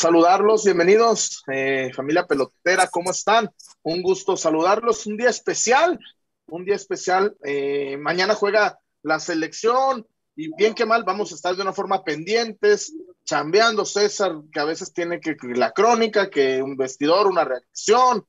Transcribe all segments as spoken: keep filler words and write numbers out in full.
saludarlos, bienvenidos, eh, familia pelotera, ¿cómo están? Un gusto saludarlos, un día especial, un día especial, eh, mañana juega la selección y bien que mal vamos a estar de una forma pendientes, chambeando César, que a veces tiene que, que la crónica, que un vestidor, una reacción,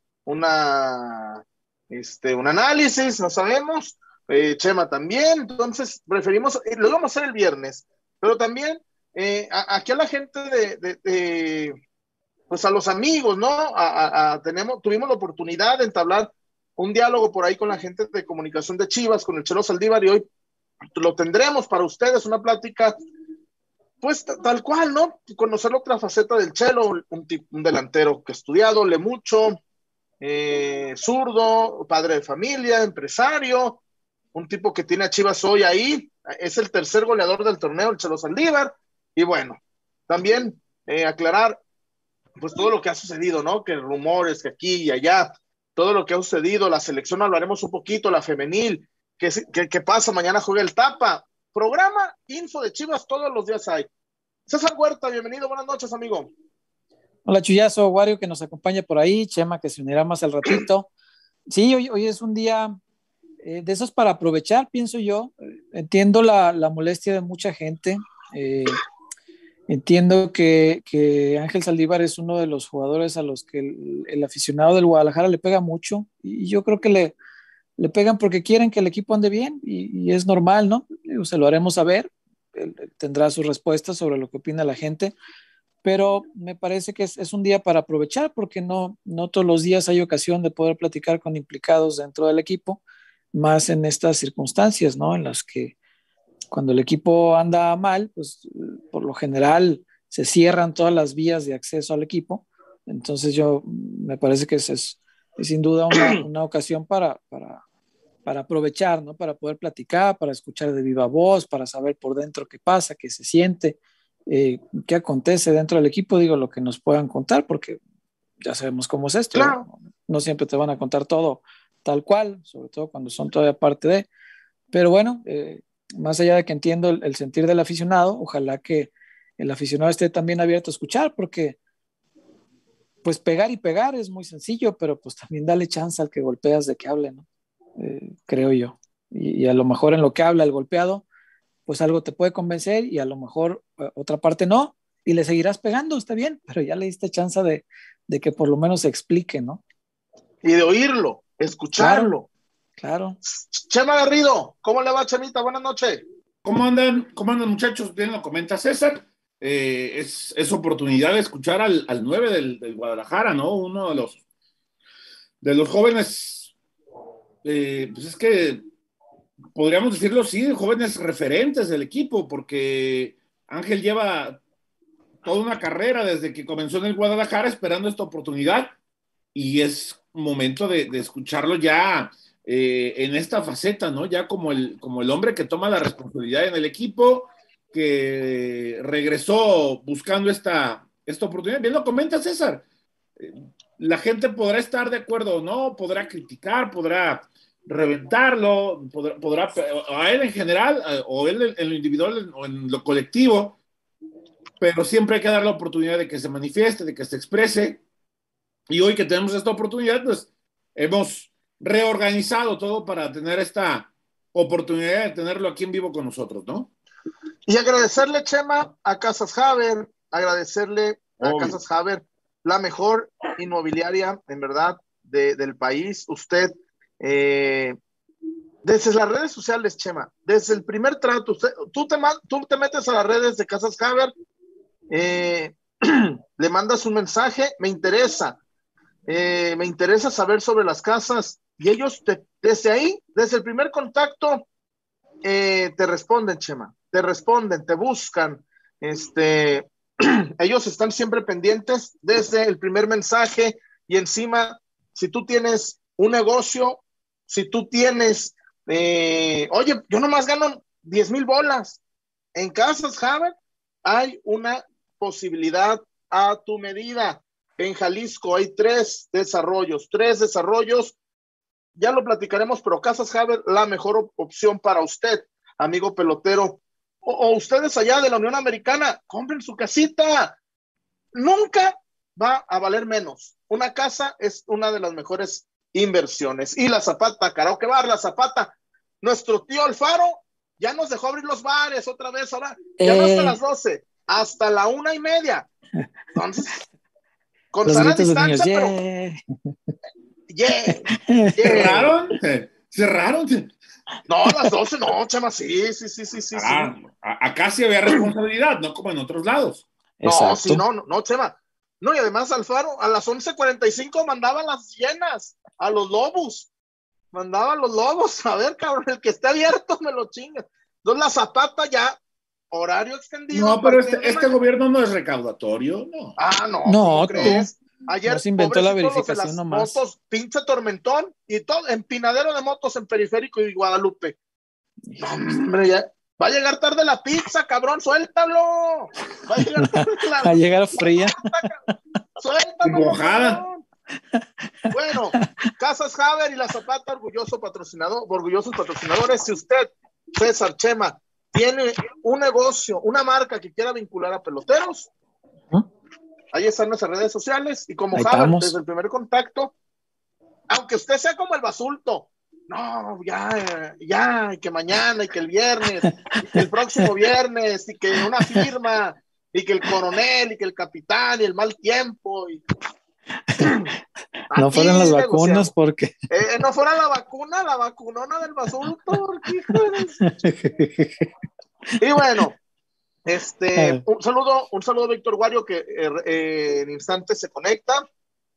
una, este, un análisis, no sabemos, eh, Chema también, entonces preferimos, eh, lo vamos a hacer el viernes, pero también Eh, a, aquí a la gente de, de, de, pues a los amigos, ¿no? A, a, a, tenemos, tuvimos la oportunidad de entablar un diálogo por ahí con la gente de comunicación de Chivas, con el Chelo Saldívar, y hoy lo tendremos para ustedes, una plática, pues tal cual, ¿no? Conocer la otra faceta del Chelo, un, un delantero que ha estudiado, lee mucho, eh, zurdo, padre de familia, empresario, un tipo que tiene a Chivas hoy ahí, es el tercer goleador del torneo, el Chelo Saldívar. Y bueno, también eh, aclarar pues todo lo que ha sucedido, ¿no? Que rumores, que aquí y allá, todo lo que ha sucedido, la selección hablaremos un poquito, la femenil, ¿qué que, que pasa? Mañana juega el Tapa. Programa, info de Chivas, todos los días hay. César Huerta, bienvenido, buenas noches, amigo. Hola, Chuyazo, Wario, que nos acompaña por ahí, Chema, que se unirá más al ratito. Sí, hoy, hoy es un día eh, de esos para aprovechar, pienso yo. Entiendo la, la molestia de mucha gente. Eh, Entiendo que, que Ángel Saldívar es uno de los jugadores a los que el, el aficionado del Guadalajara le pega mucho y yo creo que le, le pegan porque quieren que el equipo ande bien y, y es normal, ¿no? Se lo haremos saber, él, él tendrá sus respuestas sobre lo que opina la gente, pero me parece que es, es un día para aprovechar porque no, no todos los días hay ocasión de poder platicar con implicados dentro del equipo, más en estas circunstancias, ¿no? En las que cuando el equipo anda mal, pues por lo general se cierran todas las vías de acceso al equipo. Entonces yo me parece que es, es, es sin duda una, una ocasión para, para, para aprovechar, ¿no? Para poder platicar, para escuchar de viva voz, para saber por dentro qué pasa, qué se siente, eh, qué acontece dentro del equipo, digo, lo que nos puedan contar, porque ya sabemos cómo es esto, Claro. ¿no? No siempre te van a contar todo tal cual, sobre todo cuando son todavía parte de, pero bueno, eh, más allá de que entiendo el, el sentir del aficionado, ojalá que el aficionado esté también abierto a escuchar, porque pues pegar y pegar es muy sencillo, pero pues también dale chance al que golpeas de que hable, ¿no? Eh, creo yo. Y, y a lo mejor en lo que habla el golpeado, pues algo te puede convencer y a lo mejor eh, otra parte no, y le seguirás pegando, está bien, pero ya le diste chance de, de que por lo menos se explique, ¿no? Y de oírlo, escucharlo. Claro. Chema Garrido, ¿cómo le va, Chemita? Buenas noches. ¿Cómo andan, cómo andan muchachos? Bien lo comenta César. Eh, es, es oportunidad de escuchar al, al nueve del, del Guadalajara, ¿no? Uno de los, de los jóvenes, eh, pues es que podríamos decirlo, sí, jóvenes referentes del equipo, porque Ángel lleva toda una carrera desde que comenzó en el Guadalajara esperando esta oportunidad y es momento de, de escucharlo ya eh, en esta faceta, ¿no? Ya como el, como el hombre que toma la responsabilidad en el equipo, que regresó buscando esta, esta oportunidad. Bien lo comenta César. Eh, la gente podrá estar de acuerdo o no, podrá criticar, podrá reventarlo, podrá, podrá a él en general, o él en lo individual o en lo colectivo, pero siempre hay que dar la oportunidad de que se manifieste, de que se exprese. Y hoy que tenemos esta oportunidad, pues hemos reorganizado todo para tener esta oportunidad de tenerlo aquí en vivo con nosotros, ¿no? Y agradecerle, Chema, a Casas Haber, agradecerle a Obvio. Casas Haber, la mejor inmobiliaria, en verdad, de, del país. Usted, eh, desde las redes sociales, Chema, desde el primer trato, usted, tú, te, tú te metes a las redes de Casas Haber, eh, le mandas un mensaje, me interesa, eh, me interesa saber sobre las casas, y ellos te, desde ahí, desde el primer contacto, eh, te responden, Chema, te responden, te buscan, este, ellos están siempre pendientes desde el primer mensaje, y encima, si tú tienes un negocio, si tú tienes, eh, oye, yo nomás gano diez mil bolas, en Casas Haber hay una posibilidad a tu medida. En Jalisco hay tres desarrollos, tres desarrollos, ya lo platicaremos, pero Casas Haber, la mejor op opción para usted, amigo pelotero, o, o ustedes allá de la Unión Americana, compren su casita, nunca va a valer menos. Una casa es una de las mejores inversiones. Y la Zapata, karaoke bar, la Zapata, nuestro tío Alfaro ya nos dejó abrir los bares otra vez, ahora ya eh. no hasta las doce, hasta la una y media. Entonces, con los sana gritos distancia, de pero... niños, Yeah. yeah. ¿Cerraron? ¿Cerraron? No, a las doce no, chama, sí, sí, sí, sí, sí. Ah, sí. Acá sí había responsabilidad, no como en otros lados. No, exacto. sí, no, no, no, Chema. No, y además Alfaro a las once cuarenta y cinco mandaba las llenas a los lobos. Mandaba a los lobos. A ver, cabrón, el que esté abierto me lo chinga. Entonces la Zapata ya, horario extendido. No, pero este, este gobierno no es recaudatorio, no. Ah, no, no, ¿cómo crees? Ayer no se inventó la verificación las nomás. Motos, pinche tormentón y todo, empinadero de motos en Periférico y Guadalupe. No, hombre, ya. Va a llegar tarde la pizza, cabrón, suéltalo. Va a llegar tarde la Va a llegar fría. Suéltalo, cabrón. Bueno, Casas Haber y la Zapata, orgulloso patrocinador, orgullosos patrocinadores. Si usted, César Chema, tiene un negocio, una marca que quiera vincular a peloteros, ¿eh? Ahí están nuestras redes sociales y como Haber, desde el primer contacto, aunque usted sea como el Basulto, no, ya, ya, y que mañana, y que el viernes, y que el próximo viernes, y que una firma, y que el coronel, y que el capitán, y el mal tiempo. Y... no fueron las vacunas porque... Eh, no fuera la vacuna, la vacunona del Basulto. Y bueno, este, un saludo, un saludo a Víctor Guario que eh, eh, en instantes se conecta.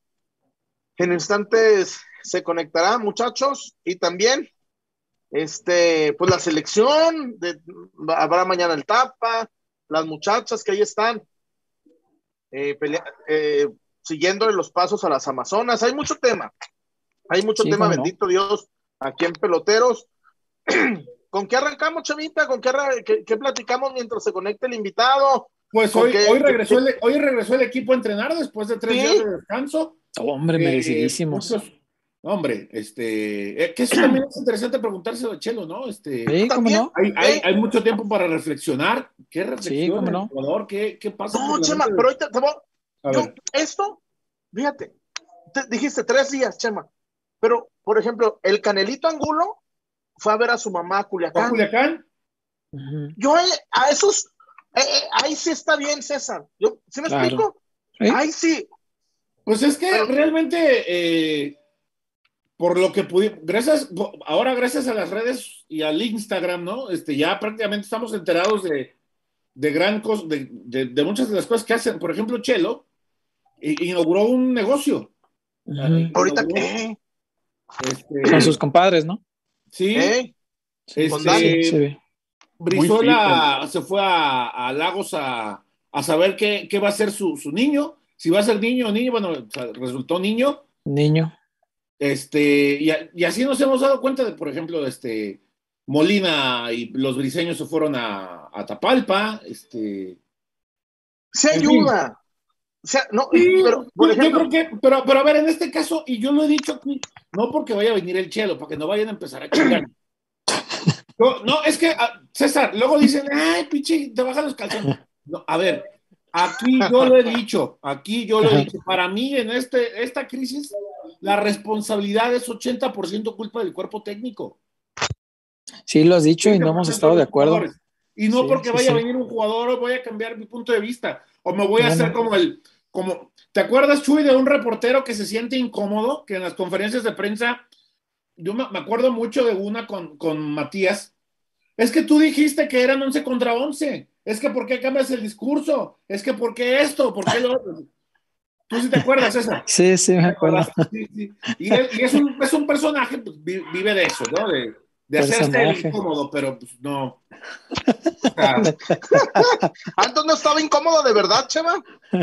En instantes se conectará, muchachos, y también este, pues la selección, de, habrá mañana el Tapa, las muchachas que ahí están eh, pelea, eh, siguiéndole los pasos a las Amazonas. Hay mucho tema, hay mucho sí, tema, bendito no. Dios, aquí en Peloteros. ¿Con qué arrancamos, Chavita? ¿Con qué, qué, qué platicamos mientras se conecta el invitado? Pues hoy, qué, hoy, regresó qué, el, hoy regresó el equipo a entrenar después de tres ¿sí? días de descanso. Hombre, merecidísimos. Eh, muchos, hombre, este, eh, que eso también es interesante preguntárselo a Chelo, ¿no? Este, sí, ¿cómo no? Hay, hay, hay mucho tiempo para reflexionar. ¿Qué reflexión sí, ¿cómo no? el jugador? ¿Qué, qué pasa? No, Chema, de... pero ahorita te voy... Yo, esto, fíjate, te dijiste tres días, Chema, pero, por ejemplo, el Canelito Angulo fue a ver a su mamá a Culiacán. ¿A Culiacán? Uh-huh. Yo a esos, eh, eh, ahí sí está bien, César. Yo, ¿sí me claro. explico? ¿Sí? Ahí sí. Pues es que pero, realmente, eh, por lo que pudimos, gracias, ahora gracias a las redes y al Instagram, ¿no? Este, ya prácticamente estamos enterados de, de gran cosas, de, de, de muchas de las cosas que hacen. Por ejemplo, Chelo inauguró un negocio. Uh-huh. ¿Ahorita qué? Este, con sus compadres, ¿no? Sí. ¿Eh? Este, sí, sí. Brizuela se fue a, a Lagos a, a saber qué, qué va a ser su, su niño. Si va a ser niño o niño, bueno, o sea, resultó niño. Niño. Este, y, y así nos hemos dado cuenta de, por ejemplo, este, Molina y los briseños se fueron a, a Tapalpa. Este, se ayuda. O sea, no, sí, pero, por ejemplo, yo creo que, pero, pero a ver, en este caso, y yo lo he dicho aquí, no porque vaya a venir el Chelo, para que no vayan a empezar a chingar. No, no, es que, César, luego dicen, ay, pinche, te bajan los calzones. No, a ver, aquí yo lo he dicho, aquí yo lo he dicho, para mí en este, esta crisis, la responsabilidad es ochenta por ciento culpa del cuerpo técnico. Sí, lo has dicho y no hemos estado de acuerdo. Jugadores. Y no sí, porque sí, vaya sí. a venir un jugador o voy a cambiar mi punto de vista, o me voy a hacer como el, como, ¿te acuerdas, Chuy, de un reportero que se siente incómodo, que en las conferencias de prensa, yo me, me acuerdo mucho de una con, con Matías, es que tú dijiste que eran once contra once, es que ¿por qué cambias el discurso? Es que ¿por qué esto? ¿Por qué lo otro? ¿Tú sí te acuerdas, César? Sí, sí, me acuerdo. Sí, sí. Y, él, y es, un, es un personaje, pues, vive de eso, ¿no? De, de hacerse el incómodo, pero pues no. O sea, ¿Antes no estaba incómodo de verdad, Chema?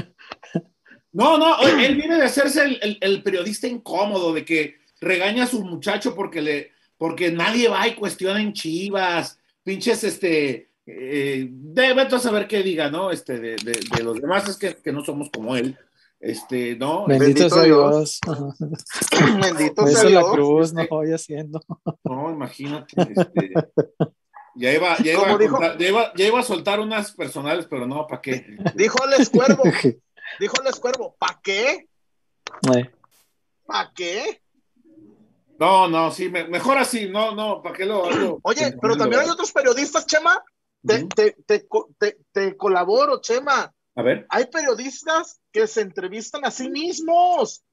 No, no, él viene de hacerse el, el, el periodista incómodo, de que regaña a su muchacho porque, le, porque nadie va y cuestiona en Chivas, pinches, este, eh, debe a saber qué diga, ¿no? Este, de, de, de los demás es que, que no somos como él. Este, ¿no? Bendito sea Dios. Bendito sea Dios. la cruz, no voy haciendo. No, imagínate. Este, ya, iba, ya, iba a dijo, contar, ya, iba, ya iba a soltar unas personales, pero no, ¿para qué? Dijo Alex Cuervo, Dijo el Escuervo, ¿para qué? Eh. ¿Para qué? No, no, sí, me, mejor así, no, no, ¿para qué lo hago? Oye, pero también hay otros periodistas, Chema, te, Uh-huh. te, te, te, te colaboro, Chema. A ver. Hay periodistas que se entrevistan a sí mismos.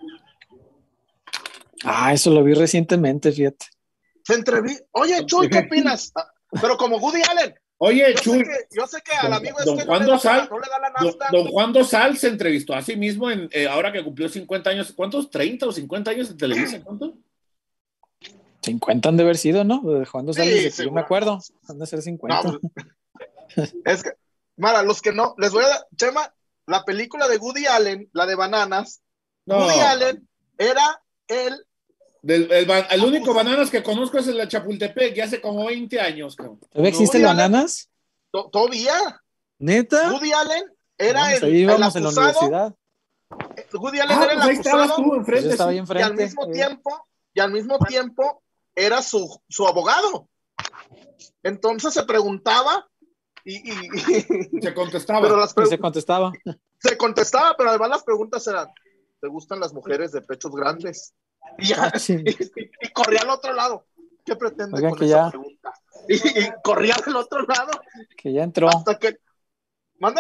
Ah, eso lo vi recientemente, fíjate. Se entrevi... Oye, Chuy, ¿qué opinas? Pero como Woody Allen. Oye, yo Chuy. Sé que, yo sé que al Don, amigo don este Juan no, le da Dosal, la, no le da la don, nafta. don Juan Dosal se entrevistó a sí mismo en, eh, ahora que cumplió cincuenta años. ¿Cuántos? ¿treinta o cincuenta años en Televisa? ¿Cuánto? cincuenta han de haber sido, ¿no? Juan Dosal, Sí, desde que seguro. yo me acuerdo. Han de ser cincuenta. No, es que, Mara, los que no, les voy a dar, Chema, la película de Woody Allen, la de Bananas, no. Woody Allen era el... Del, el, el, el único Bananas que conozco es el de Chapultepec, ya hace como veinte años. ¿Todavía existe el Bananas? To, ¿Todavía? ¿Neta? Woody Allen era Vamos, el, ahí íbamos el acusado. En la universidad. Woody Allen ah, era pues el ahí acusado. Estabas tú enfrente, pues yo estaba sí. ahí enfrente. Y al mismo eh. tiempo, y al mismo tiempo era su, su abogado. Entonces se preguntaba y, y, y se contestaba. Pero las y se contestaba. Se contestaba, pero además las preguntas eran, ¿te gustan las mujeres de pechos grandes? Y, ya, Ah, sí. y, y, y corría al otro lado. ¿Qué pretende Oigan, con que esa ya, pregunta? Y, y corría al otro lado. Que ya entró. Hasta que... ¿Mande?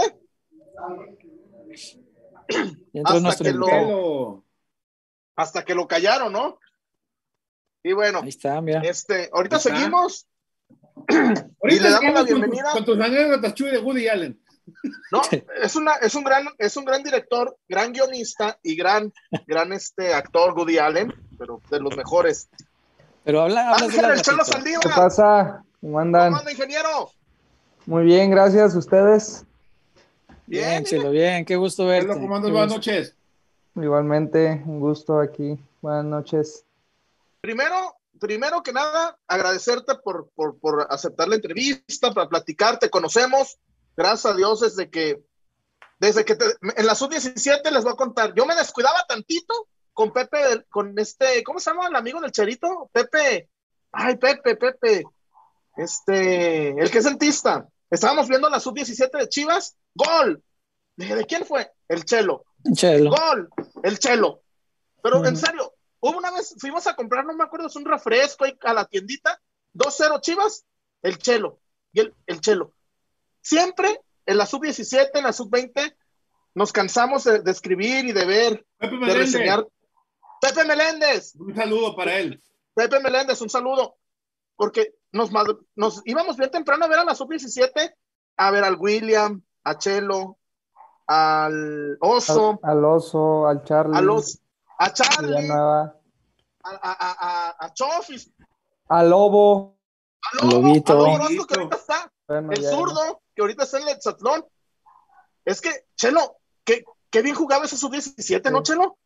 Ya entró hasta que invitado. lo hasta que lo callaron, ¿no? Y bueno, ahí está, mira. Este, ahorita está. seguimos. Ahorita y le damos la bienvenida con, tu, con tus anécdotas, Chuy, de Woody Allen. No, es una, es un gran, es un gran director, gran guionista y gran, gran este actor, Woody Allen, pero de los mejores. Pero habla, habla Ángel, el Chelo Saldívar. ¿Qué pasa? ¿Cómo andan? ¿Cómo anda, ingeniero? Muy bien, gracias. ¿Ustedes? Bien, Bien, Chelo, bien. Qué gusto verte. ¿Cómo andas? Buenas noches. Igualmente, un gusto aquí. Buenas noches. Primero, primero que nada, agradecerte por, por, por aceptar la entrevista, para platicar, te conocemos. Gracias a Dios, desde que, desde que te, en la sub diecisiete les voy a contar, yo me descuidaba tantito con Pepe, con este, ¿cómo se llama el amigo del Cherito? Pepe, ay, Pepe, Pepe, este, el que es dentista. Estábamos viendo la sub diecisiete de Chivas, gol. Dije, ¿de quién fue? El Chelo. Chelo. Gol, el Chelo. Pero Uh-huh. en serio, hubo una vez, fuimos a comprar, no me acuerdo, es un refresco ahí a la tiendita, dos cero Chivas, el Chelo, y el, el Chelo. Siempre en la sub diecisiete, en la sub veinte, nos cansamos de, de escribir y de ver, Pepe de reseñar. Pepe Meléndez. Un saludo para él. Pepe Meléndez, un saludo. Porque nos, nos íbamos bien temprano a ver a la sub diecisiete, a ver al William, a Chelo, al Oso. Al, al Oso, al Charlie. A, los, a Charlie. Villanueva. A, a, a, a Chofis. Al Lobo. A Lobo, Lobito. a Lobo Orozco, que ahorita está. Bueno, el ya, zurdo, ya. que ahorita está en el Hexatlón. Es que, Chelo, qué, qué bien jugaba ese sub diecisiete, sí. ¿No, Chelo?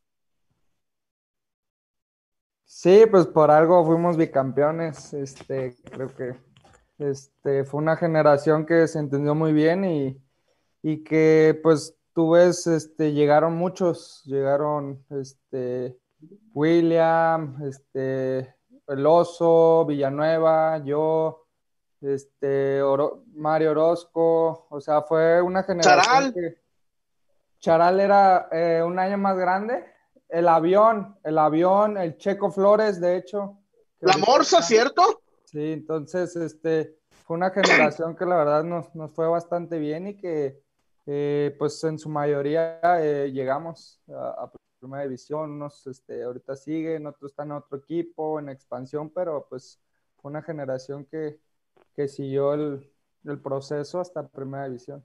Sí, pues por algo fuimos bicampeones. Este, creo que este, fue una generación que se entendió muy bien y, y que, pues, tú ves, este, llegaron muchos, llegaron, este, William, este, El Oso, Villanueva, yo, este, Oro, Mario Orozco, o sea, fue una generación Charal. que Charal era eh, un año más grande. El avión, el avión, el Checo Flores, de hecho. La Morsa, está... ¿cierto? Sí, entonces, este, fue una generación que la verdad nos, nos fue bastante bien y que, eh, pues, en su mayoría eh, llegamos a, a primera división. Unos, este, ahorita siguen, otros están en otro equipo, en expansión, pero, pues, fue una generación que, que siguió el, el proceso hasta primera división.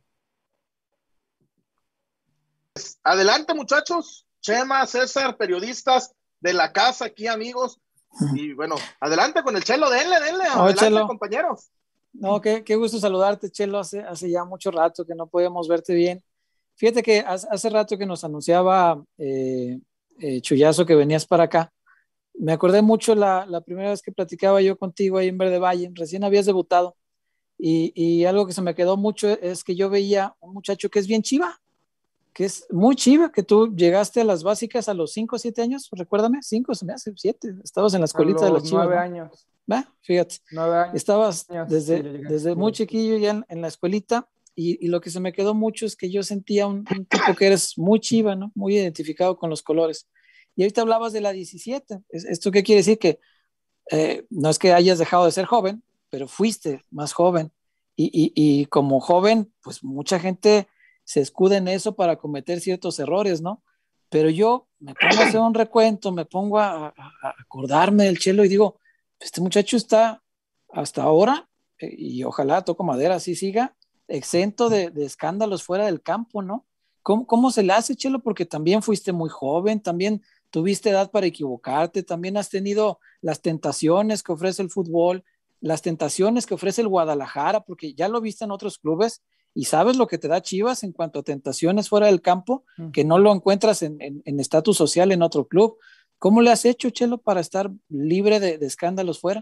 Adelante, muchachos. Chema, César, periodistas de la casa aquí, amigos. Y bueno, adelante con el Chelo, denle, denle, oh, adelante, Chelo. compañeros. No, qué, qué gusto saludarte, Chelo. Hace, hace ya mucho rato que no podíamos verte bien. Fíjate que hace, hace rato que nos anunciaba eh, eh, Chuyazo que venías para acá. Me acordé mucho la, la primera vez que platicaba yo contigo ahí en Verde Valle. Recién habías debutado. Y, y algo que se me quedó mucho es que yo veía un muchacho que es bien chiva. Que es muy chiva, que tú llegaste a las básicas a los cinco o siete años, recuérdame, cinco, se me hace siete, estabas en la escuelita de las Chivas. nueve ¿no? años. ¿Va? Fíjate. Nueve años. Estabas desde, sí, desde muy chiquillo ya en, en la escuelita y, y lo que se me quedó mucho es que yo sentía un, un tipo que eres muy chiva, ¿no? Muy identificado con los colores. Y ahorita hablabas de la diecisiete. ¿Esto qué quiere decir? Que eh, no es que hayas dejado de ser joven, pero fuiste más joven. Y, y, y como joven, pues mucha gente se escuda en eso para cometer ciertos errores, ¿no? Pero yo me pongo a hacer un recuento, me pongo a, a, a acordarme del Chelo y digo, este muchacho está hasta ahora, eh, y ojalá toco madera, así siga, exento de, de escándalos fuera del campo, ¿no? ¿Cómo, ¿Cómo se le hace, Chelo? Porque también fuiste muy joven, también tuviste edad para equivocarte, también has tenido las tentaciones que ofrece el fútbol, las tentaciones que ofrece el Guadalajara, porque ya lo viste en otros clubes y sabes lo que te da Chivas en cuanto a tentaciones fuera del campo, que no lo encuentras en estatus social en otro club. ¿Cómo le has hecho, Chelo, para estar libre de, de escándalos fuera?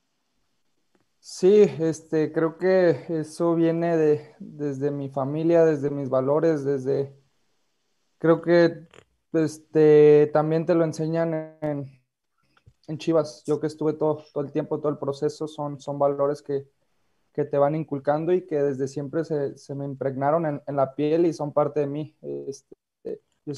Sí, este, creo que eso viene de, desde mi familia, desde mis valores, desde, creo que este, también te lo enseñan en, en Chivas. Yo que estuve todo, todo el tiempo, todo el proceso, son, son valores que, que te van inculcando y que desde siempre se, se me impregnaron en, en la piel y son parte de mí. Este, yo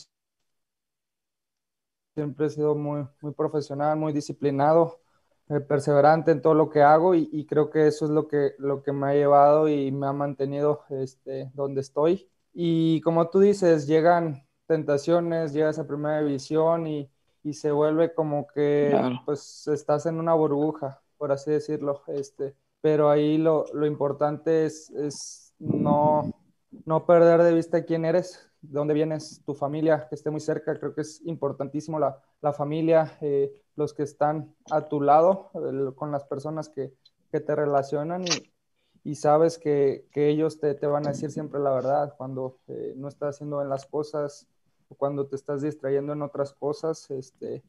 siempre he sido muy, muy profesional, muy disciplinado, eh, perseverante en todo lo que hago y, y creo que eso es lo que, lo que me ha llevado y me ha mantenido este, donde estoy. Y como tú dices, llegan tentaciones, llegas a primera división y, y se vuelve como que Claro. pues estás en una burbuja, por así decirlo. Este, pero ahí lo, lo importante es, es no, no perder de vista quién eres, de dónde vienes, tu familia, que esté muy cerca. Creo que es importantísimo la, la familia, eh, los que están a tu lado, el, con las personas que, que te relacionan y, y sabes que, que ellos te, te, van a decir siempre la verdad cuando eh, no estás haciendo bien las cosas o cuando te estás distrayendo en otras cosas. Este,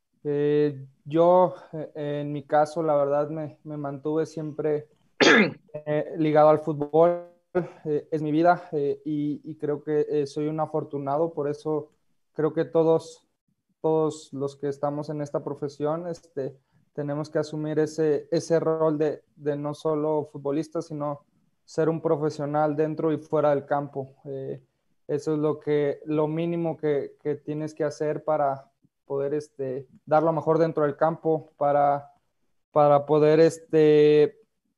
eh, yo, eh, en mi caso, la verdad me, me mantuve siempre eh, ligado al fútbol, eh, es mi vida eh, y, y, creo que eh, soy un afortunado, por eso creo que todos, todos los que estamos en esta profesión este, tenemos que asumir ese, ese rol de, de no solo futbolista, sino ser un profesional dentro y fuera del campo. Eh, eso es lo, que, lo mínimo que, que tienes que hacer para poder este, dar lo mejor dentro del campo, para, para poder este,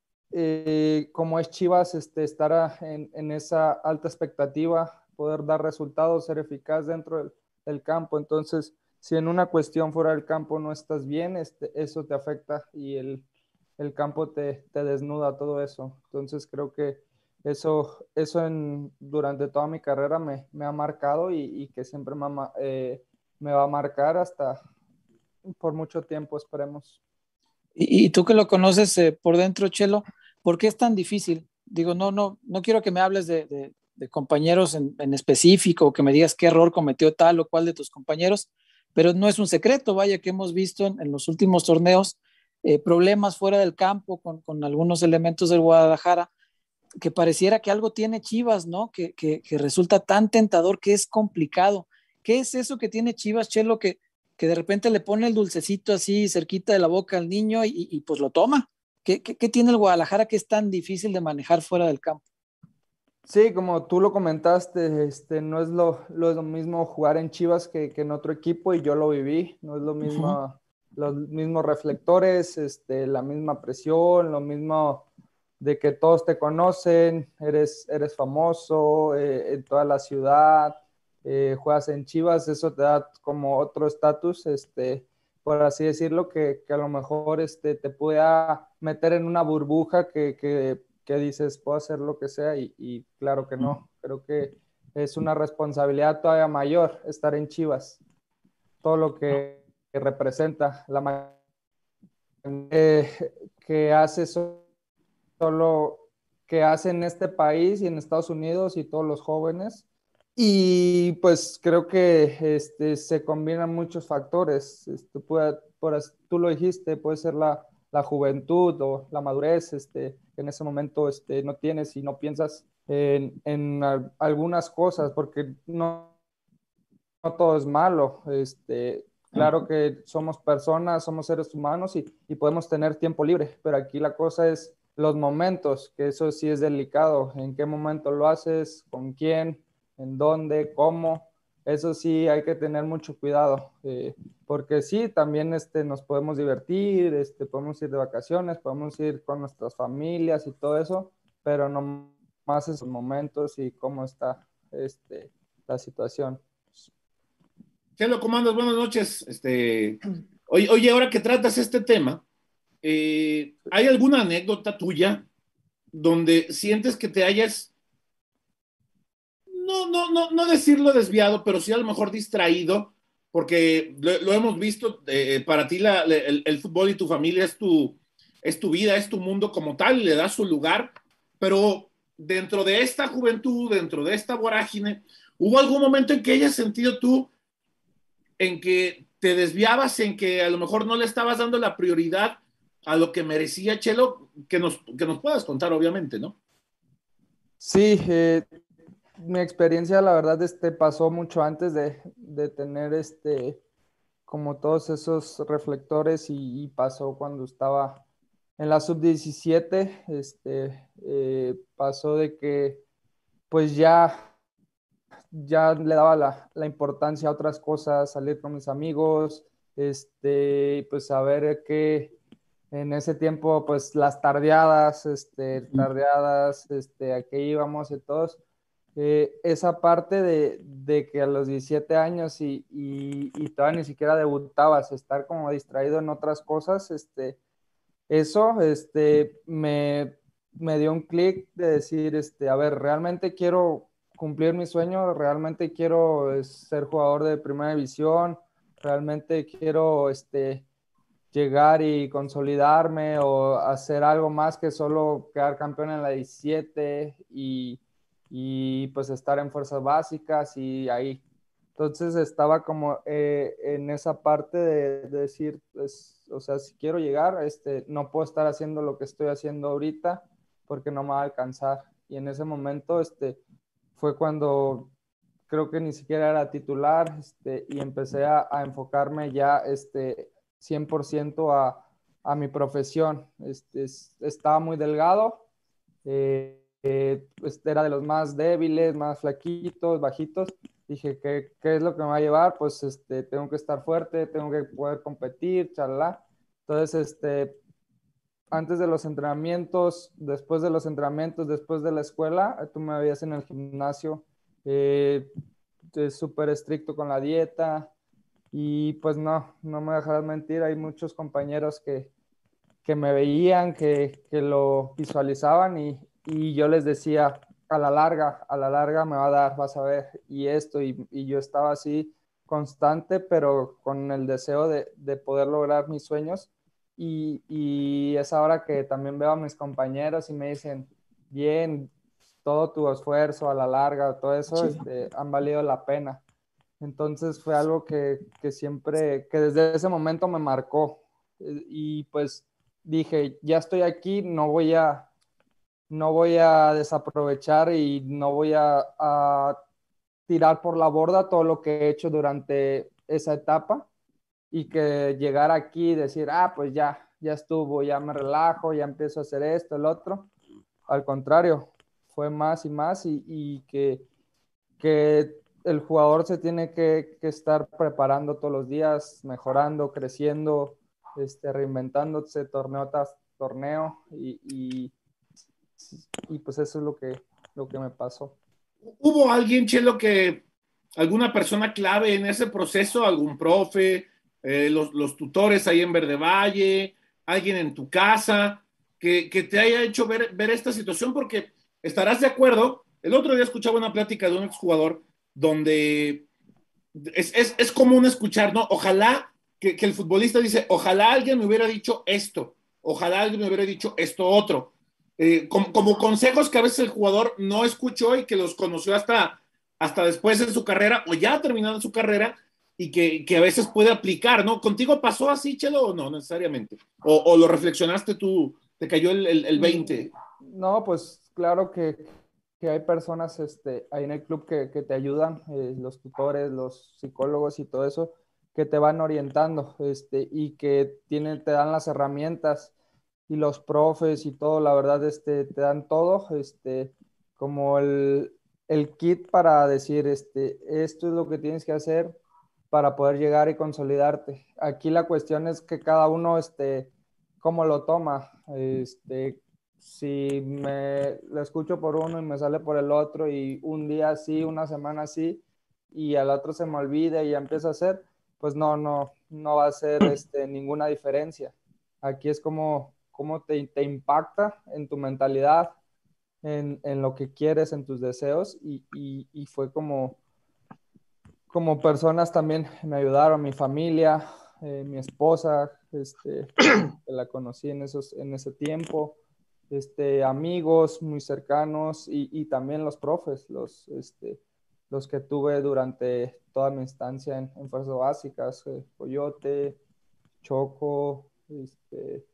eh, como es Chivas, este, estar en, en, esa alta expectativa, poder dar resultados, ser eficaz dentro del, del, campo. Entonces, si en una cuestión fuera del campo no estás bien, este, eso te afecta y el, el campo te, te, desnuda todo eso. Entonces, creo que eso, eso en, durante toda mi carrera me, me ha marcado y, y que siempre me, eh, me va a marcar hasta por mucho tiempo, esperemos. Y, y tú que lo conoces eh, por dentro, Chelo, ¿por qué es tan difícil? Digo, no, no, no quiero que me hables de, de, de compañeros en, en específico o que me digas qué error cometió tal o cual de tus compañeros, pero no es un secreto, vaya, que hemos visto en, en los últimos torneos eh, problemas fuera del campo con, con algunos elementos del Guadalajara, que pareciera que algo tiene Chivas, ¿no? Que, que, que resulta tan tentador que es complicado. ¿Qué es eso que tiene Chivas, Chelo, que, que de repente le pone el dulcecito así cerquita de la boca al niño y, y pues lo toma? ¿Qué, qué, ¿Qué tiene el Guadalajara que es tan difícil de manejar fuera del campo? Sí, como tú lo comentaste, este, no es lo, lo, es lo mismo jugar en Chivas que, que en otro equipo y yo lo viví, no es lo mismo, uh-huh. Los mismos reflectores, este, la misma presión, lo mismo de que todos te conocen, eres, eres famoso eh, en toda la ciudad, eh, juegas en Chivas, eso te da como otro estatus, este, por así decirlo, que, que a lo mejor este, te pueda meter en una burbuja que, que, que dices, puedo hacer lo que sea y, y claro que no, creo que es una responsabilidad todavía mayor estar en Chivas, todo lo que, que representa, la eh, que hace solo que hace en este país y en Estados Unidos y todos los jóvenes. Y pues creo que este, se combinan muchos factores. Este, puede, por, tú lo dijiste, puede ser la, la juventud o la madurez, este, que en ese momento este, no tienes y no piensas en, en algunas cosas, porque no, no todo es malo. Este, claro que somos personas, somos seres humanos y, y podemos tener tiempo libre, pero aquí la cosa es los momentos, que eso sí es delicado, en qué momento lo haces, con quién, en dónde, cómo, eso sí hay que tener mucho cuidado, eh, porque sí, también este, nos podemos divertir, este, podemos ir de vacaciones, podemos ir con nuestras familias y todo eso, pero no más esos momentos y cómo está este, la situación. Chelo, ¿cómo andas? Buenas noches. Este, oye, oye, ahora que tratas este tema, eh, ¿hay alguna anécdota tuya donde sientes que te hayas, no, no, no, no decirlo desviado, pero sí a lo mejor distraído, porque lo, lo hemos visto, eh, para ti la, la, el, el, fútbol y tu familia es tu, es tu vida, es tu mundo como tal, y le das su lugar, pero dentro de esta juventud, dentro de esta vorágine, ¿hubo algún momento en que hayas sentido tú en que te desviabas, en que a lo mejor no le estabas dando la prioridad a lo que merecía, Chelo? Que nos, que nos puedas contar, obviamente, ¿no? Sí, eh, mi experiencia, la verdad, este, pasó mucho antes de, de tener este, como todos esos reflectores y, y pasó cuando estaba en la sub diecisiete, este, eh, pasó de que pues ya, ya le daba la, la importancia a otras cosas, salir con mis amigos, este, pues saber que en ese tiempo, pues las tardeadas, este, tardeadas, este, a qué íbamos y todos. Eh, esa parte de, de que a los diecisiete años y, y, y todavía ni siquiera debutabas, estar como distraído en otras cosas, este, eso este, me, me dio un clic de decir, este, a ver, realmente quiero cumplir mi sueño, realmente quiero es, ser jugador de primera división, realmente quiero este, llegar y consolidarme o hacer algo más que solo quedar campeón en la diecisiete y, y pues estar en fuerzas básicas y ahí. Entonces estaba como eh, en esa parte de, de decir, pues, o sea, si quiero llegar, este, no puedo estar haciendo lo que estoy haciendo ahorita porque no me va a alcanzar. Y en ese momento este, fue cuando creo que ni siquiera era titular este, y empecé a, a enfocarme ya este, cien por ciento a, a mi profesión. Este, estaba muy delgado, eh, eh, pues era de los más débiles, más flaquitos, bajitos. Dije, ¿qué, qué es lo que me va a llevar? Pues este, tengo que estar fuerte, tengo que poder competir, charla. Entonces, este, antes de los entrenamientos, después de los entrenamientos, después de la escuela, tú me veías en el gimnasio, eh, súper estricto con la dieta y pues no, no me dejarás mentir, hay muchos compañeros que, que me veían, que, que lo visualizaban y, y yo les decía, a la larga, a la larga me va a dar, vas a ver, y esto, y, y yo estaba así constante, pero con el deseo de, de poder lograr mis sueños. Y, y es ahora que también veo a mis compañeros y me dicen, bien, todo tu esfuerzo a la larga, todo eso, Sí. este, han valido la pena. Entonces fue algo que, que siempre, que desde ese momento me marcó. Y pues dije, ya estoy aquí, no voy a, no voy a desaprovechar y no voy a, a tirar por la borda todo lo que he hecho durante esa etapa y que llegar aquí y decir, ah, pues ya, ya estuvo, ya me relajo, ya empiezo a hacer esto, el otro. Al contrario, fue más y más y, y que, que el jugador se tiene que, que, estar preparando todos los días, mejorando, creciendo, este, reinventándose torneo tras torneo y, y, y pues eso es lo que, lo que me pasó. ¿Hubo alguien, Chelo, que alguna persona clave en ese proceso, algún profe, eh, los, los, tutores ahí en Verde Valle, alguien en tu casa, que, que te haya hecho ver, ver esta situación? Porque estarás de acuerdo, el otro día escuchaba una plática de un exjugador donde es, es, es común escuchar, ¿no? Ojalá que, que el futbolista dice, ojalá alguien me hubiera dicho esto, ojalá alguien me hubiera dicho esto otro. Eh, como, como consejos que a veces el jugador no escuchó y que los conoció hasta, hasta después en su carrera o ya terminando su carrera y que, que a veces puede aplicar, ¿no? ¿Contigo pasó así, Chelo, o no necesariamente? ¿O, o lo reflexionaste tú, te cayó el, el, el veinte? No, pues claro que, que hay personas este, ahí en el club que, que te ayudan, eh, los tutores, los psicólogos y todo eso, que te van orientando este, y que tienen, te dan las herramientas. y los profes y todo, la verdad, este, te dan todo, este, como el, el kit para decir, este, esto es lo que tienes que hacer para poder llegar y consolidarte. Aquí la cuestión es que cada uno, este, cómo lo toma, este, si me lo escucho por uno y me sale por el otro y un día sí, una semana sí, y al otro se me olvida y ya empiezo a hacer, pues no, no, no va a ser este, ninguna diferencia. Aquí es como, como te, te impacta en tu mentalidad, en, en, lo que quieres, en tus deseos, y, y, y fue como, como personas también me ayudaron, mi familia, eh, mi esposa, este, que la conocí en, esos, en ese tiempo, este, amigos muy cercanos y, y también los profes, los, este, los que tuve durante toda mi instancia en, en Fuerzas Básicas, eh, Coyote, Choco, este,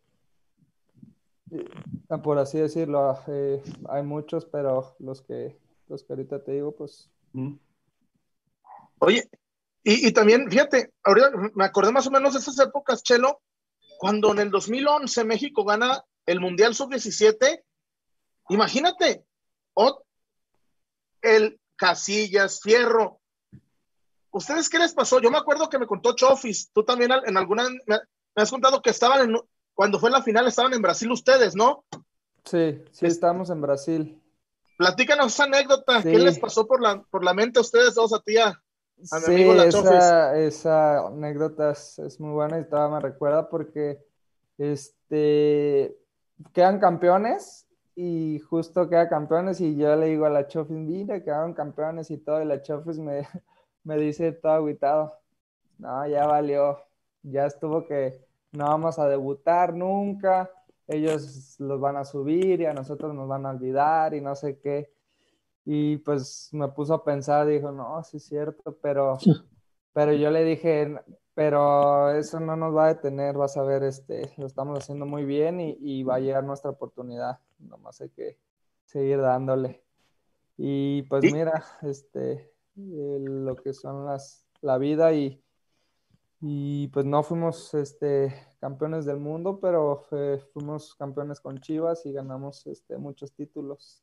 eh, por así decirlo, eh, hay muchos, pero los que, los que ahorita te digo, pues... Mm. Oye, y, y también, fíjate, ahorita me acordé más o menos de esas épocas, Chelo, cuando en el dos mil once México gana el Mundial sub diecisiete. Imagínate, Ot, el Casillas, Fierro. ¿Ustedes qué les pasó? Yo me acuerdo que me contó Chofis, tú también en alguna, me, me has contado que estaban en, cuando fue la final estaban en Brasil ustedes, ¿no? Sí, sí, Es, estamos en Brasil. platícanos esa anécdota, ¿qué les Sí, pasó por la, por la mente a ustedes dos, a ti, a, a mi sí, amigo la Chofis? esa, esa anécdota es, es muy buena y todavía me recuerda porque este, quedan campeones y justo quedan campeones y yo le digo a la Chofis, mira, quedaron campeones y todo, y la Chofis me, me dice todo agüitado, no, ya valió, ya estuvo que no vamos a debutar nunca, ellos los van a subir y a nosotros nos van a olvidar y no sé qué. Y pues me puso a pensar, dijo, no, sí es cierto, pero, pero yo le dije, pero eso no nos va a detener, vas a ver, este, lo estamos haciendo muy bien y, y va a llegar nuestra oportunidad, nomás hay que seguir dándole. Y pues Y, mira, este, eh, lo que son las, la vida y, y pues no fuimos, este, campeones del mundo, pero fue- fuimos campeones con Chivas y ganamos, este, muchos títulos.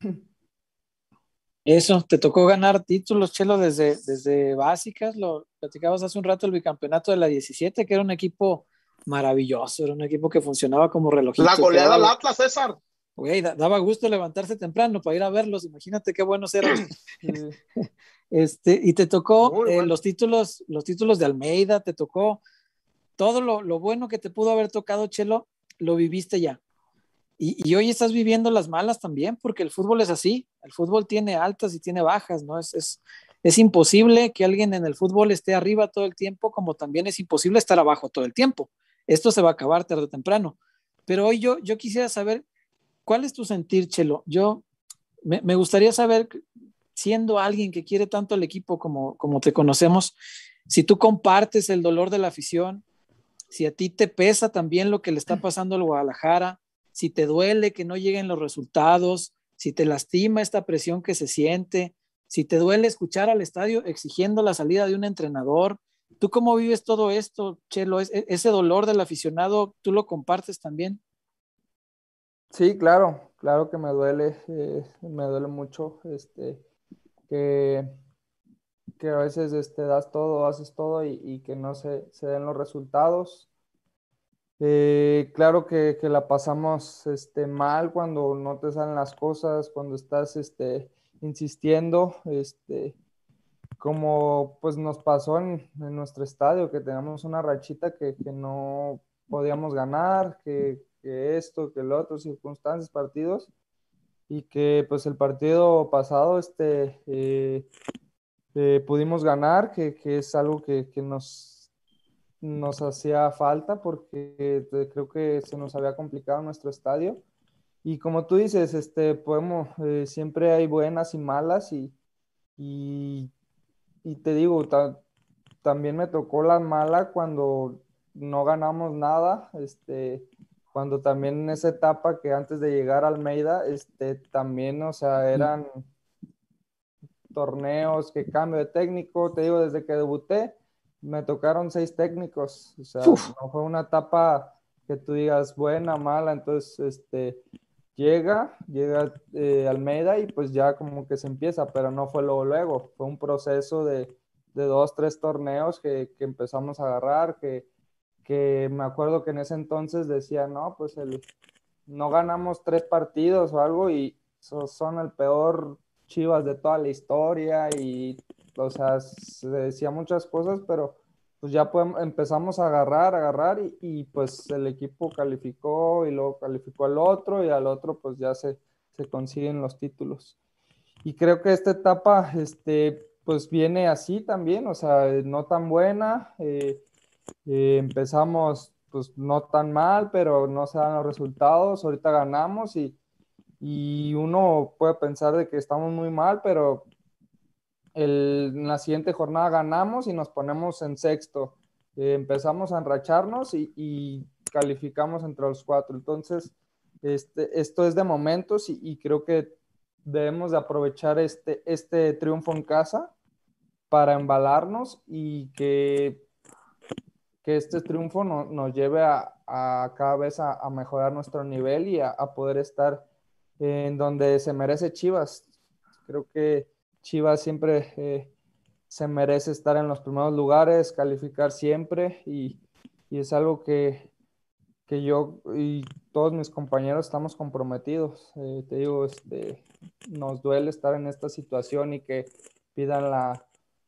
Eso, te tocó ganar títulos, Chelo, desde, desde básicas. Lo platicabas hace un rato, el bicampeonato de la diecisiete, que era un equipo maravilloso, era un equipo que funcionaba como la relojito, que goleada al daba, Atlas, César. güey, da- daba gusto levantarse temprano para ir a verlos. Imagínate qué buenos eran. Sí. Este, y te tocó Muy eh, bueno. los títulos, los títulos de Almeida, te tocó todo lo, lo bueno que te pudo haber tocado, Chelo, lo viviste ya. Y, y hoy estás viviendo las malas también, porque el fútbol es así, el fútbol tiene altas y tiene bajas, ¿no? Es, es, es imposible que alguien en el fútbol esté arriba todo el tiempo, como también es imposible estar abajo todo el tiempo. Esto se va a acabar tarde o temprano. Pero hoy yo, yo quisiera saber, ¿cuál es tu sentir, Chelo? Yo me, me gustaría saber, siendo alguien que quiere tanto al equipo como, como te conocemos, si tú compartes el dolor de la afición, si a ti te pesa también lo que le está pasando al Guadalajara, si te duele que no lleguen los resultados, si te lastima esta presión que se siente, si te duele escuchar al estadio exigiendo la salida de un entrenador. ¿Tú cómo vives todo esto, Chelo? Ese dolor del aficionado, ¿tú lo compartes también? Sí, claro, claro que me duele, eh, me duele mucho, este, que, que a veces este, das todo, haces todo y, y que no se, se den los resultados. Eh, claro que, que la pasamos este, mal cuando no te salen las cosas, cuando estás este, insistiendo, este, como pues nos pasó en, en nuestro estadio, que teníamos una rachita que, que no podíamos ganar, que, que esto, que lo otro, circunstancias, partidos. Y que pues el partido pasado este, eh, eh, pudimos ganar, que, que es algo que, que nos, nos hacía falta porque eh, creo que se nos había complicado nuestro estadio. Y como tú dices, este, podemos, eh, siempre hay buenas y malas y, y, y te digo, ta- también me tocó la mala cuando no ganamos nada, este, cuando también en esa etapa que antes de llegar a Almeida, este, también, o sea, eran torneos, que cambio de técnico, te digo, desde que debuté, me tocaron seis técnicos, o sea, Uf, no fue una etapa que tú digas buena, mala, entonces este, llega, llega eh, Almeida y pues ya como que se empieza, pero no fue luego, luego, fue un proceso de, de dos, tres torneos que, que empezamos a agarrar, que, que me acuerdo que en ese entonces decía, no, pues el, no ganamos tres partidos o algo y so, son el peor Chivas de toda la historia y, o sea, se decía muchas cosas, pero pues ya podemos, empezamos a agarrar, a agarrar y, y, pues el equipo calificó y luego calificó al otro y al otro pues ya se, se consiguen los títulos. Y creo que esta etapa, este, pues viene así también, o sea, no tan buena, eh, eh, empezamos pues no tan mal, pero no se dan los resultados, ahorita ganamos y, y uno puede pensar de que estamos muy mal, pero el, en la siguiente jornada ganamos y nos ponemos en sexto. Eh, empezamos a enracharnos y, y, calificamos entre los cuatro. Entonces, este, esto es de momentos y, y creo que debemos de aprovechar este, este triunfo en casa para embalarnos y que, que este triunfo no, nos lleve a, a cada vez a, a, mejorar nuestro nivel y a, a poder estar en donde se merece Chivas. Creo que Chivas siempre eh, se merece estar en los primeros lugares, calificar siempre y, y es algo que, que yo y todos mis compañeros estamos comprometidos. Eh, te digo, este, nos duele estar en esta situación y que pidan la,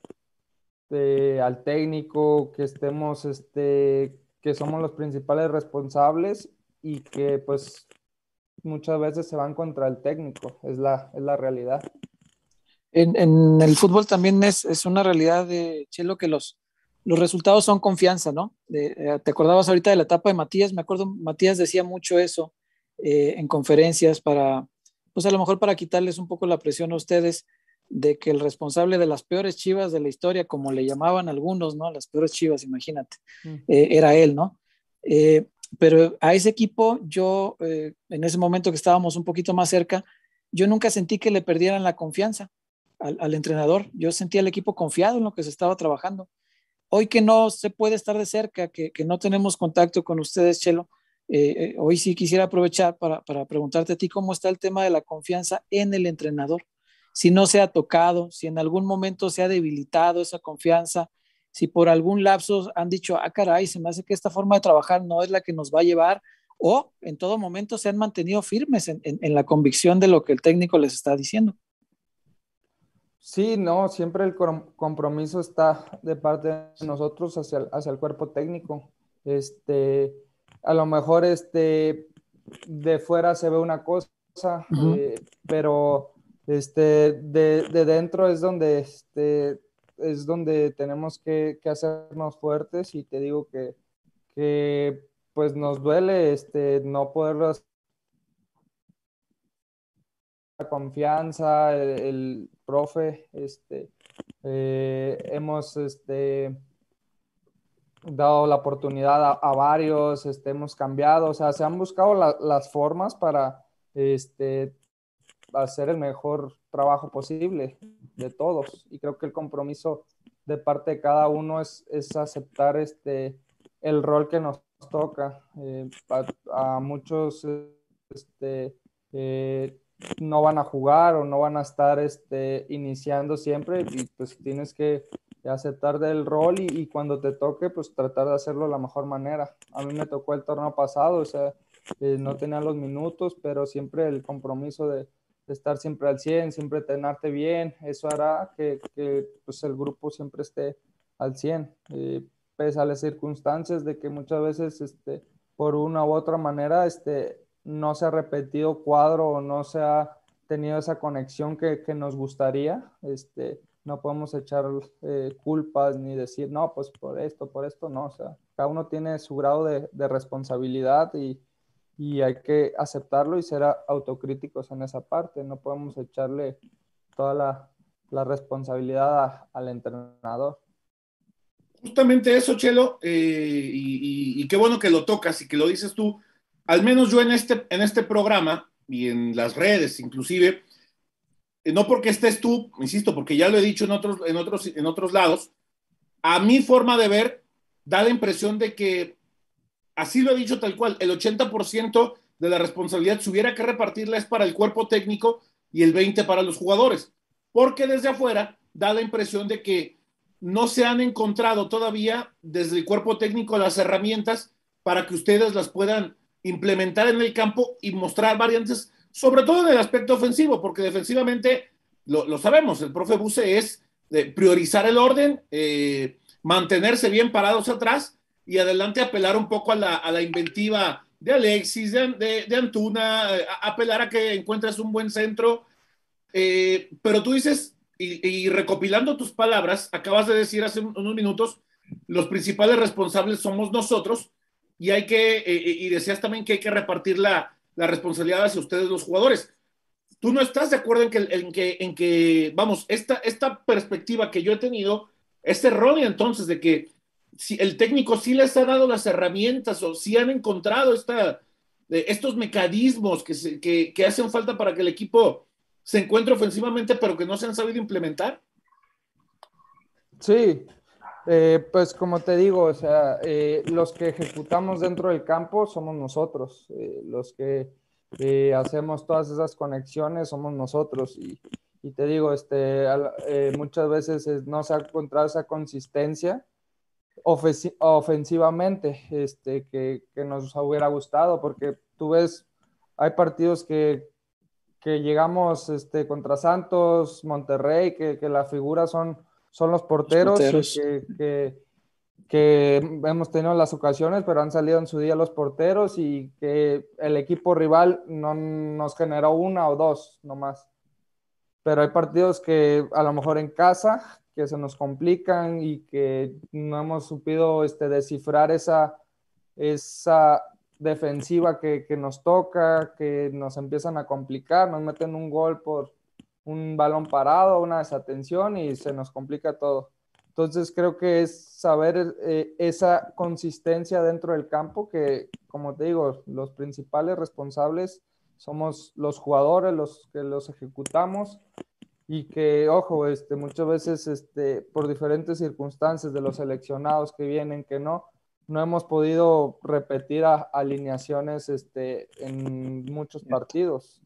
eh, al técnico, que estemos, este, que somos los principales responsables y que pues muchas veces se van contra el técnico, es la, es la realidad. En, en el fútbol también es, es una realidad de Chelo que los, los resultados son confianza, ¿no? De, eh, te acordabas ahorita de la etapa de Matías, me acuerdo, Matías decía mucho eso eh, en conferencias para, pues a lo mejor para quitarles un poco la presión a ustedes de que el responsable de las peores Chivas de la historia, como le llamaban algunos, ¿no? Las peores Chivas, imagínate, mm. eh, era él, ¿no? Eh, pero a ese equipo yo, eh, en ese momento que estábamos un poquito más cerca, yo nunca sentí que le perdieran la confianza. Al, al entrenador, yo sentía el equipo confiado en lo que se estaba trabajando. Hoy que no se puede estar de cerca, que, que no tenemos contacto con ustedes, Chelo, eh, eh, hoy sí quisiera aprovechar para, para preguntarte a ti cómo está el tema de la confianza en el entrenador. Si no se ha tocado, si en algún momento se ha debilitado esa confianza, si por algún lapso han dicho, ah, caray, se me hace que esta forma de trabajar no es la que nos va a llevar, o en todo momento se han mantenido firmes en, en, en la convicción de lo que el técnico les está diciendo. Sí, no, siempre el compromiso está de parte de nosotros hacia el, hacia el cuerpo técnico. Este, a lo mejor este, de fuera se ve una cosa, uh-huh. eh, pero este, de, de dentro es donde, este, es donde tenemos que, que hacernos fuertes y te digo que, que pues nos duele este, no poderlos la confianza, el, el profe, este, eh, hemos este, dado la oportunidad a, a varios, este, hemos cambiado, o sea, se han buscado la, las formas para este, hacer el mejor trabajo posible de todos, y creo que el compromiso de parte de cada uno es, es aceptar este, el rol que nos toca. Eh, a, a muchos este, eh, no van a jugar o no van a estar este, iniciando siempre y pues tienes que aceptar del rol y, y cuando te toque pues tratar de hacerlo de la mejor manera. A mí me tocó el torneo pasado, o sea, eh, no tenía los minutos, pero siempre el compromiso de, de estar siempre al cien, siempre tenerte bien, eso hará que, que pues el grupo siempre esté al cien, eh, pese a las circunstancias de que muchas veces este, por una u otra manera este, no se ha repetido cuadro o no se ha tenido esa conexión que, que nos gustaría. Este, no podemos echar eh, culpas ni decir, no, pues por esto, por esto, no. O sea, cada uno tiene su grado de, de responsabilidad y, y hay que aceptarlo y ser autocríticos en esa parte. No podemos echarle toda la, la responsabilidad a, al entrenador. Justamente eso, Chelo, eh, y, y, y qué bueno que lo tocas y que lo dices tú. Al menos yo en este, en este programa y en las redes inclusive, eh, no porque estés tú, insisto, porque ya lo he dicho en otros, en, otros, en otros lados, a mi forma de ver da la impresión de que así lo he dicho tal cual, el ochenta por ciento de la responsabilidad, si hubiera que repartirla, es para el cuerpo técnico y el veinte por ciento para los jugadores, porque desde afuera da la impresión de que no se han encontrado todavía desde el cuerpo técnico las herramientas para que ustedes las puedan implementar en el campo y mostrar variantes, sobre todo en el aspecto ofensivo, porque defensivamente lo, lo sabemos, el profe Buse es eh, priorizar el orden, eh, mantenerse bien parados atrás y adelante apelar un poco a la, a la inventiva de Alexis, de, de, de Antuna, a, apelar a que encuentres un buen centro. Eh, pero tú dices, y, y recopilando tus palabras, acabas de decir hace unos minutos, los principales responsables somos nosotros, y hay que, eh, y decías también que hay que repartir la, la responsabilidad hacia ustedes los jugadores. ¿Tú no estás de acuerdo en que, en que, en que vamos, esta, esta perspectiva que yo he tenido es errónea entonces, de que si el técnico sí les ha dado las herramientas o sí han encontrado esta, eh, estos mecanismos que, se, que, que hacen falta para que el equipo se encuentre ofensivamente, pero que no se han sabido implementar? Sí, eh, pues como te digo, o sea, eh, los que ejecutamos dentro del campo somos nosotros, eh, los que eh, hacemos todas esas conexiones somos nosotros y, y te digo, este, al, eh, muchas veces es, no se ha encontrado esa consistencia ofensi ofensivamente este, que, que nos hubiera gustado, porque tú ves, hay partidos que, que llegamos este, contra Santos, Monterrey, que, que la figura son, son los porteros, Los y porteros. que, que, que hemos tenido las ocasiones, pero han salido en su día los porteros y que el equipo rival no nos generó una o dos nomás. Pero hay partidos que a lo mejor en casa que se nos complican y que no hemos supido este, descifrar esa, esa defensiva que, que nos toca, que nos empiezan a complicar, nos meten un gol por un balón parado, una desatención y se nos complica todo. Entonces creo que es saber eh, esa consistencia dentro del campo que, como te digo, los principales responsables somos los jugadores, los que los ejecutamos y que, ojo, este, muchas veces este, por diferentes circunstancias de los seleccionados que vienen, que no, no hemos podido repetir a, alineaciones este, en muchos partidos.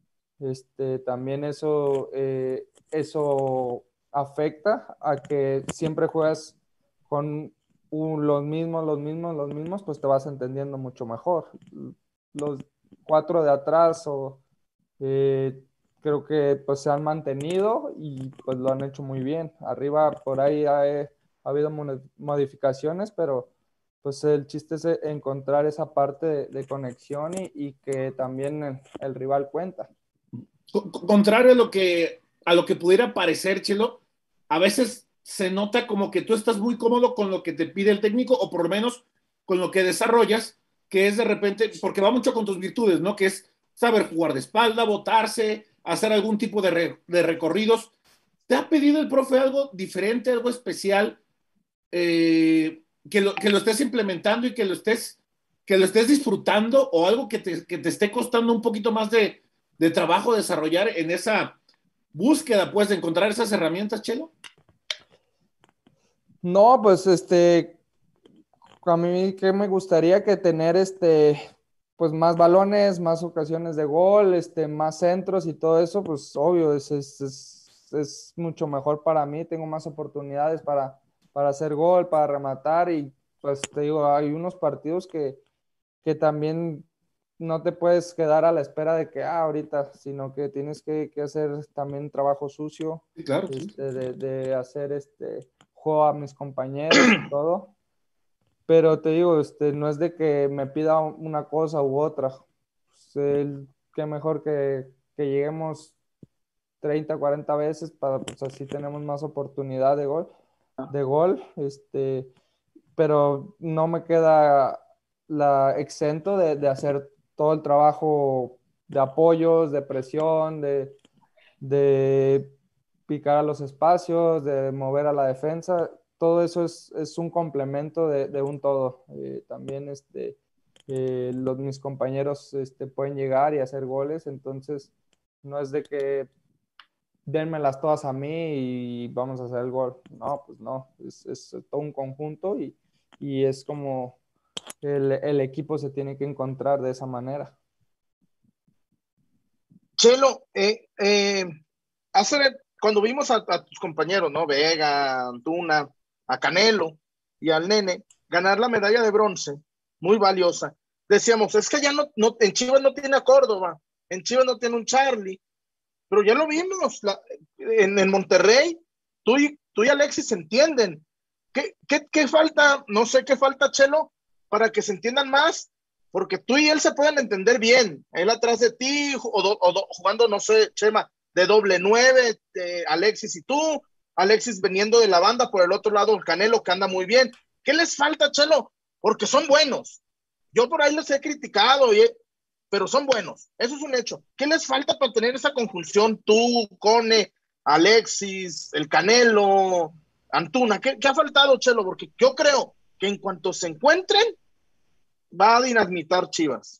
Este, también eso, eh, eso afecta a que siempre juegas con un, los mismos, los mismos, los mismos, pues te vas entendiendo mucho mejor. Los cuatro de atrás o eh, creo que pues se han mantenido y pues lo han hecho muy bien. Arriba por ahí ha, ha habido modificaciones, pero pues el chiste es encontrar esa parte de, de conexión y, y que también el, el rival cuenta. Contrario a lo que a lo que pudiera parecer, Chelo, a veces se nota como que tú estás muy cómodo con lo que te pide el técnico o por lo menos con lo que desarrollas, que es de repente, porque va mucho con tus virtudes, ¿no? Que es saber jugar de espalda, botarse, hacer algún tipo de, re, de recorridos. ¿Te ha pedido el profe algo diferente, algo especial, eh, que, lo, que lo estés implementando y que lo estés, que lo estés disfrutando o algo que te, que te esté costando un poquito más de, de trabajo desarrollar en esa búsqueda, pues, de encontrar esas herramientas, Chelo? No, pues, este, a mí que me gustaría que tener, este, pues, más balones, más ocasiones de gol, este, más centros y todo eso, pues, obvio, es, es, es, es mucho mejor para mí, tengo más oportunidades para, para hacer gol, para rematar y, pues, te digo, hay unos partidos que, que también no te puedes quedar a la espera de que, ah, ahorita, sino que tienes que, que hacer también trabajo sucio, Sí, claro. este, de, de hacer este juego a mis compañeros y todo. Pero te digo, este, no es de que me pida una cosa u otra. Pues el, qué mejor que, que lleguemos treinta, cuarenta veces para, pues así tenemos más oportunidad de gol, de gol, este, pero no me queda la exento de, de hacer todo el trabajo de apoyos, de presión, de, de picar a los espacios, de mover a la defensa. Todo eso es, es un complemento de, de un todo. Eh, también este, eh, los, mis compañeros este, pueden llegar y hacer goles, entonces no es de que denmelas todas a mí y vamos a hacer el gol. No, pues no, es, es todo un conjunto y, y es como el, el equipo se tiene que encontrar de esa manera. Chelo, eh, eh, hace, cuando vimos a, a tus compañeros, ¿no? Vega, Antuna, a Canelo y al Nene ganar la medalla de bronce, muy valiosa, decíamos, es que ya no, no en Chivas no tiene a Córdoba, en Chivas no tiene un Charlie, pero ya lo vimos la, en, en Monterrey, tú y, tú y Alexis se entienden. ¿Qué, qué, ¿Qué falta? No sé qué falta, Chelo, para que se entiendan más, porque tú y él se pueden entender bien. Él atrás de ti, o, do, o do, jugando, no sé, Chema, de doble nueve, de Alexis y tú, Alexis veniendo de la banda, por el otro lado, el Canelo, que anda muy bien. ¿Qué les falta, Chelo? Porque son buenos. Yo por ahí los he criticado, y he, pero son buenos. Eso es un hecho. ¿Qué les falta para tener esa conjunción? Tú, Cone, Alexis, el Canelo, Antuna. ¿Qué, qué ha faltado, Chelo? Porque yo creo que en cuanto se encuentren, va a dinamitar Chivas.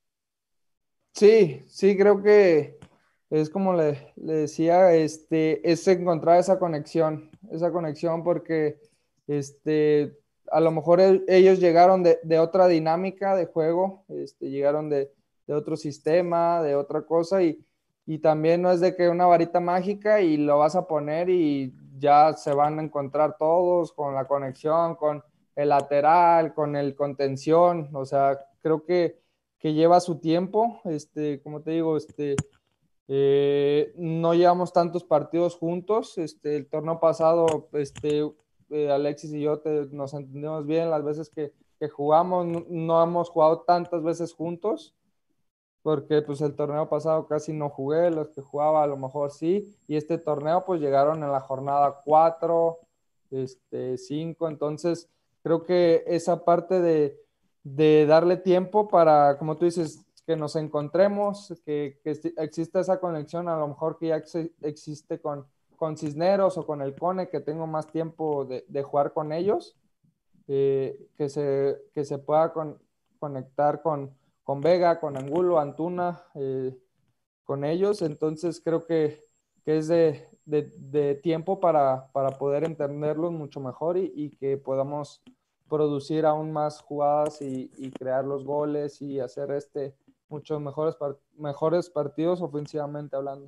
Sí, sí, creo que es como le, le decía, este, es encontrar esa conexión, esa conexión porque este, a lo mejor el, ellos llegaron de, de, otra dinámica de juego, este, llegaron de, de, otro sistema, de otra cosa y, y también no es de que una varita mágica y lo vas a poner y ya se van a encontrar todos con la conexión, con el lateral, con el contención, o sea, creo que, que lleva su tiempo, este, como te digo, este, eh, no llevamos tantos partidos juntos, este, el torneo pasado, este, eh, Alexis y yo te, nos entendemos bien las veces que, que jugamos, no, no hemos jugado tantas veces juntos, porque pues el torneo pasado casi no jugué, los que jugaba a lo mejor sí, y este torneo pues llegaron en la jornada cuatro, este, cinco, entonces creo que esa parte de, de darle tiempo para, como tú dices, que nos encontremos, que, que exista esa conexión, a lo mejor que ya ex existe con, con Cisneros o con el Cone, que tengo más tiempo de, de jugar con ellos, eh, que, se, que se pueda con, conectar con, con Vega, con Angulo, Antuna, eh, con ellos, entonces creo que, que es de, de, de tiempo para, para, poder entenderlos mucho mejor y, y, que podamos producir aún más jugadas y, y crear los goles y hacer este muchos mejores, mejores partidos ofensivamente hablando.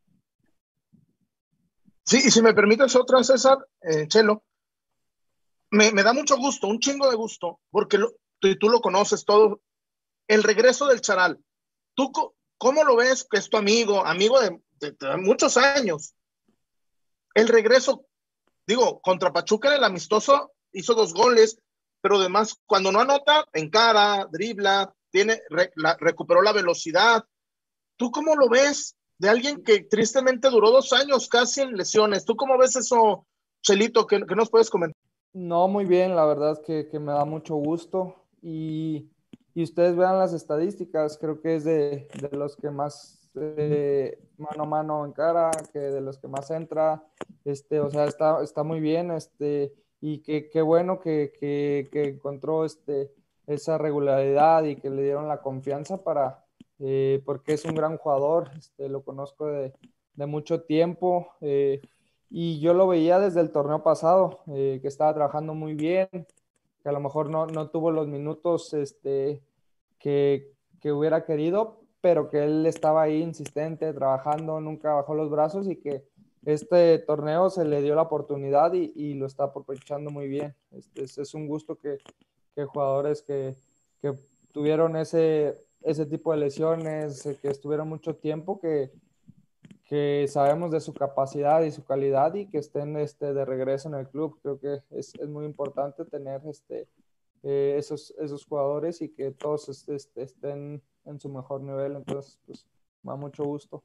Sí, y si me permites otra, César, eh, Chelo, me, me da mucho gusto, un chingo de gusto, porque lo, tú, tú lo conoces todo, el regreso del Charal. ¿Tú cómo lo ves? Que es tu amigo, amigo de, de, de muchos años. El regreso, digo, contra Pachuca en el amistoso hizo dos goles, pero además cuando no anota, encara, dribla, tiene, re, la, recuperó la velocidad. ¿Tú cómo lo ves de alguien que tristemente duró dos años casi en lesiones? ¿Tú cómo ves eso, Chelito? ¿Qué, qué nos puedes comentar? No, muy bien, la verdad es que, que me da mucho gusto y, y ustedes vean las estadísticas, creo que es de, de los que más eh, mano a mano encara, que de los que más entra, este, o sea, está, está muy bien, este, y que qué bueno que, que, que encontró este, esa regularidad y que le dieron la confianza para, eh, porque es un gran jugador, este, lo conozco de, de mucho tiempo, eh, y yo lo veía desde el torneo pasado, eh, que estaba trabajando muy bien, que a lo mejor no, no tuvo los minutos este, que, que hubiera querido, pero que él estaba ahí insistente, trabajando, nunca bajó los brazos y que este torneo se le dio la oportunidad y, y lo está aprovechando muy bien. Este, es, es un gusto que, que jugadores que, que tuvieron ese, ese tipo de lesiones, que estuvieron mucho tiempo, que que sabemos de su capacidad y su calidad y que estén este, de regreso en el club. Creo que es, es muy importante tener este, eh, esos, esos jugadores y que todos este, estén en su mejor nivel. Entonces, pues, me da mucho gusto.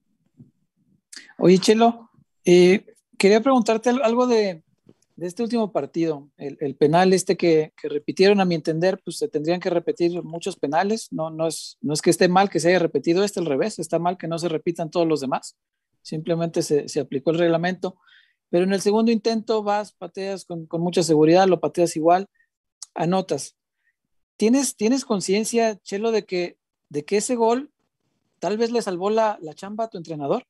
Oye, Chelo, eh, quería preguntarte algo de, de este último partido, el, el penal este que, que repitieron, a mi entender, pues se tendrían que repetir muchos penales, no, no, es, no es que esté mal que se haya repetido este al revés, está mal que no se repitan todos los demás, simplemente se, se aplicó el reglamento, pero en el segundo intento vas, pateas con, con mucha seguridad, lo pateas igual, anotas. ¿Tienes, tienes conciencia, Chelo, de que, de que ese gol tal vez le salvó la, la chamba a tu entrenador?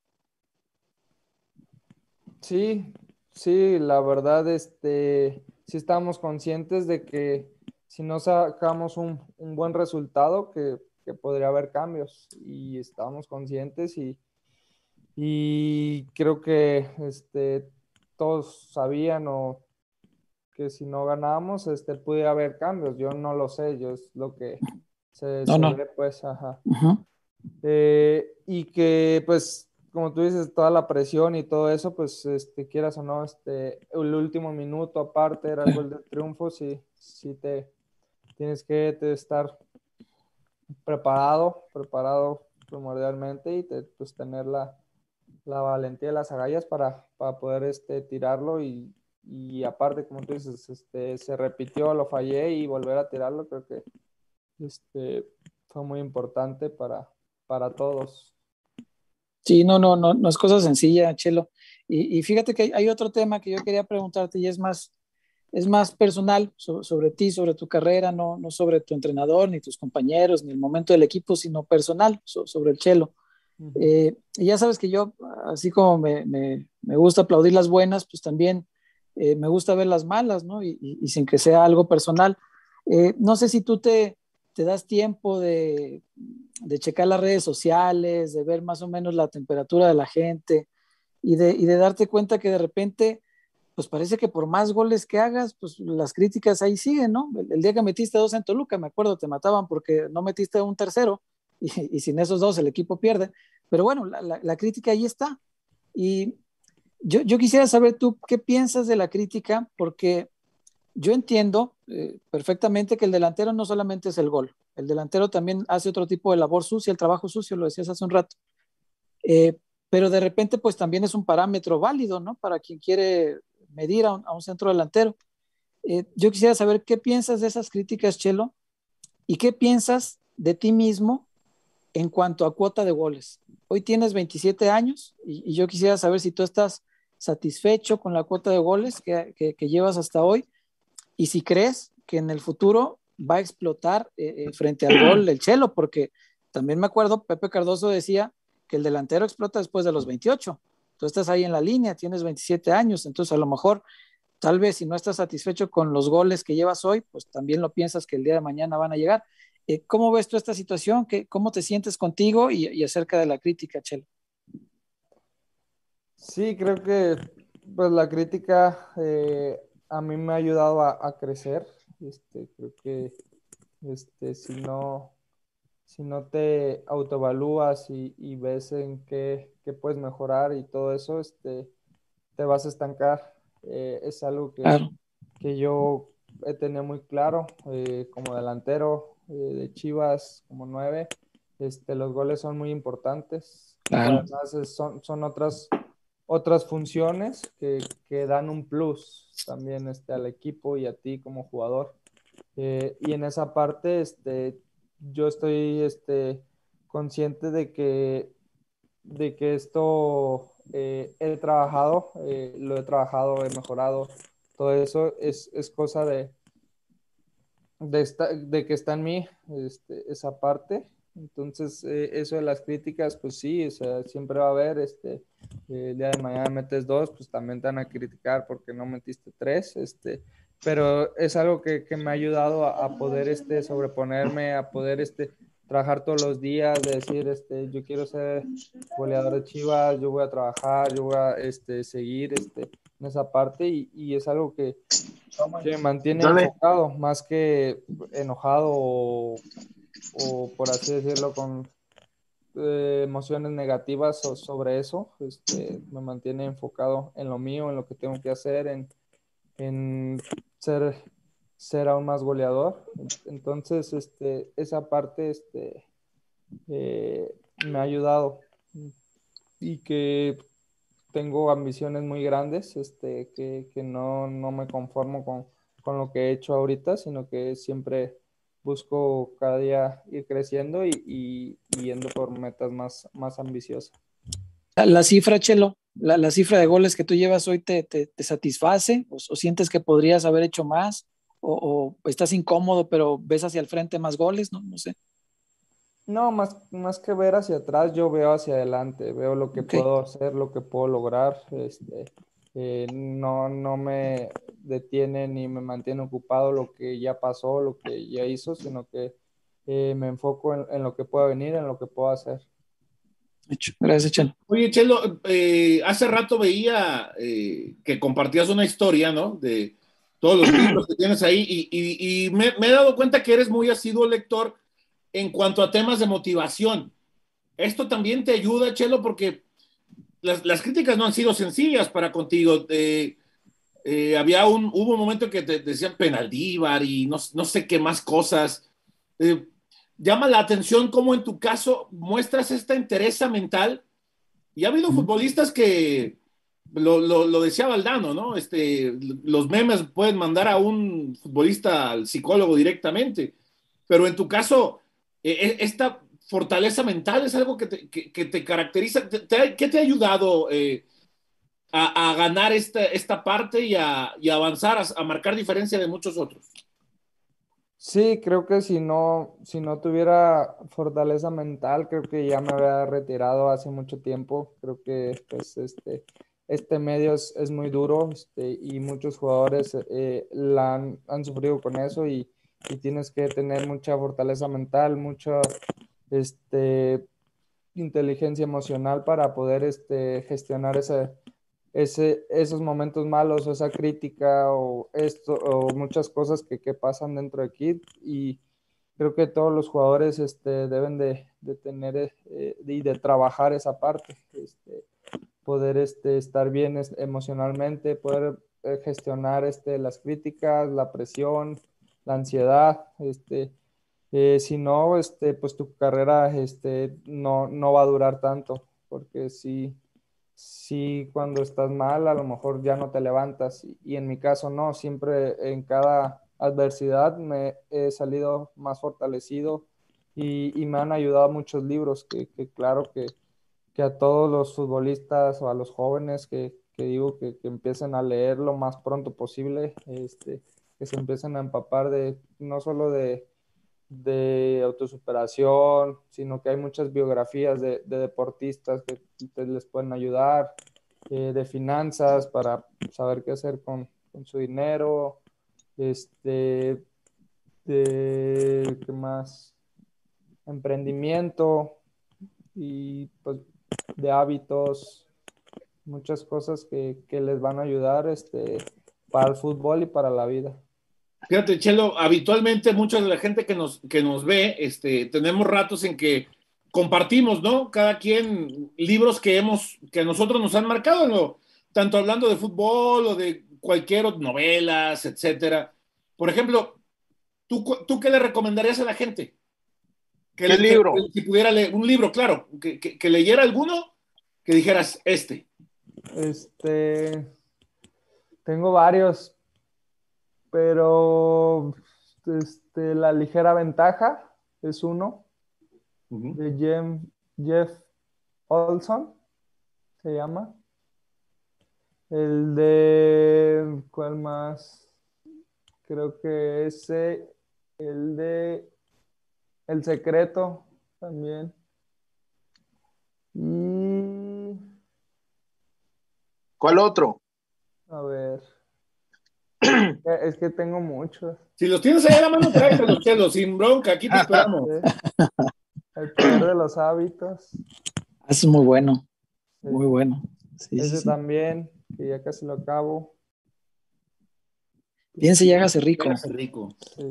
Sí, sí, la verdad, este, sí estamos conscientes de que, si no sacamos un, un buen resultado, que, que podría haber cambios. Y estábamos conscientes y, y creo que este, todos sabían o que si no ganábamos, este, pudiera haber cambios. Yo no lo sé, yo es lo que se, No, se no. ve, pues, ajá. Uh-huh. Eh, y que, pues, como tú dices, toda la presión y todo eso, pues, este, quieras o no, este, el último minuto aparte era el gol del triunfo, sí, sí te tienes que te estar preparado, preparado primordialmente y te, pues, tener la, la valentía de las agallas para, para poder este, tirarlo y, y aparte, como tú dices, este, se repitió, lo fallé y volver a tirarlo, creo que este, fue muy importante para, para todos. Sí, no, no, no, no es cosa sencilla, Chelo. Y, y fíjate que hay, hay otro tema que yo quería preguntarte y es más, es más personal so- sobre ti, sobre tu carrera, no, no sobre tu entrenador, ni tus compañeros, ni el momento del equipo, sino personal, so- sobre el Chelo. Uh-huh. Eh, y ya sabes que yo, así como me, me, me gusta aplaudir las buenas, pues también eh, me gusta ver las malas, ¿no? Y, y, y sin que sea algo personal. Eh, no sé si tú te, te das tiempo de, de checar las redes sociales, de ver más o menos la temperatura de la gente y de, y de darte cuenta que de repente, pues parece que por más goles que hagas, pues las críticas ahí siguen, ¿no? El, el día que metiste dos en Toluca, me acuerdo, te mataban porque no metiste un tercero y, y sin esos dos el equipo pierde. Pero bueno, la, la, la crítica ahí está. Y yo, yo, quisiera saber tú qué piensas de la crítica, porque yo entiendo eh, perfectamente que el delantero no solamente es el gol, el delantero también hace otro tipo de labor sucia, el trabajo sucio, lo decías hace un rato. Eh, pero de repente, pues también es un parámetro válido, ¿no? Para quien quiere medir a un, a un centro delantero. Eh, yo quisiera saber qué piensas de esas críticas, Chelo, y qué piensas de ti mismo en cuanto a cuota de goles. Hoy tienes veintisiete años y, y yo quisiera saber si tú estás satisfecho con la cuota de goles que, que, que llevas hasta hoy y si crees que en el futuro va a explotar eh, eh, frente al gol el Chelo, porque también me acuerdo, Pepe Cardoso decía que el delantero explota después de los veintiocho. Tú estás ahí en la línea, tienes veintisiete años, entonces a lo mejor, tal vez si no estás satisfecho con los goles que llevas hoy, pues también lo piensas que el día de mañana van a llegar. Eh, ¿Cómo ves tú esta situación? ¿Qué, ¿Cómo te sientes contigo y, y acerca de la crítica, Chelo? Sí, creo que pues la crítica eh, a mí me ha ayudado a, a crecer. Este, creo que este, si no, si no te autoevalúas y, y ves en qué, qué puedes mejorar y todo eso, este, te vas a estancar. Eh, es algo que, Claro, que yo he tenido muy claro eh, como delantero eh, de Chivas, como nueve. Este, los goles son muy importantes y claro. además es- son, son otras, otras funciones que, que dan un plus también este, al equipo y a ti como jugador. Eh, y en esa parte, este, yo estoy este, consciente de que, de que esto eh, he trabajado, eh, lo he trabajado, he mejorado. Todo eso es, es cosa de, de, esta- de que está en mí este, esa parte. Entonces, eh, eso de las críticas, pues sí, o sea, siempre va a haber, este, eh, el día de mañana metes dos, pues también te van a criticar porque no metiste tres, este, pero es algo que, que me ha ayudado a, a poder, este, sobreponerme, a poder, este, trabajar todos los días, de decir, este, yo quiero ser goleador de Chivas, yo voy a trabajar, yo voy a, este, seguir, este, en esa parte y, y es algo que, que me mantiene Dale. enfocado, más que enojado o, o, por así decirlo, con eh, emociones negativas so- sobre eso. Este, me mantiene enfocado en lo mío, en lo que tengo que hacer, en, en ser, ser aún más goleador. Entonces, este, esa parte este, eh, me ha ayudado y que tengo ambiciones muy grandes, este, que, que no, no me conformo con, con lo que he hecho ahorita, sino que siempre busco cada día ir creciendo y, y, y yendo por metas más, más ambiciosas. La, la cifra, Chelo, la, la, cifra de goles que tú llevas hoy te, te, te satisface o, o, sientes que podrías haber hecho más o, o, estás incómodo pero ves hacia el frente más goles, no, no sé. No, más, más que ver hacia atrás, yo veo hacia adelante, veo lo que Okay. puedo hacer, lo que puedo lograr. Este, eh, no, no me, detiene ni me mantiene ocupado lo que ya pasó, lo que ya hizo, sino que eh, me enfoco en, en lo que pueda venir, en lo que puedo hacer. Hecho. Gracias, Chelo. Oye, Chelo, eh, hace rato veía eh, que compartías una historia, ¿no? De todos los libros que tienes ahí y, y, y me, me he dado cuenta que eres muy asiduo lector en cuanto a temas de motivación. Esto también te ayuda, Chelo, porque las, las críticas no han sido sencillas para contigo. Eh, eh, había un, hubo un momento que te decían Penaldívar y no, no sé qué más cosas. Eh, llama la atención cómo en tu caso muestras esta entereza mental. Y ha habido futbolistas que, lo, lo, lo decía Valdano, ¿no? Este, los memes pueden mandar a un futbolista al psicólogo directamente, pero en tu caso, eh, esta fortaleza mental es algo que te, que, que te caracteriza. ¿Te, te, ¿Qué te ha ayudado eh, a, a, ganar esta, esta parte y a, y a avanzar, a, a marcar diferencia de muchos otros? Sí, creo que si no, si no tuviera fortaleza mental, creo que ya me había retirado hace mucho tiempo. Creo que pues, este, este medio es, es muy duro, este, y muchos jugadores eh, la han, han sufrido con eso y, y tienes que tener mucha fortaleza mental, mucha este, inteligencia emocional para poder este, gestionar ese, ese, esos momentos malos o esa crítica o esto o muchas cosas que, que pasan dentro de aquí, y creo que todos los jugadores este, deben de, de tener eh, y de trabajar esa parte, este, poder este, estar bien es, emocionalmente, poder eh, gestionar este, las críticas, la presión, la ansiedad, este, eh, si no, este, pues tu carrera este, no, no va a durar tanto, porque si, si cuando estás mal a lo mejor ya no te levantas, y, y en mi caso no, siempre en cada adversidad me he salido más fortalecido y, y me han ayudado muchos libros que, que claro que, que a todos los futbolistas o a los jóvenes que, que digo que, que empiecen a leer lo más pronto posible, este, que se empiecen a empapar de no solo de de autosuperación, sino que hay muchas biografías de, de deportistas que te les pueden ayudar, eh, de finanzas para saber qué hacer con, con su dinero, este, de, ¿qué más? Emprendimiento y pues de hábitos, muchas cosas que, que les van a ayudar este, para el fútbol y para la vida. Fíjate, Chelo, habitualmente mucha de la gente que nos, que nos ve, este, tenemos ratos en que compartimos, ¿no? Cada quien libros que hemos, que a nosotros nos han marcado, ¿no? Tanto hablando de fútbol o de cualquier otra, novelas, etcétera. Por ejemplo, ¿tú, ¿tú qué le recomendarías a la gente? Que, ¿Qué le, que, libro? que si pudiera leer un libro, claro, que, que, que leyera alguno, que dijeras este. Este, tengo varios, pero este, La ligera ventaja es uno, Uh-huh. de Jeff, Jeff Olson, se llama. El de, ¿cuál más? Creo que ese, el de El secreto también. Y, ¿Cuál otro? a ver, es que tengo muchos. Si los tienes ahí a la mano, tráetelos, Chelo, sin bronca, aquí te esperamos. El poder de los hábitos. Eso es muy bueno, Sí. muy bueno. Sí, Ese sí, sí. también, que ya casi lo acabo. Piense y hágase rico. Hágase rico. Sí.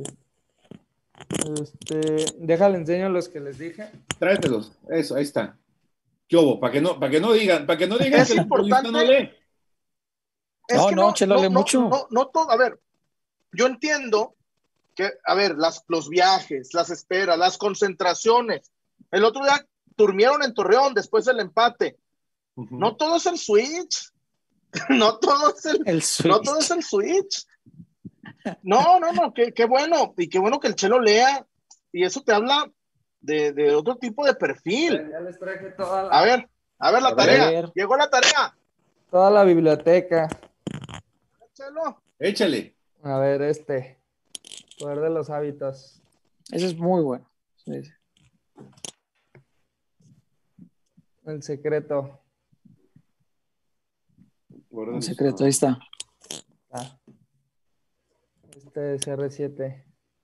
Este, déjale enseño los que les dije. Tráetelos, eso, ahí está. ¿Qué hubo? Para que no, para que no digan, para que no digan Es que el futbolista no importante, lee. es No, que no, no, Chelo, no, lee no, mucho. no, no todo, a ver, yo entiendo que, a ver, las, los viajes, las esperas, las concentraciones. El otro día durmieron en Torreón después del empate. Uh-huh. No todo es el switch. No todo es el, El no todo es switch. el switch. No, no, no, qué, qué bueno. Y qué bueno que el Chelo lea. Y eso te habla de, de otro tipo de perfil. Ya les traje toda la, A ver, a ver la A tarea. ver. Llegó la tarea. toda la biblioteca. Chelo. Échale. A ver, este, poder de los hábitos. Eso es muy bueno. Sí, sí. El secreto. Un secreto, ahí está. Ah. este C R siete.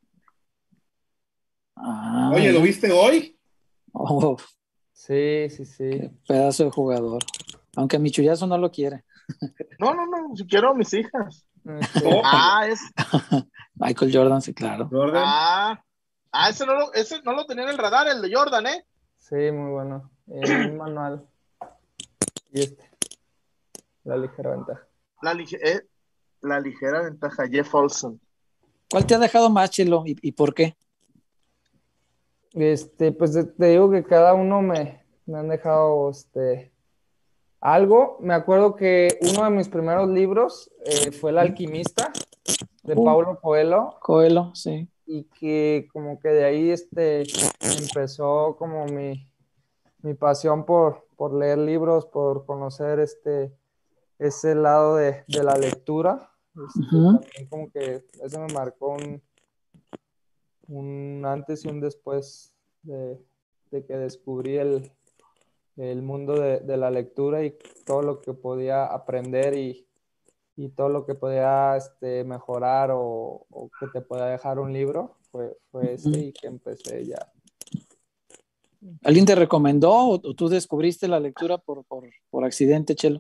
Ah, Oye, ¿lo viste hoy? oh, Sí, sí, sí. qué pedazo de jugador. Aunque mi chullazo no lo quiere. No, no, no, si quiero a mis hijas. Este, Oh, Ah, es. Michael Jordan, sí, claro. Jordan. Ah, ah, ese no lo, ese no lo tenía en el radar, el de Jordan, ¿eh? sí, muy bueno. En un manual. Y este, la ligera ventaja. La, lige- eh, la ligera ventaja, Jeff Olson. ¿Cuál te ha dejado más, Chelo? ¿Y, y por qué? Este, pues te, te digo que cada uno me, me han dejado este, algo. Me acuerdo que uno de mis primeros libros eh, fue El Alquimista, de Uh. Paulo Coelho, Coelho, sí. y que como que de ahí este, empezó como mi, mi pasión por, por leer libros, por conocer este, ese lado de, de la lectura. Este, Ujú. También como que eso me marcó un, un antes y un después de, de que descubrí el, el mundo de, de la lectura y todo lo que podía aprender y, y todo lo que podía este, mejorar o, o que te podía dejar un libro, fue, fue este y que empecé ya. ¿Alguien te recomendó o, o tú descubriste la lectura por, por, por accidente, Chelo?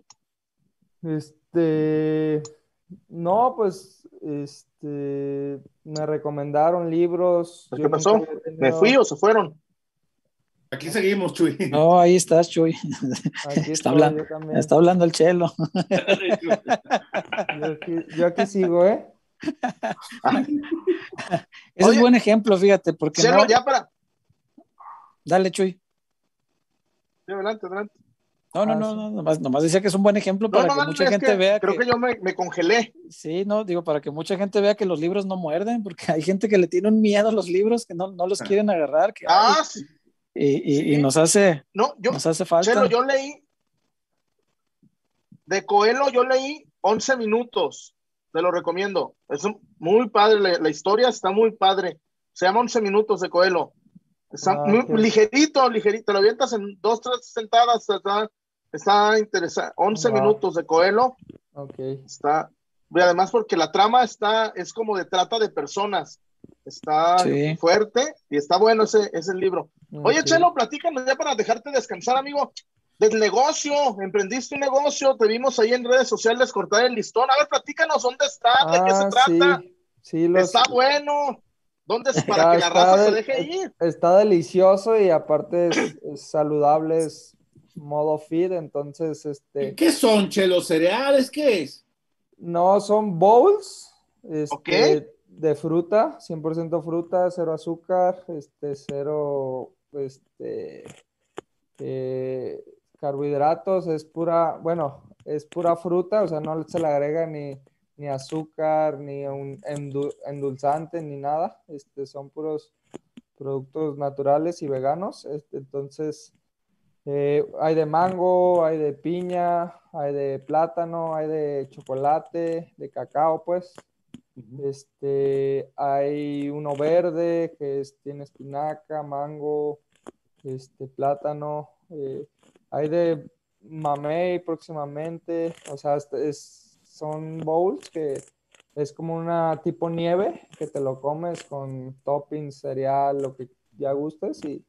Este, no, pues, este, me recomendaron libros, ¿Qué yo nunca pasó? había ¿Me fui tenido, o se fueron? Aquí seguimos, Chuy. No, ahí estás, Chuy. aquí Está estoy, hablando, yo también, está hablando el Chelo. yo aquí, yo aquí sigo, ¿eh? Ah, Ese es oye, buen ejemplo, fíjate, porque Chelo, no. ya para. Dale, Chuy. Sí, adelante, adelante. No, no, Ah, no, sí. no, nomás, nomás decía que es un buen ejemplo No, para no, que no, mucha es gente que vea creo que, que yo me, me congelé. sí, no, digo, para que mucha gente vea que los libros no muerden, porque hay gente que le tiene un miedo a los libros, que no, no los quieren agarrar, que, ay, Ah, sí, y, y, y sí. nos hace, No, yo, nos hace Chelo, falta. yo leí, de Coelho, yo leí once minutos. Te lo recomiendo. Es un- muy padre, la, la historia está muy padre. Se llama once minutos de Coelho. Está Ah, muy, ok. ligerito, ligerito. Te lo avientas en dos, tres sentadas. Está, está interesante. once Wow. minutos de Coelho. Ok. Está. Y además, porque la trama está, es como de trata de personas. Está Sí. fuerte y está bueno ese, ese libro. Oye, Ok. Chelo, platícanos ya para dejarte descansar, amigo. Del negocio, emprendiste un negocio, te vimos ahí en redes sociales cortar el listón. A ver, platícanos dónde está, de qué se Ah, trata. sí, sí, los, Está bueno. ¿Dónde es para está, que la está, raza se del- deje ir? está delicioso y aparte es, es saludable, es modo fit, entonces, este, ¿Qué son, Chelo? ¿Cereales? ¿Qué es? no son bowls, ¿Ok? este, de fruta, cien por ciento fruta, cero azúcar, este, cero, este, eh, carbohidratos, es pura, bueno, es pura fruta, o sea, no se le agrega ni, ni azúcar, ni un endu- endulzante, ni nada, este, son puros productos naturales y veganos, este, entonces eh, hay de mango, hay de piña, hay de plátano, hay de chocolate, de cacao, pues. Este, hay uno verde que es, tiene espinaca, mango, este, plátano. eh, hay de mamey próximamente. O sea, este es, son bowls que es como una tipo nieve que te lo comes con toppings, cereal, lo que ya gustes y,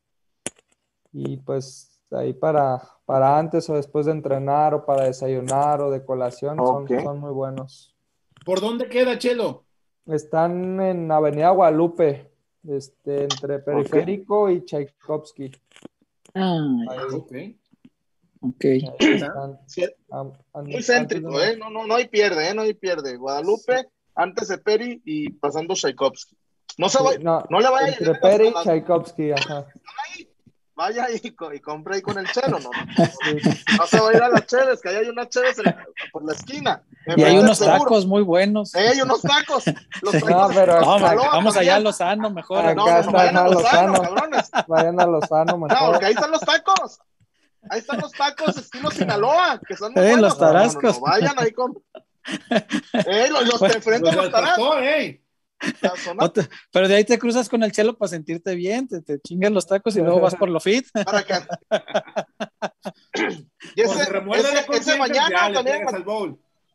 y pues ahí para, para antes o después de entrenar o para desayunar o de colación son, Ok. son muy buenos. ¿Por dónde queda, Chelo? Están en Avenida Guadalupe, este, entre Periférico y Tchaikovsky. Ah, Ahí, Ok. ok. ahí están. Sí, Am- an- muy antes de céntrico, una- ¿eh? No, no, no hay pierde, ¿eh? No hay pierde. Guadalupe, antes de Peri y pasando Tchaikovsky. No se sí, va, no, no le vaya a entre llegar a las, Peri a y las- Tchaikovsky, ajá. vaya y, co- y compre ahí con el chelo, no, no, no, Sí, sí, sí. no se va a ir a las Cheves, que ahí hay unas Cheves en la- por la esquina, Y hay enfrente del unos No, seguro. tacos muy buenos. Eh, hay unos tacos, los Sí. tacos No, pero estilo No, acá, Sinaloa vamos allá a también. Lozano, mejor. No, acá no, no, está vayan a ajá, Lozano, Lozano. cabrones. Vayan a Lozano No, mejor. porque ahí están los tacos. Ahí están los tacos estilo Sinaloa, que son muy Eh, buenos. los No, no, no, tarascos. no, vayan ahí con. Eh, los, los de Bueno, enfrente Los de los del tarascos. pastor, ¿eh? La zona no te- pero de ahí te cruzas con el Chelo para sentirte bien, te, te chingas los tacos y luego vas por lo fit. para acá. Y Por si ese, remuerde ese, la ese conciencia, mañana ya le también. pegas al bowl.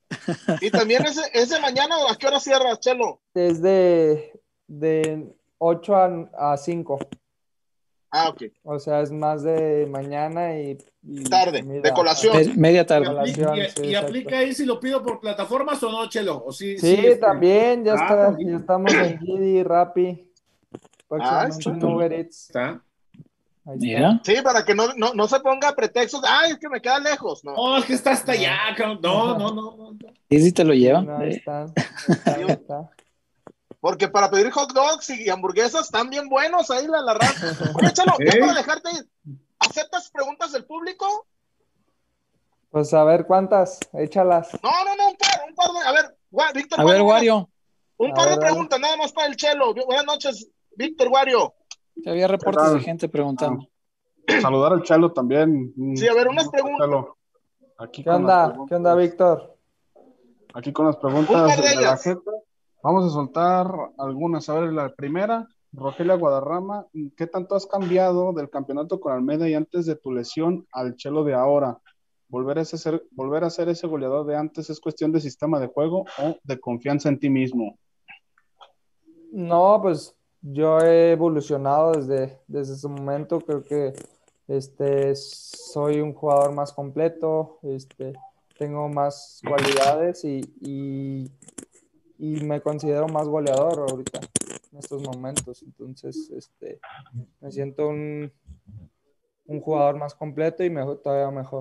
Y también ese, ese mañana, ¿a qué hora cierras, Chelo? Es de, de ocho a cinco. Ah, ok. O sea, es más de mañana y, y Tarde, comida. de colación. Me- media tarde. ¿Y, Colación, y- sí, y exacto. aplica ahí si lo pido por plataformas o no, Chelo? O sí, Sí, sí, este... también, ya Ah, está, también. ya estamos en Didi, Rappi, Ah, próximamente en está. Uber Eats. Está. Ahí Mira. está. Sí, para que no, no, no se ponga pretextos. Ay, es que me queda lejos. No. No, es que está hasta No. allá, cabrón. No, no, no, no, no. ¿Y si te lo Sí, lleva? no, ahí Eh, está, ahí está, ahí está. Porque para pedir hot dogs y hamburguesas están bien buenos ahí la, la raza. Oye, Chelo, ya ¿Eh? para dejarte ir, ¿aceptas preguntas del público? Pues a ver cuántas, échalas. No, no, no, un par, un par de. A ver, Gua- Víctor A ver, Wario, Wario, un A par de ver, dale. preguntas, nada más para el Chelo. Buenas noches, Víctor Wario. que había ¿Qué reportes de tal? gente preguntando. Ah, saludar al Chelo también. Un Sí, a ver, unas saludo, preguntas. Chelo. Aquí ¿Qué con las onda? preguntas. ¿Qué onda, Víctor? Aquí con las Un preguntas par de de la ellas. gente. Vamos a soltar algunas. A ver, la primera, Rogelia Guadarrama, ¿qué tanto has cambiado del campeonato con Almeida y antes de tu lesión al Chelo de ahora? ¿Volver a ser, volver a ser ese goleador de antes es cuestión de sistema de juego o de confianza en ti mismo? No, pues yo he evolucionado desde, desde ese momento. Creo que este, soy un jugador más completo, este, tengo más cualidades y, y, y me considero más goleador ahorita en estos momentos. Entonces, este, me siento un, un jugador más completo y mejor, todavía mejor.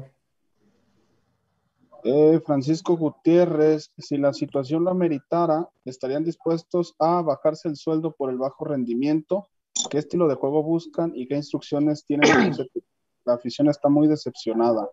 Eh, Francisco Gutiérrez, si la situación lo ameritara, ¿estarían dispuestos a bajarse el sueldo por el bajo rendimiento? ¿Qué estilo de juego buscan y qué instrucciones tienen a Bucetich? La afición está muy decepcionada.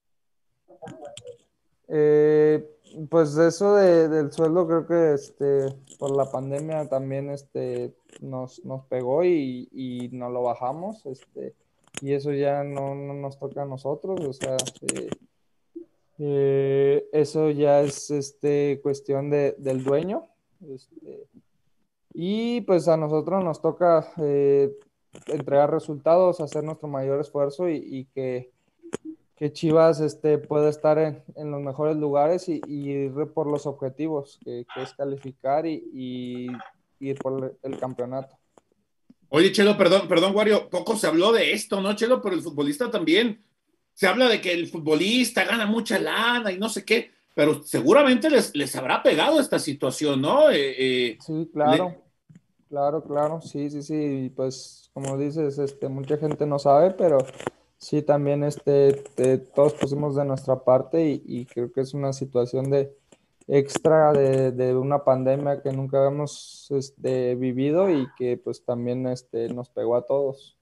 Eh, pues eso de, del sueldo creo que este, por la pandemia también este, nos, nos pegó y, y no lo bajamos, este, y eso ya no, no nos toca a nosotros, o sea, eh, eh, eso ya es este, cuestión de, del dueño, este, y pues a nosotros nos toca eh, entregar resultados, hacer nuestro mayor esfuerzo y, y que que Chivas este, pueda estar en, en los mejores lugares y, y ir por los objetivos, que, que es calificar y, y ir por el campeonato. Oye, Chelo, perdón, perdón, Wario, poco se habló de esto, ¿no, Chelo? Pero el futbolista también. Se habla de que el futbolista gana mucha lana y no sé qué, pero seguramente les, les habrá pegado esta situación, ¿no? Eh, eh, Sí, claro, le... claro, claro, sí, sí, sí, y pues como dices, este, mucha gente no sabe, pero sí, también este, te, todos pusimos de nuestra parte y, y creo que es una situación de extra de, de una pandemia que nunca habíamos este, vivido y que pues también este, nos pegó a todos.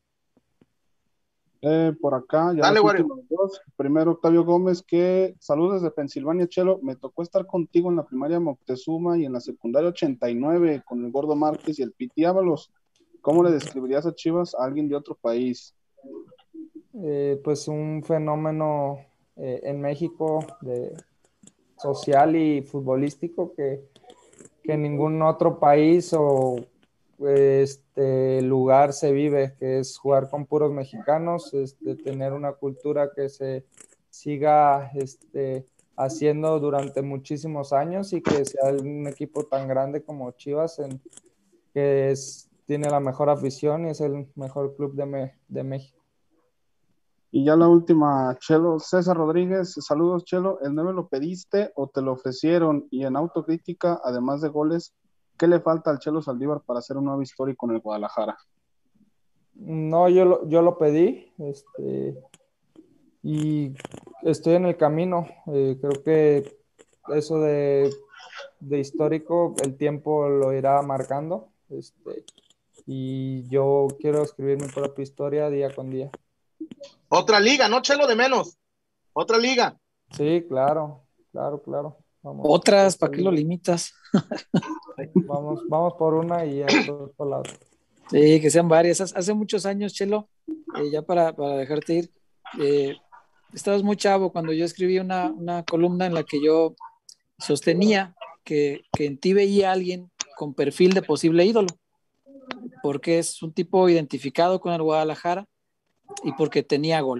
Eh, por acá, ya Dale, las Wario. últimas dos. Primero, Octavio Gómez, que saludos desde Pensilvania, Chelo. Me tocó estar contigo en la primaria Moctezuma y en la secundaria ochenta y nueve con el Gordo Márquez y el Piti Ábalos. ¿Cómo le describirías a Chivas a alguien de otro país? Eh, pues un fenómeno eh, en México de, social y futbolístico que, que en ningún otro país o este lugar se vive, que es jugar con puros mexicanos, este, tener una cultura que se siga este, haciendo durante muchísimos años y que sea un equipo tan grande como Chivas, en, que es, tiene la mejor afición y es el mejor club de, me, de México. Y ya la última, Chelo, César Rodríguez, saludos, Chelo. ¿El nueve lo pediste o te lo ofrecieron? Y en autocrítica, además de goles, ¿qué le falta al Chelo Saldívar para hacer un nuevo histórico en el Guadalajara? No, yo lo, yo lo pedí, este, y estoy en el camino. Eh, creo que eso de, de histórico, el tiempo lo irá marcando, este, y yo quiero escribir mi propia historia día con día. Otra liga, no, Chelo, de menos. Otra liga. Sí, claro, claro, claro. Vamos, Otras, ¿para qué lo limitas? Vamos, vamos por una y ya por, por la otra. Sí, que sean varias. Hace muchos años, Chelo, eh, ya para, para dejarte ir, eh, estabas muy chavo cuando yo escribí una, una columna en la que yo sostenía que, que en ti veía a alguien con perfil de posible ídolo, porque es un tipo identificado con el Guadalajara y porque tenía gol.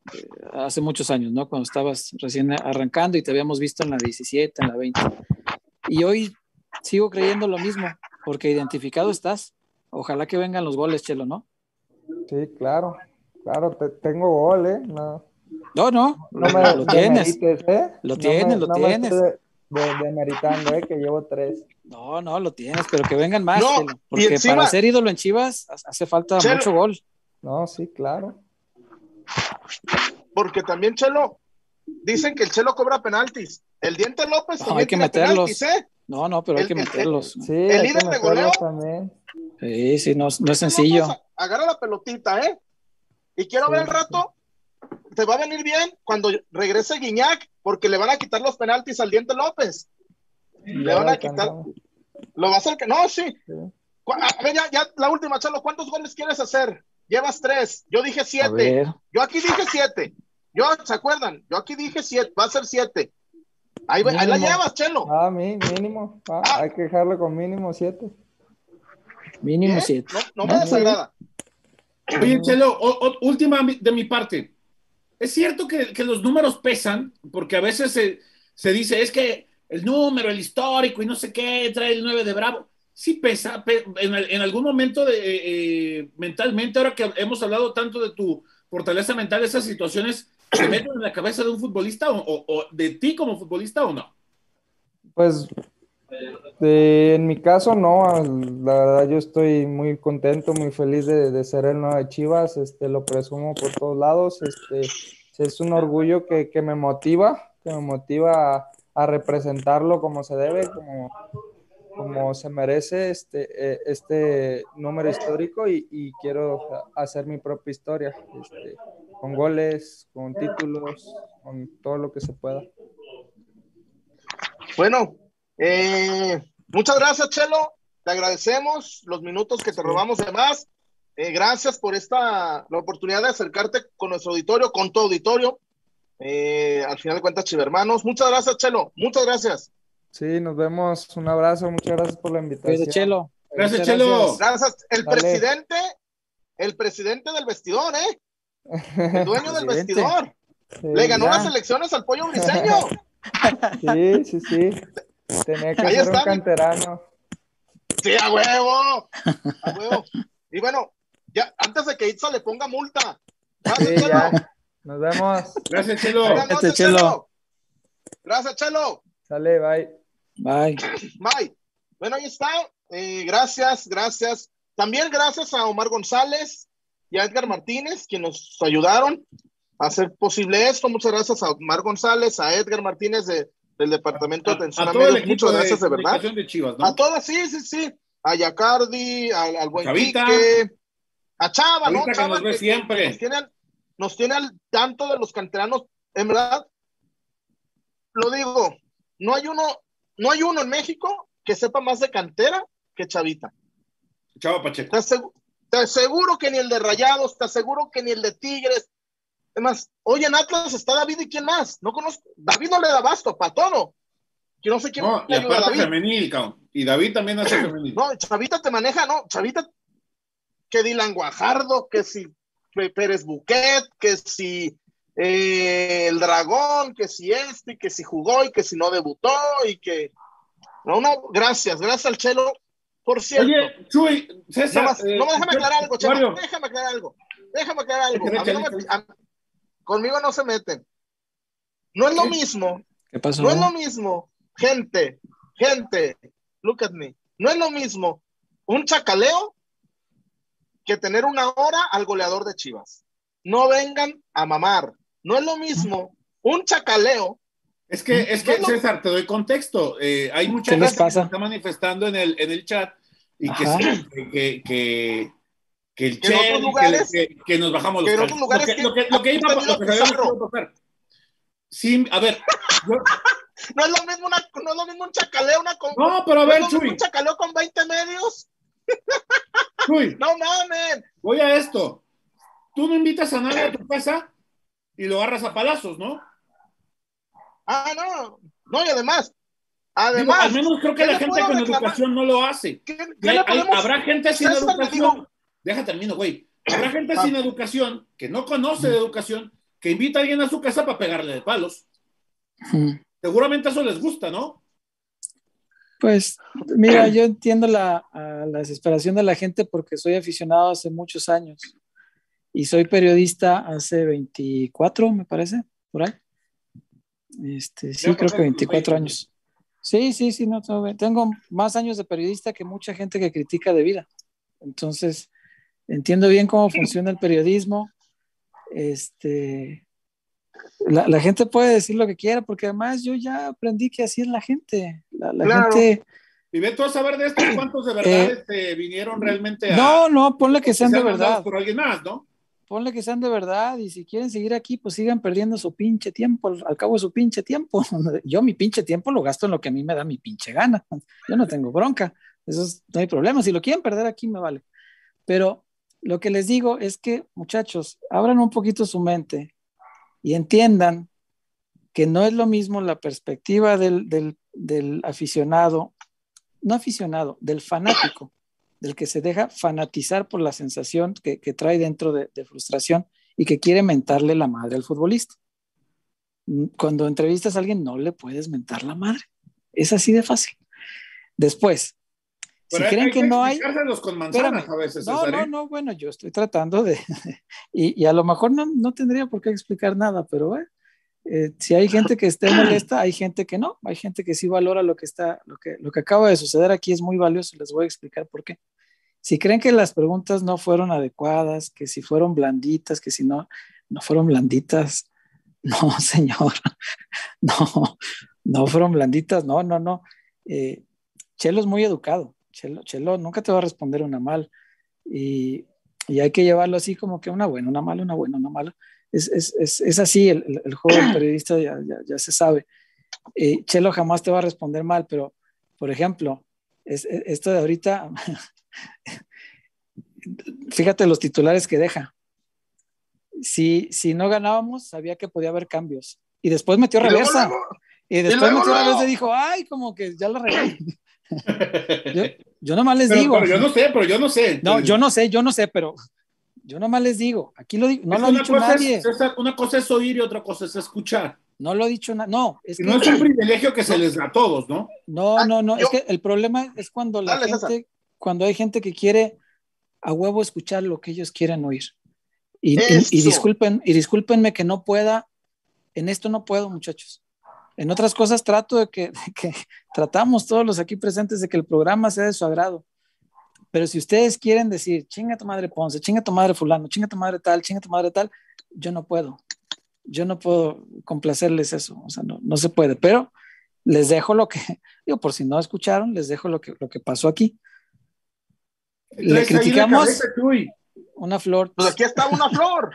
eh, hace muchos años, ¿no? Cuando estabas recién arrancando y te habíamos visto en la diecisiete, en la veinte. Y hoy sigo creyendo lo mismo, porque identificado estás. Ojalá que vengan los goles, Chelo, ¿no? Sí, claro, claro, te, tengo gol, ¿eh? No, No, no, no lo, me lo tienes. demerites, ¿eh? Lo No tienes, me, lo no me tienes. estoy de, de- demeritando, ¿eh? Que llevo tres. No, no, lo tienes, pero que vengan más, No, Chelo, y porque encima, para ser ídolo en Chivas hace falta Chelo, mucho gol. No, sí, claro. porque también Chelo, dicen que el Chelo cobra penaltis. El Diente López No, también hay que tira penaltis, meterlos. ¿eh? No, no, pero hay El, que el, el, meterlos. Sí, el hay que líder de goleo, meterlos también. Sí, sí, no, no es Diente sencillo. López, agarra la pelotita, ¿eh? Y quiero Sí, ver el sí. rato, te va a venir bien cuando regrese Guiñac, porque le van a quitar los penaltis al Diente López. Le Ya lo van a quitar, alcanzamos. lo va a hacer que, no, sí. Sí. Cu- A ver, ya, ya, la última, Chalo, ¿cuántos goles quieres hacer? Llevas tres, yo dije A siete, ver, yo aquí dije siete, yo, ¿se acuerdan? Yo aquí dije siete, va a ser siete. Ahí, ve- ahí la Mínimo. llevas, Chelo. Ah, mi, mínimo. Ah, Ah, hay que dejarlo con mínimo siete. mínimo bien, siete. no, no me Sí. desagrada. Oye, Chelo, o- o- última de mi parte. Es cierto que, que los números pesan, porque a veces se, se dice, es que el número, el histórico y no sé qué, trae el nueve de Bravo. Sí pesa, pe- en, en algún momento de, eh, mentalmente, ahora que hemos hablado tanto de tu fortaleza mental, esas situaciones se meten en la cabeza de un futbolista o, o- o de ti como futbolista o no. Pues eh, en mi caso no, la verdad yo estoy muy contento, muy feliz de, de ser el nuevo de Chivas, este, lo presumo por todos lados, este, es un orgullo que, que me motiva, que me motiva a, a representarlo como se debe, como, como se merece este, eh, este número histórico y, y quiero hacer mi propia historia, este, con goles, con títulos, con todo lo que se pueda. Bueno, eh, muchas gracias, Chelo. Te agradecemos los minutos que te robamos de más. Eh, gracias por esta la oportunidad de acercarte con nuestro auditorio, con tu auditorio. Eh, al final de cuentas, Chivermanos. Muchas gracias, Chelo. Muchas gracias. Sí, nos vemos. Un abrazo. Muchas gracias por la Cuídate, invitación. Chelo. Gracias, Muchas Chelo. Gracias. El Dale. presidente, el presidente del vestidor, ¿eh? El dueño del Presidente. vestidor. Sí, Le ganó ya. las elecciones al Pollo Briseño. sí, sí, sí. Tenía que Ahí ser está, un mi- canterano. Sí, a huevo. A huevo. Y bueno, ya, antes de que Itza le ponga multa. Gracias, Sí, Chelo. ya. Nos vemos. Gracias, Chelo. Buenas Cuídate, noches, Chelo. Chelo. Gracias, Chelo. Sale, bye. Bye. Bye. Bueno, ahí está. Eh, gracias, gracias. También gracias a Omar González y a Edgar Martínez, que nos ayudaron a hacer posible esto. Muchas gracias a Omar González, a Edgar Martínez de, del Departamento de A, Atención a a, todo el Medios. equipo Muchas de gracias, de verdad. comunicación de Chivas, ¿no? A todas, sí, sí, sí. A Yacardi, al, al buen Chavita. Quique, a Chava, ¿no? Chavita que Chava nos ve siempre. nos tiene, al- nos tiene al tanto de los canteranos. En verdad, lo digo, no hay uno, no hay uno en México que sepa más de cantera que Chavita. Chava Pacheco. Te aseguro, te aseguro que ni el de Rayados, te aseguro que ni el de Tigres. Es más, hoy en Atlas está David y quién más. No conozco. David no le da abasto para todo. Yo no sé quién No, y le ayuda a aparte David. femenil, cabrón. Y David también hace femenil. No, Chavita te maneja, no. Chavita, que Dylan Guajardo, que si Pérez Buquet, que si eh, el Dragón, que si este, que si jugó y que si no debutó y que. No, no, gracias, gracias al Chelo. Por cierto. Oye, Chuy, César. No más, eh, no me déjame aclarar algo, Chema. Mario. Déjame aclarar algo. Déjame aclarar algo. Échale, A mí no échale, me- a- conmigo no se meten. No es lo ¿Qué? mismo. ¿Qué pasó? No es lo mismo. Gente, gente, look at me. No es lo mismo un chacaleo que tener una hora al goleador de Chivas. No vengan a mamar. No es lo mismo un chacaleo. Es que, es que No, no. César, te doy contexto. Eh, hay mucha ¿Qué les gente que pasa? se está manifestando en el, en el chat y que, Ajá. sí, que, que, que, que el Que en Che, otros que, lugares- que, que nos bajamos los que en calzones. otros lugares Lo que, lo que, lo que han iba, tenido lo que sabíamos que Pizarro. iba a pasar. Sí, a ver, yo- No es lo mismo, una, no es lo mismo un chacaleo. Una con, no, pero a no ver, es lo mismo Chuy, un chacaleo con veinte medios. Chuy, No mames. voy a esto. Tú no invitas a nadie a tu casa y lo agarras a palazos, ¿no? Ah, no. No, y además. Digo, Además. al menos creo que ¿qué la le gente puedo con reclamar? educación no lo hace. ¿Qué, Y qué hay- le hay- podemos? habrá gente sin César, le educación. digo- Deja termino, güey. Habrá gente Ah. sin educación que no conoce de educación que invita a alguien a su casa para pegarle de palos. Mm. Seguramente eso les gusta, ¿no? Pues mira, yo entiendo la, a la desesperación de la gente porque soy aficionado hace muchos años y soy periodista hace veinticuatro, me parece, por ahí. Este, sí, Ya creo que pasaste tus veinticuatro veinte. años. Sí, sí, sí, no, tengo tengo más años de periodista que mucha gente que critica de vida. Entonces, entiendo bien cómo funciona el periodismo. Este, la, la gente puede decir lo que quiera, porque además yo ya aprendí que así es la gente. La, la Claro. gente, Y ve tú a saber de estos cuántos de verdad eh, este, vinieron realmente a... no, no, ponle que que sean de sean mandados verdad. por alguien más, ¿no? Ponle que sean de verdad, y si quieren seguir aquí, pues sigan perdiendo su pinche tiempo, al, al cabo de su pinche tiempo. Yo mi pinche tiempo lo gasto en lo que a mí me da mi pinche gana. Yo no tengo bronca, eso es- no hay problema. Si lo quieren perder aquí, me vale. Pero lo que les digo es que, muchachos, abran un poquito su mente y entiendan que no es lo mismo la perspectiva del, del, del aficionado, no aficionado, del fanático, del que se deja fanatizar por la sensación que, que trae dentro de, de frustración y que quiere mentarle la madre al futbolista. Cuando entrevistas a alguien no le puedes mentar la madre. Es así de fácil. Después, Pero si hay, creen hay que que no hay, explicárselos con manzanas espérame. a veces, No, César, no, ¿eh? no, bueno, yo estoy tratando de, y, y a lo mejor no, no tendría por qué explicar nada, pero bueno, eh, si hay gente que esté molesta, hay gente que no, hay gente que sí valora lo que está, lo que, lo que acaba de suceder aquí es muy valioso, les voy a explicar por qué. Si creen que las preguntas no fueron adecuadas, que si fueron blanditas, que si no, no fueron blanditas, no, señor, no, no fueron blanditas, no, no, no. Eh, Chelo es muy educado, Chelo, Chelo nunca te va a responder una mal y, y hay que llevarlo así como que una buena, una mala, una buena, una mala. Es, es, es, es así, el, el, el juego del periodista ya, ya, ya se sabe. Eh, Chelo jamás te va a responder mal, pero, por ejemplo, es, es, esto de ahorita, fíjate los titulares que deja. Si, si no ganábamos, sabía que podía haber cambios. Y después metió Y luego, reversa. luego, Y y después luego, metió reversa y luego. dijo, ay, como que ya la regué. Yo, yo nomás les pero, digo. pero yo no sé, pero yo no sé. No, yo no sé, yo no sé, pero yo nomás les digo. Aquí lo digo, no Es lo que ha una dicho cosa es, nadie. César, una cosa es oír y otra cosa es escuchar. No lo ha dicho nadie. No, es Y no que es un privilegio que se No. les da a todos, ¿no? no, Ah, no, no. yo- Es que el problema es cuando la Dale, César. gente, cuando hay gente que quiere a huevo escuchar lo que ellos quieren oír. Y, y, y Eso. disculpen, y discúlpenme que no pueda, en esto no puedo, muchachos. En otras cosas trato de que, de que tratamos todos los aquí presentes de que el programa sea de su agrado. Pero si ustedes quieren decir, chinga tu madre Ponce, chinga tu madre fulano, chinga tu madre tal, chinga tu madre tal, yo no puedo. Yo no puedo complacerles eso. O sea, no, no se puede. Pero les dejo lo que, digo, por si no escucharon, les dejo lo que, lo que pasó aquí. Le Entonces ahí en la criticamos cabeza, Chuy. una flor. Pues aquí estaba una flor.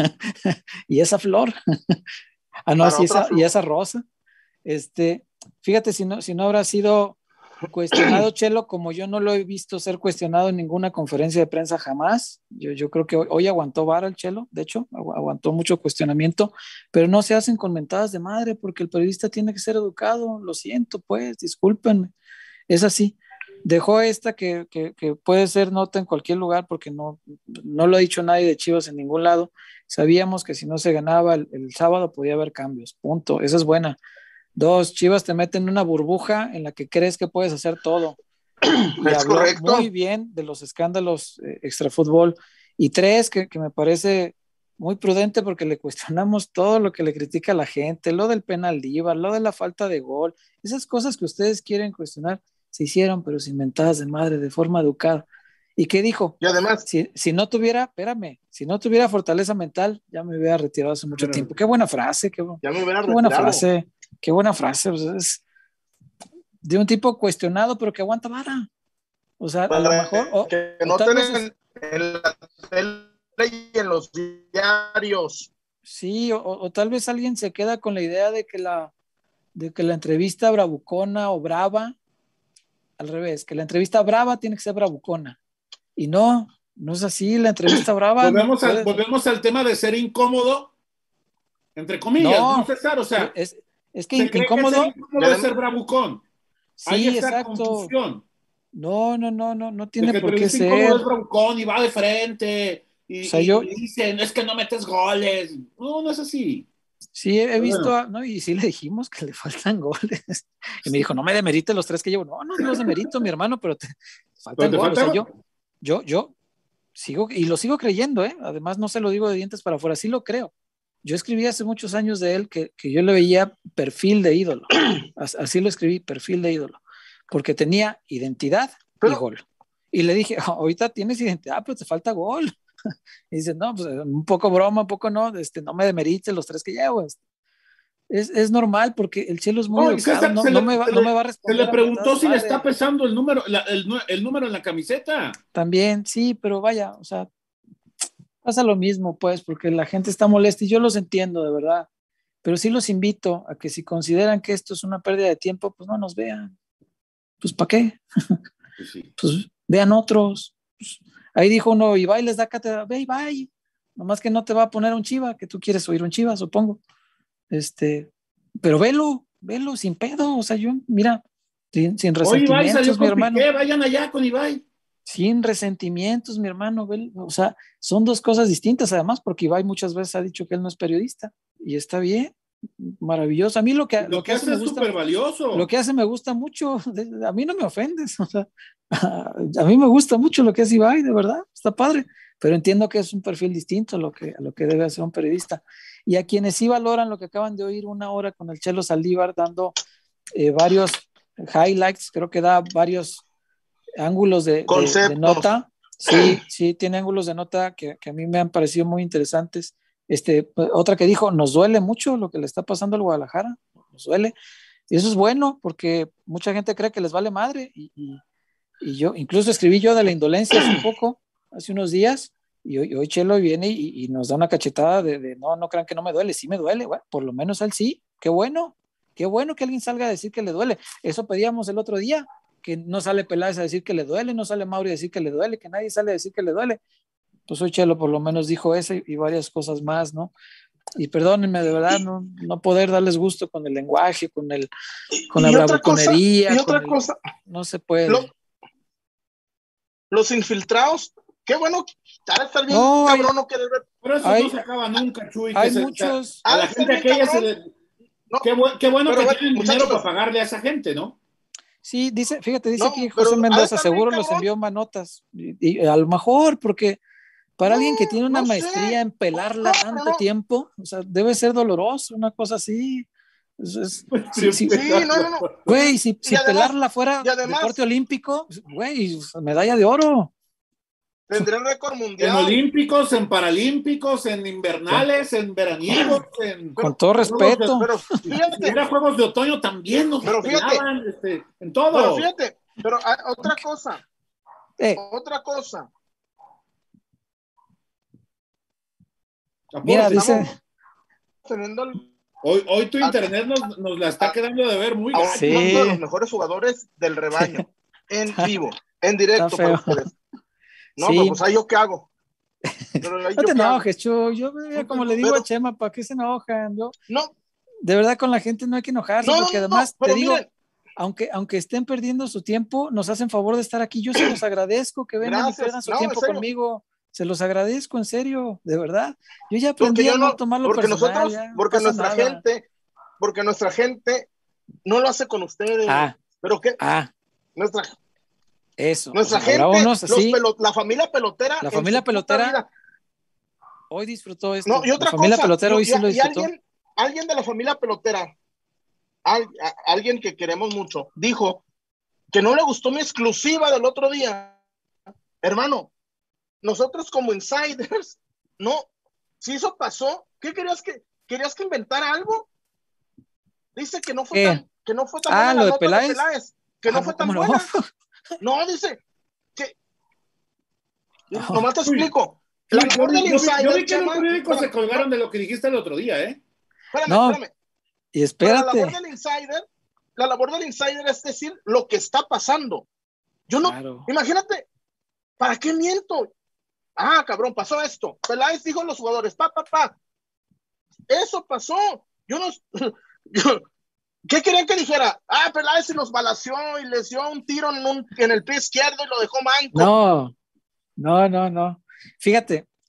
Y esa flor. Ah, no, Para sí, otra esa, flor. y esa rosa. Este, fíjate, si no, si no habrá sido cuestionado Chelo, como yo no lo he visto ser cuestionado en ninguna conferencia de prensa jamás. Yo, yo creo que hoy, hoy aguantó vara el Chelo, de hecho, agu aguantó mucho cuestionamiento, pero no se hacen con mentadas de madre porque el periodista tiene que ser educado. Lo siento, pues, discúlpenme. Es así. Dejó esta que, que, que puede ser nota en cualquier lugar porque no, no lo ha dicho nadie de Chivas en ningún lado. Sabíamos que si no se ganaba el, el sábado podía haber cambios, punto. Esa es buena. Dos, Chivas te meten en una burbuja en la que crees que puedes hacer todo. Y Es habló correcto. muy bien de los escándalos eh, extrafútbol. Y tres, que, que me parece muy prudente porque le cuestionamos todo lo que le critica a la gente, lo del penal diva, lo de la falta de gol, esas cosas que ustedes quieren cuestionar se hicieron, pero sin mentadas de madre, de forma educada. ¿Y qué dijo? Y además, Si, si no tuviera, espérame, si no tuviera fortaleza mental, ya me hubiera retirado hace mucho Pero- tiempo. Qué buena frase, qué, ya me hubiera qué buena retirado. frase, qué buena frase. O sea, es de un tipo cuestionado, pero que aguanta vara. O sea, a lo Para mejor, o, que o no tal vez tienen es- en la tele y en los diarios. sí, o, o tal vez alguien se queda con la idea de que la, de que la entrevista bravucona o brava, al revés, que la entrevista brava tiene que ser bravucona. Y no, no es así, la entrevista brava no Volvemos al, puede. volvemos al tema de ser incómodo, entre comillas, ¿no, No, César? O sea, es, es que se cree que ser incómodo, incómodo es ser bravucón. Hay sí, esa exacto. confusión No, no, no, no, no de tiene que el por qué periodista incómodo ser. es bravucón y va de frente y, O sea, y yo- dicen, es que no metes goles. No, no es así. Sí, he Pero visto, bueno. a- ¿no? Y sí le dijimos que le faltan goles. Y me dijo, no me demerites los tres que llevo. No, no los demerito, mi hermano, pero te Pero faltan te goles. falta O sea, gol. yo, yo, yo sigo, y lo sigo creyendo, ¿eh? Además, no se lo digo de dientes para afuera, sí lo creo. Yo escribí hace muchos años de él que, que yo le veía perfil de ídolo. As- Así lo escribí, perfil de ídolo. Porque tenía identidad y Pero, gol. Y le dije, ahorita tienes identidad, pero te falta gol. Y dice, no, pues un poco broma, un poco no, este, no me demerites los tres que llevo. este. Es, es normal porque el Chelo es muy No, y educado, César no, se no, le, me va, se no le- me va a se responder le a mentar a preguntó su si le está madre. pesando el número, la- el, nu- el número en la camiseta. También, sí, pero vaya, o sea, pasa lo mismo, pues, porque la gente está molesta y yo los entiendo, de verdad. Pero sí los invito a que si consideran que esto es una pérdida de tiempo, pues no nos vean. Pues ¿para qué? Pues sí. Pues vean otros. Pues, ahí dijo uno, Ibai les da cátedra, ve Ibai, nomás que no te va a poner un chiva, que tú quieres oír un chiva, supongo. Este, pero velo, velo sin pedo, o sea, yo, mira, sin, sin Hoy Ibai salió resentimientos, mi con hermano, Piqué, vayan allá con Ibai. sin resentimientos, mi hermano, velo, o sea, son dos cosas distintas, además, porque Ibai muchas veces ha dicho que él no es periodista, y está bien, maravilloso. A mí lo que, Lo lo que que hace hace me es gusta, súper valioso. lo que hace me gusta mucho, a mí no me ofendes, o sea, a mí me gusta mucho lo que hace Ibai, de verdad, está padre, pero entiendo que es un perfil distinto a lo que, a lo que debe hacer un periodista. Y a quienes sí valoran lo que acaban de oír una hora con el Chelo Saldívar dando eh, varios highlights, creo que da varios ángulos de, de, de conceptos. nota, sí, sí, tiene ángulos de nota que, que a mí me han parecido muy interesantes. Este, otra que dijo, nos duele mucho lo que le está pasando al Guadalajara, nos duele, y eso es bueno porque mucha gente cree que les vale madre y, y, y yo, incluso escribí yo de la indolencia hace poco, hace unos días, y hoy, hoy Chelo viene y, y, nos da una cachetada de, de, no, no crean que no me duele, sí me duele, bueno, por lo menos a él sí, qué bueno, qué bueno que alguien salga a decir que le duele, eso pedíamos el otro día, que no sale Peláez a decir que le duele, no sale Mauri a decir que le duele, que nadie sale a decir que le duele, pues hoy Chelo por lo menos dijo eso y, y varias cosas más, ¿no? Y perdónenme de verdad, Y, no, no poder darles gusto con el lenguaje, con el, con y, la y otra cosa, bravuconería, y con otra el, cosa, no se puede. lo, los infiltrados, qué bueno, ha de estar bien No, hay, cabrón no querer ver. Pero eso hay, no se acaba nunca, Chuy. Que hay se, o sea, muchos, a Ha de la estar gente bien aquella se cabrón. le. No, Qué, bu- qué bueno pero que a ver, tienen dinero muchachos, para pagarle a esa gente, ¿no? sí, dice, fíjate, dice no, aquí pero José ha de Mendoza, estar bien seguro los cabrón. envió manotas, y, y a lo mejor, porque para No, alguien que tiene una no maestría sé. en pelarla No, tanto no, tiempo, o sea, debe ser doloroso, una cosa así. Es, es, sí, Bien sí, sí, no, no, pelado. no. güey, Y, si, y si además, pelarla fuera y deporte además, olímpico, güey, medalla de oro. tendré récord En mundial. olímpicos, en paralímpicos, en Con, invernales, en veraniegos, en con Pero, todo juegos de, respeto. pero si fíjate, hubiera juegos de otoño también nos pero fíjate, pelaban, este, en pero todo. fíjate, pero ah, otra cosa, Eh, otra cosa. mira, Aporte. dice, Estamos teniendo el- Hoy, hoy tu a, internet nos, nos la está a- quedando de ver muy a gacho. uno de sí, los mejores jugadores del rebaño, en está, vivo, en está directo para feo. ustedes. No, pero Sí, pues ahí yo qué hago. Pero ahí no te yo qué hago. enojes, Chu. Yo mira, No, como pues le no. digo a Pero Chema, ¿para qué se enojan? Yo, no, de verdad, con la gente no hay que enojarse, no, no, porque no, además, te pero digo, miren, aunque, aunque estén perdiendo su tiempo, nos hacen favor de estar aquí. Yo se los agradezco que vengan y pierdan gracias. su No, en tiempo serio, conmigo. Se los agradezco, en serio, de verdad. Yo ya porque aprendí a yo no no, tomarlo porque personal, nosotros, ya no porque pasa nuestra nada. gente, porque nuestra gente no lo hace con ustedes. Ah, Pero qué, ah, nuestra, eso. O nuestra sea, habrá gente, unos los así. pelo, la familia pelotera La en familia su puta pelotera vida. hoy disfrutó No, esto. y La otra familia cosa, pelotera hoy y, sí lo y disfrutó. alguien, alguien de la familia pelotera, al, a, alguien que queremos mucho, dijo que no le gustó mi exclusiva del otro día. Hermano, nosotros como insiders, no, si eso pasó, ¿qué querías que, querías que inventara algo? Dice que no fue ¿Qué? tan, que no fue tan Ah, buena lo la de nota de Peláez. Peláez, que Ah, no no, fue ¿cómo tan no? buena. No, dice que, No. nomás te Chuy, explico, la Chuy, yo, labor vi, del yo, vi, yo vi insider, que en un Chema, periódico se espérame, colgaron de lo que dijiste el otro día, ¿eh? espérame, No, espérame, y pero la labor espérate. del insider, la labor del insider es decir lo que está pasando. Yo no, Claro. imagínate, ¿para qué miento? Ah, cabrón, pasó esto. Peláez dijo a los jugadores, pa, pa, pa. Eso pasó. Yo no. Yo, ¿qué querían que dijera? Ah, Peláez se nos balació y les dio un tiro en, un, en el pie izquierdo y lo dejó manco. No, no, no, no. Fíjate,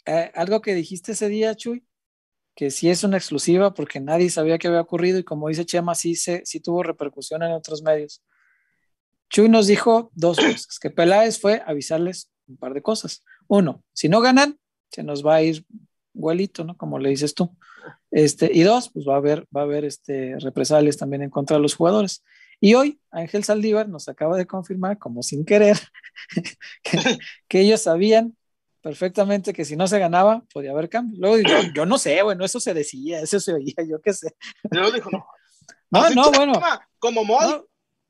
eh, algo que dijiste ese día, Chuy, que sí es una exclusiva porque nadie sabía que había ocurrido y como dice Chema, sí, se, sí tuvo repercusión en otros medios. Chuy nos dijo dos cosas, que Peláez fue a avisarles un par de cosas. Uno, si no ganan, se nos va a ir güelito, ¿no? Como le dices tú. Este, y dos, pues va a haber, va a haber este, represalias también en contra de los jugadores. Y hoy Ángel Saldívar nos acaba de confirmar, como sin querer, que, que ellos sabían perfectamente que si no se ganaba, podía haber cambio. Luego yo, yo no sé, bueno, eso se decía, eso se oía, yo qué sé. Y luego dijo, no. No, Así no, bueno. Como Moy. No.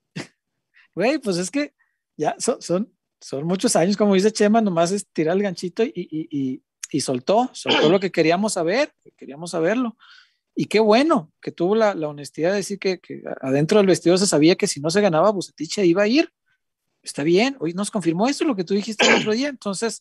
Güey, pues es que ya son, son, son muchos años, como dice Chema, nomás es tirar el ganchito y, y, y, y soltó, soltó lo que queríamos saber, queríamos saberlo. Y qué bueno que tuvo la, la honestidad de decir que, que adentro del vestidor se sabía que si no se ganaba, Bucetich iba a ir. Está bien, hoy nos confirmó esto, lo que tú dijiste el otro día, entonces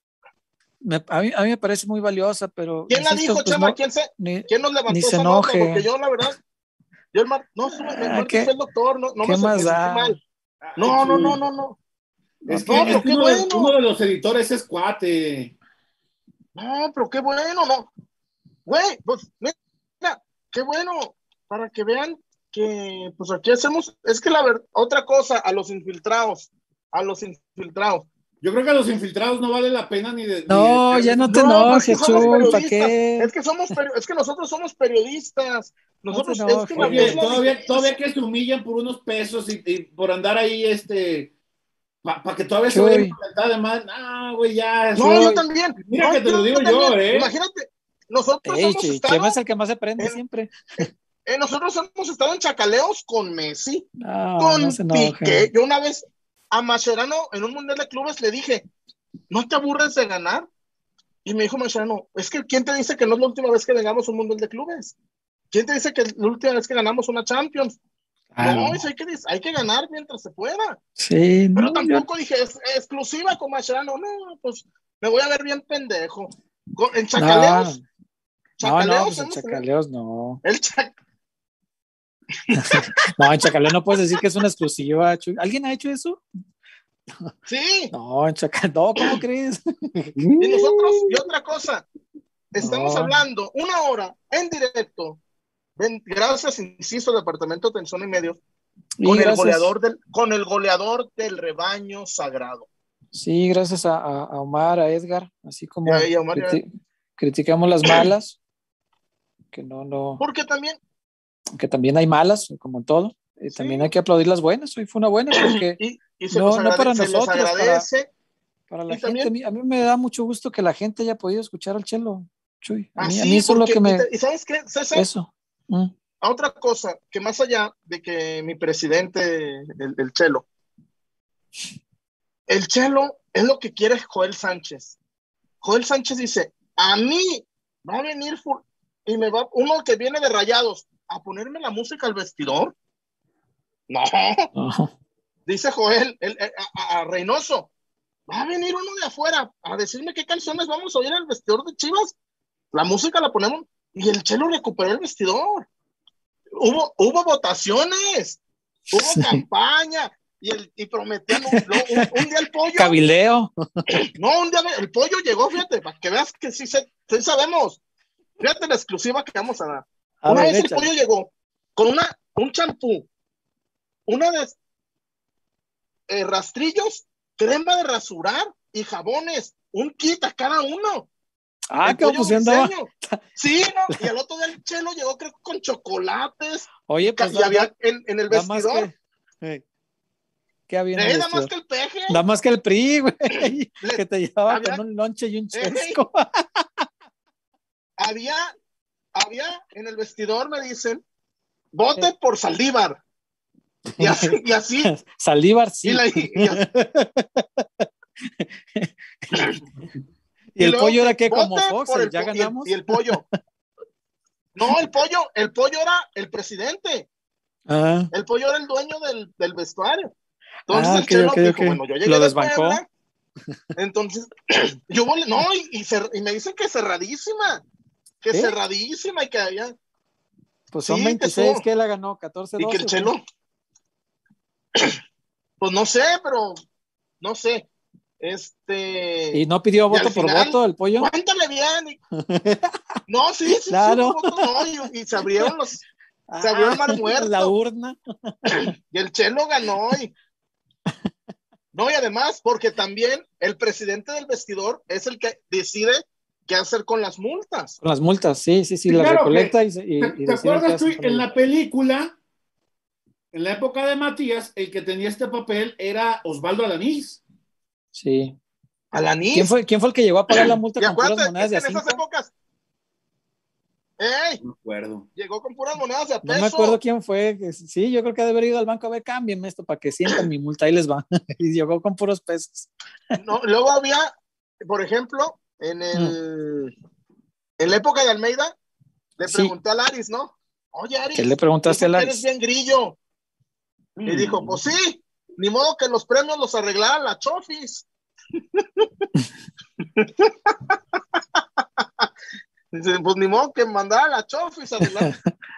me, a, mí, a mí me parece muy valiosa, pero... ¿Quién insisto, la dijo, pues Chema? no, ¿Quién, se, ni, ¿Quién nos levantó ni se esa enoje. nota? Porque yo, la verdad, yo el Mar, no, el Ah, Martín ¿qué, fue el doctor, no, no ¿qué me, más me sentí da? mal. No, no, no, no, no. Es No, que, pero es que qué uno, de, bueno. uno de los editores es cuate. No, pero qué bueno, no. Güey, pues, mira, qué bueno, para que vean que, pues aquí hacemos, es que la verdad, otra cosa, a los infiltrados, a los infiltrados. Yo creo que a los infiltrados no vale la pena ni de... No, ni de... ya no te No, pues que enojes, somos Chuy, ¿para periodistas, qué? es que somos, es que nosotros somos periodistas, nosotros, no te es que la, Oye, es la todavía, todavía que se humillan por unos pesos y, y por andar ahí, este, para pa que todavía Chuy. se vayan a mentar de más. No, güey, ya. No, yo Chuy. también. Mira No, que te yo lo digo también. yo, ¿eh? Imagínate, nosotros Ey, hemos Ch- estado Chema es el que más se prende en, siempre. en- en nosotros hemos estado en chacaleos con Messi, No, no con se enojen. Piqué. Yo una vez a Mascherano en un mundial de clubes le dije, ¿no te aburres de ganar? Y me dijo Mascherano, es que ¿quién te dice que no es la última vez que vengamos un mundial de clubes? ¿Quién te dice que es la última vez que ganamos una Champions? Claro. No, eso hay que, hay que ganar mientras se pueda. Sí, Pero no, tampoco yo... dije, es, exclusiva con Mascherano. No, pues me voy a ver bien pendejo. Con, en No, chacaleos. no, Chacaleos, no, pues en hemos Chacaleos no. El chac... No, en Chacaleo no puedes decir que es una exclusiva. Chuy. ¿Alguien ha hecho eso? Sí. No, en Chacaleo, no, ¿cómo crees? Y nosotros, y otra cosa, estamos No. hablando una hora en directo, ven, gracias, insisto, Departamento de Atención y Medios, Y con el gracias. goleador del, con el goleador del rebaño sagrado. Sí, gracias a, a, a Omar, a Edgar, así como Ya, ya, Omar, criti criticamos las malas, que no, no, porque también, que también hay malas, como en todo, y sí, también hay que aplaudir las buenas. Hoy fue una buena porque y, y se, no, no para se les nosotros, agradece. Para, para la y gente. también, A mí, a mí me da mucho gusto que la gente haya podido escuchar al Chelo, Chuy. A mí, así, a mí eso es lo que me... y, te, ¿y sabes qué, César? Eso. Mm. A otra cosa, que más allá de que mi presidente, el, el Chelo, el Chelo es lo que quiere Joel Sánchez. Joel Sánchez dice, a mí va a venir y me va uno que viene de Rayados a ponerme la música al vestidor. No. Oh. Dice Joel el, el, a, a Reynoso, va a venir uno de afuera a decirme qué canciones vamos a oír al vestidor de Chivas. La música la ponemos y el Chelo recuperó el vestidor. Hubo, hubo votaciones, hubo sí. campaña. Y, el, y prometían un, un, un día el pollo. Cabileo. No, un día el pollo llegó, fíjate, para que veas que sí, se, sí sabemos. Fíjate la exclusiva que vamos a dar. A una ver, vez échale. El pollo llegó con una, un champú, una de eh, rastrillos, crema de rasurar y jabones, un kit a cada uno. Ah, qué pues andaba. Sí, no, y al otro día el Chelo llegó, creo, con chocolates. Oye, pues y da, había en, en el vestidor. Que, eh, ¿Qué había en eh, el da más que el peje. Da más que el P R I, güey. Le, que te llevaba había, con un lonche y un chesco. Eh, había, había en el vestidor, me dicen, vote eh. por Saldívar. Y así. Y así Saldívar, sí. Y, la, y, y, así. ¿Y, y el pollo era que como Fox, el, ya ganamos? Y el, y el pollo. No, el pollo, el pollo era el presidente. Ah. El pollo era el dueño del, del vestuario. Entonces ah, el Chelo okay, dijo, okay. bueno, yo llegué ¿Lo de desbancó? Puebla, entonces, yo volé, no, y, y, cer, y me dicen que cerradísima, que ¿Eh? cerradísima y que había... Pues son sí, veintiséis, que, que la ganó, catorce doce. Y que el Chelo, pues no sé, pero, no sé, Este. Y no pidió y voto al por final, voto el pollo. Cuéntame bien. Y- No, sí, sí, Claro. sí, voto, no, y, y se abrieron los, se abrió el mar Ah, muerto. la urna. Y el Chelo ganó. Y, no, y además, porque también el presidente del vestidor es el que decide qué hacer con las multas. Con las multas, sí, sí, sí, Sí, las claro recolecta que- y, se- y, ¿Te, y te deciden qué acuerdas, hacen Chuy? con En ellas. la película, en la época de Matías, el que tenía este papel era Osvaldo Alanís. Sí. Alanis. ¿Quién fue, ¿Quién fue el que llegó a pagar la multa Y con puras acuérdate, monedas es de que a en esas cinco? épocas, ¡ey! No me acuerdo. Llegó con puras monedas de a No peso. me acuerdo quién fue. que- Sí, yo creo que ha de haber ido al banco a ver, cámbienme esto para que sientan mi multa, ahí les va. Y llegó con puros pesos. No, luego había, por ejemplo, en el en la época de Almeida, le Sí. pregunté a Laris, ¿no? Oye, Aris, ¿Qué le preguntaste a dicen que eres Laris? bien grillo. Mm. Y dijo, pues sí, ni modo que los premios los arreglara la Chofis. Dice, pues ni modo que mandara a la Chofis a arreglar.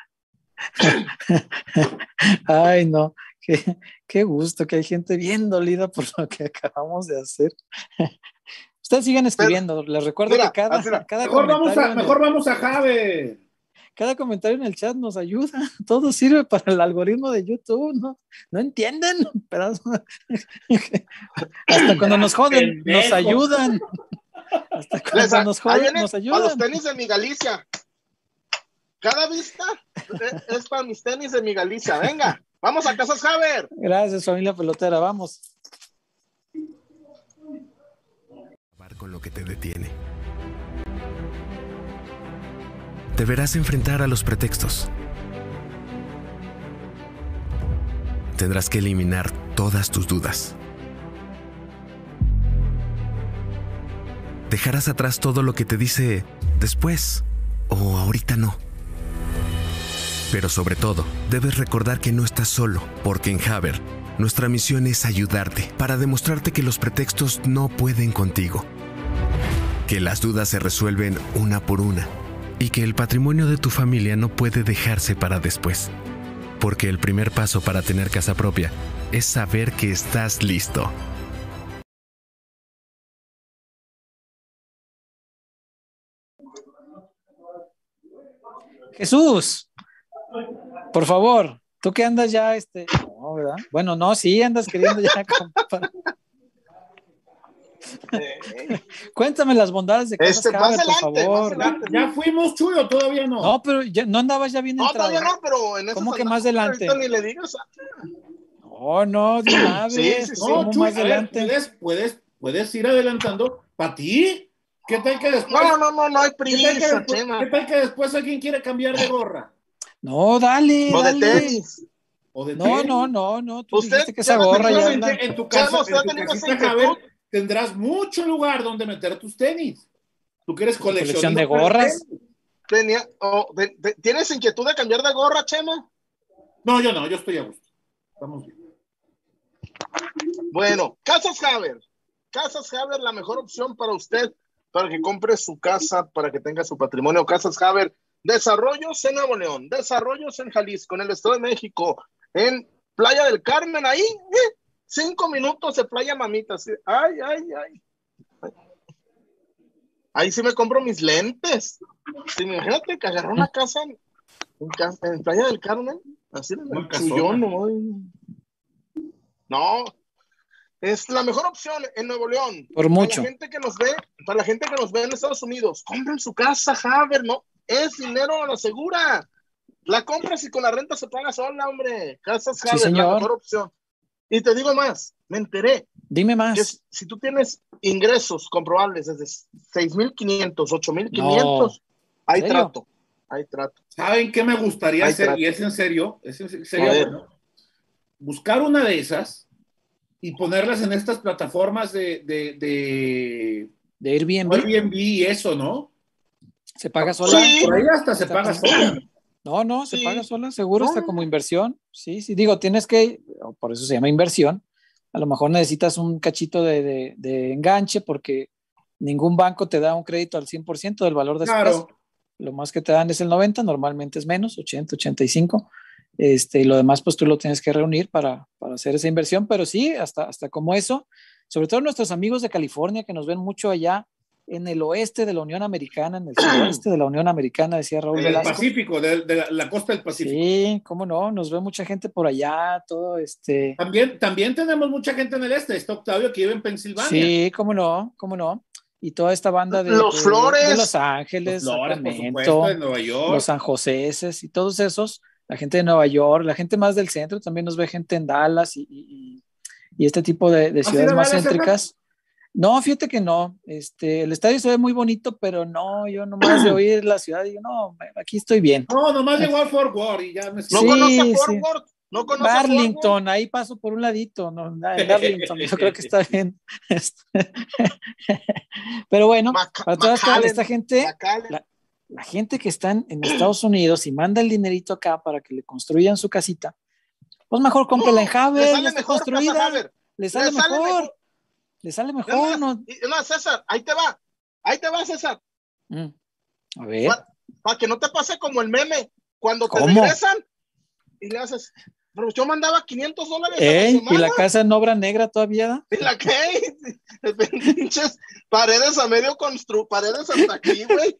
Ay, no. Qué, qué gusto que hay gente bien dolida por lo que acabamos de hacer. Ustedes sigan escribiendo. Les recuerdo Mira, que cada, así la- cada Mejor vamos comentario a, en mejor el, vamos a Jave. cada comentario en el chat nos ayuda. Todo sirve para el algoritmo de YouTube, ¿no? ¿No entienden? Pero hasta cuando nos joden, nos Pendejo. ayudan. Hasta Les- cuando nos ahí joden, vienen nos para los ayudan. tenis de mi Galicia. Cada vista es, es para mis tenis de mi Galicia. Venga, vamos a Casas Haber. Gracias, familia pelotera. Vamos. Con lo que te detiene. Deberás enfrentar a los pretextos. Tendrás que eliminar todas tus dudas. Dejarás atrás todo lo que te dice después o ahorita no. Pero sobre todo, debes recordar que no estás solo, porque en Haber, nuestra misión es ayudarte para demostrarte que los pretextos no pueden contigo. Que las dudas se resuelven una por una y que el patrimonio de tu familia no puede dejarse para después. Porque el primer paso para tener casa propia es saber que estás listo. Jesús, por favor, tú que andas ya, este, no, ¿verdad? Bueno, no, sí, andas queriendo ya comprar. Cuéntame las bondades de Casas Este, Haber, más por adelante, más favor. adelante. ¿Ya fuimos, Chuy, o todavía no? No, pero ya, no andabas ya bien No, entrado. todavía no, pero en eso ¿Cómo que más adelante? Ni le digas. No, no, de una Sí, vez. sí, sí. ¿Cómo No, Chuy, más a ver, adelante? puedes, puedes, puedes ir adelantando. ¿Para ti? ¿Qué tal que después? No, no, no, no hay ¿Qué tal que prisa, después, Chema. ¿qué tal que después alguien quiere cambiar de gorra? No, dale, O de dale. tenis. ¿O de No, tenis? no, no, no. Tú Usted dijiste que esa ya me gorra ya seguramente anda. En tu casa, Chema, usted en tu tenía esa casita, inquietud. Javier, tendrás mucho lugar donde meter tus tenis. Tú que eres Colección coleccionista de gorras. tenis. Tenía, oh, de- de- ¿Tienes inquietud de cambiar de gorra, Chema? No, yo no, yo estoy a gusto. Estamos bien. Bueno, Casas Haber. Casas Haber, la mejor opción para usted, para que compre su casa, para que tenga su patrimonio. Casas Haber, desarrollos en Nuevo León, desarrollos en Jalisco, en el Estado de México, en Playa del Carmen, ahí, eh, cinco minutos de Playa Mamita. Sí. Ay, ay, ay. Ahí sí me compro mis lentes. Sí, imagínate que agarró una casa en, en, ca- en Playa del Carmen, así en Una el casona. Chullón, ¿no? No, es la mejor opción en Nuevo León. Por mucho. Para la gente que nos ve, para la gente que nos ve en Estados Unidos, compren su casa, Haber, ¿no? Es dinero a la segura. La compras y con la renta se paga sola, hombre. Casas Sí, Haber, señor. la mejor opción. Y te digo más, me enteré Dime que más. si, si tú tienes ingresos comprobables desde seis mil quinientos, ocho mil quinientos, No. hay ¿Serio? trato, hay trato. ¿Saben qué me gustaría Hay hacer? trato. Y es en serio, es en A serio, ver. bueno, buscar una de esas y ponerlas en estas plataformas de, de, de De Airbnb. Airbnb y eso, ¿no? Se paga sola. Sí. Por ahí hasta se Está paga pasando. sola. No, no, se Sí. paga sola, seguro, No, hasta no, como no. inversión. Sí, sí, digo, tienes que, por eso se llama inversión. A lo mejor necesitas un cachito de, de, de enganche porque ningún banco te da un crédito al cien por ciento del valor de su casa. Claro. Lo más que te dan es el noventa, normalmente es menos, ochenta, ochenta y cinco. este, y lo demás pues tú lo tienes que reunir para, para hacer esa inversión, pero sí, hasta, hasta como eso, sobre todo nuestros amigos de California que nos ven mucho allá en el oeste de la Unión Americana, en el suroeste de la Unión Americana, decía Raúl Del Velasco. Pacífico, de, de la, la costa del Pacífico. Sí, cómo no, nos ve mucha gente por allá, todo este... También, también tenemos mucha gente en el este, está Octavio que vive en Pensilvania. Sí, cómo no, cómo no. Y toda esta banda de Los de, Flores, de Los Ángeles, Los Flores, por Sacramento, supuesto, de Nueva York. los San Joseses y todos esos, la gente de Nueva York, la gente más del centro, también nos ve gente en Dallas y, y, y este tipo de, de ciudades más Dallas, céntricas. No, fíjate que no, este, el estadio se ve muy bonito, pero no, yo nomás de oír la ciudad digo, no, aquí estoy bien. No, nomás llegó al Fort Worth y ya me... ¿No Sí, conoce Fort sí. Worth? ¿No conoce Darlington, ahí paso por un ladito, no, en Darlington, yo creo que está bien. Pero bueno, Mac para toda esta, McAllen, esta gente, la, la gente que está en, en Estados Unidos y manda el dinerito acá para que le construyan su casita, pues mejor cómprela en Haber, ya está mejor, construida, Haber. le sale, le sale mejor, mejor, le sale mejor. No, no, no, César, ahí te va, ahí te va, César. Mm. A ver. Para, para que no te pase como el meme, cuando te ¿Cómo? regresan y le haces, pero yo mandaba quinientos dólares Ey, a la semana. ¿y la casa en obra negra todavía? ¿Y la qué? Pinches paredes a medio constru, paredes hasta aquí, güey.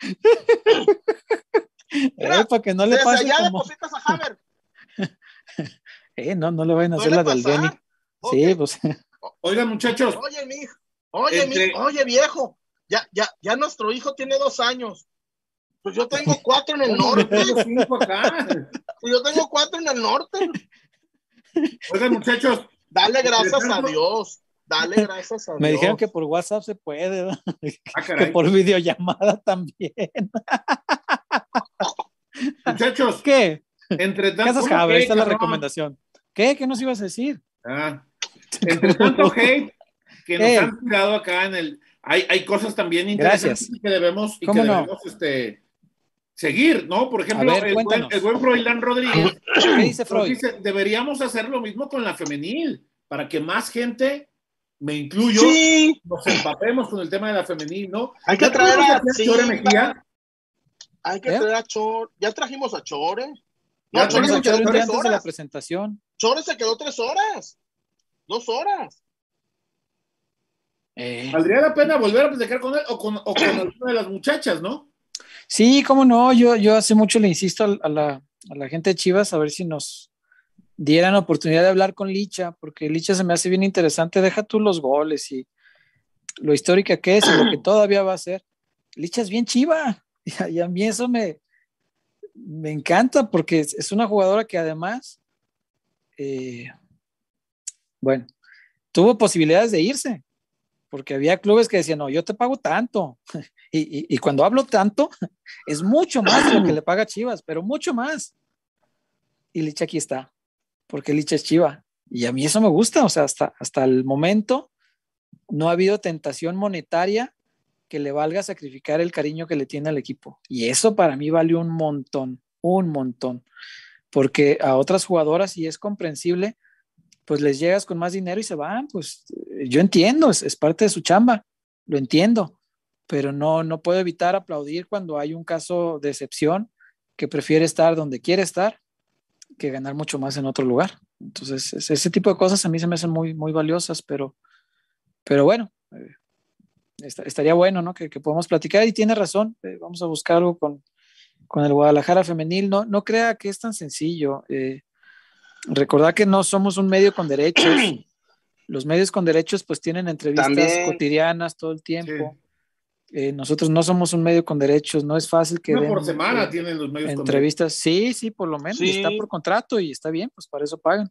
Eh, para que no le desde pase allá como... depositas a Haber. Eh, no, no le vayan a hacer ¿Suele la del pasar? Benny. Okay. Sí, pues. Oigan, muchachos. Oye, mi hijo, oye, Entre... mi, oye, viejo, ya, ya, ya nuestro hijo tiene dos años. Pues yo tengo cuatro en el norte. Yo tengo cinco acá. Pues yo tengo cuatro en el norte. Oigan, muchachos. Dale gracias a Dios. Dale gracias a Dios. Me dijeron que por WhatsApp se puede, ¿no? Ah, que por videollamada también. Muchachos. ¿Qué? Entre tanto Casas Haber, esta es la cabrón. recomendación. ¿Qué? ¿Qué nos ibas a decir? Ah, entre tanto hate que nos Hey. han tirado acá en el... Hay, hay cosas también interesantes Gracias. que debemos, y ¿Cómo que no? debemos este, seguir, ¿no? Por ejemplo, A ver, el, buen, cuéntanos. el buen Froilán Rodríguez ¿Qué dice nos Freud? dice, deberíamos hacer lo mismo con la femenil, para que más gente, me incluyo, Sí. nos empapemos con el tema de la femenil, ¿no? Hay que Ya traer tuvimos a aquí Chore Silva. Mejía. Hay que ¿Eh? traer a Chore. Ya trajimos a Chore. Ya No, Chore Vamos a se quedó echar un día tres antes de la horas. presentación. Chore se quedó tres horas. Dos horas. Eh. Valdría la pena volver a platicar con él o con, o con alguna de las muchachas, ¿no? Sí, cómo no, yo, yo hace mucho le insisto a, a, la, a la gente de Chivas a ver si nos dieran oportunidad de hablar con Licha, porque Licha se me hace bien interesante, deja tú los goles y lo histórica que es y lo que todavía va a ser. Licha es bien chiva, y a, y a mí eso me, me encanta, porque es, es una jugadora que además, eh, bueno, tuvo posibilidades de irse, porque había clubes que decían, no, yo te pago tanto, y, y, y cuando hablo tanto, es mucho más de lo que le paga Chivas, pero mucho más. Y Licha aquí está, porque Licha es Chiva, y a mí eso me gusta, o sea, hasta, hasta el momento no ha habido tentación monetaria que le valga sacrificar el cariño que le tiene al equipo, y eso para mí vale un montón, un montón, porque a otras jugadoras, y es comprensible, pues les llegas con más dinero y se van, pues yo entiendo, es, es parte de su chamba, lo entiendo, pero no, no puedo evitar aplaudir cuando hay un caso de excepción que prefiere estar donde quiere estar que ganar mucho más en otro lugar. Entonces, ese tipo de cosas a mí se me hacen muy, muy valiosas, pero, pero bueno, eh, est estaría bueno, ¿no? Que, que podamos platicar, y tiene razón, eh, vamos a buscar algo con, con el Guadalajara femenil, no, no crea que es tan sencillo, eh, recordar que no somos un medio con derechos. Los medios con derechos pues tienen entrevistas También. cotidianas todo el tiempo. Sí. Eh, nosotros no somos un medio con derechos, no es fácil que Una den por semana eh, tienen los medios entrevistas. Sí, sí, por lo menos. Sí. Está por contrato y está bien, pues para eso pagan.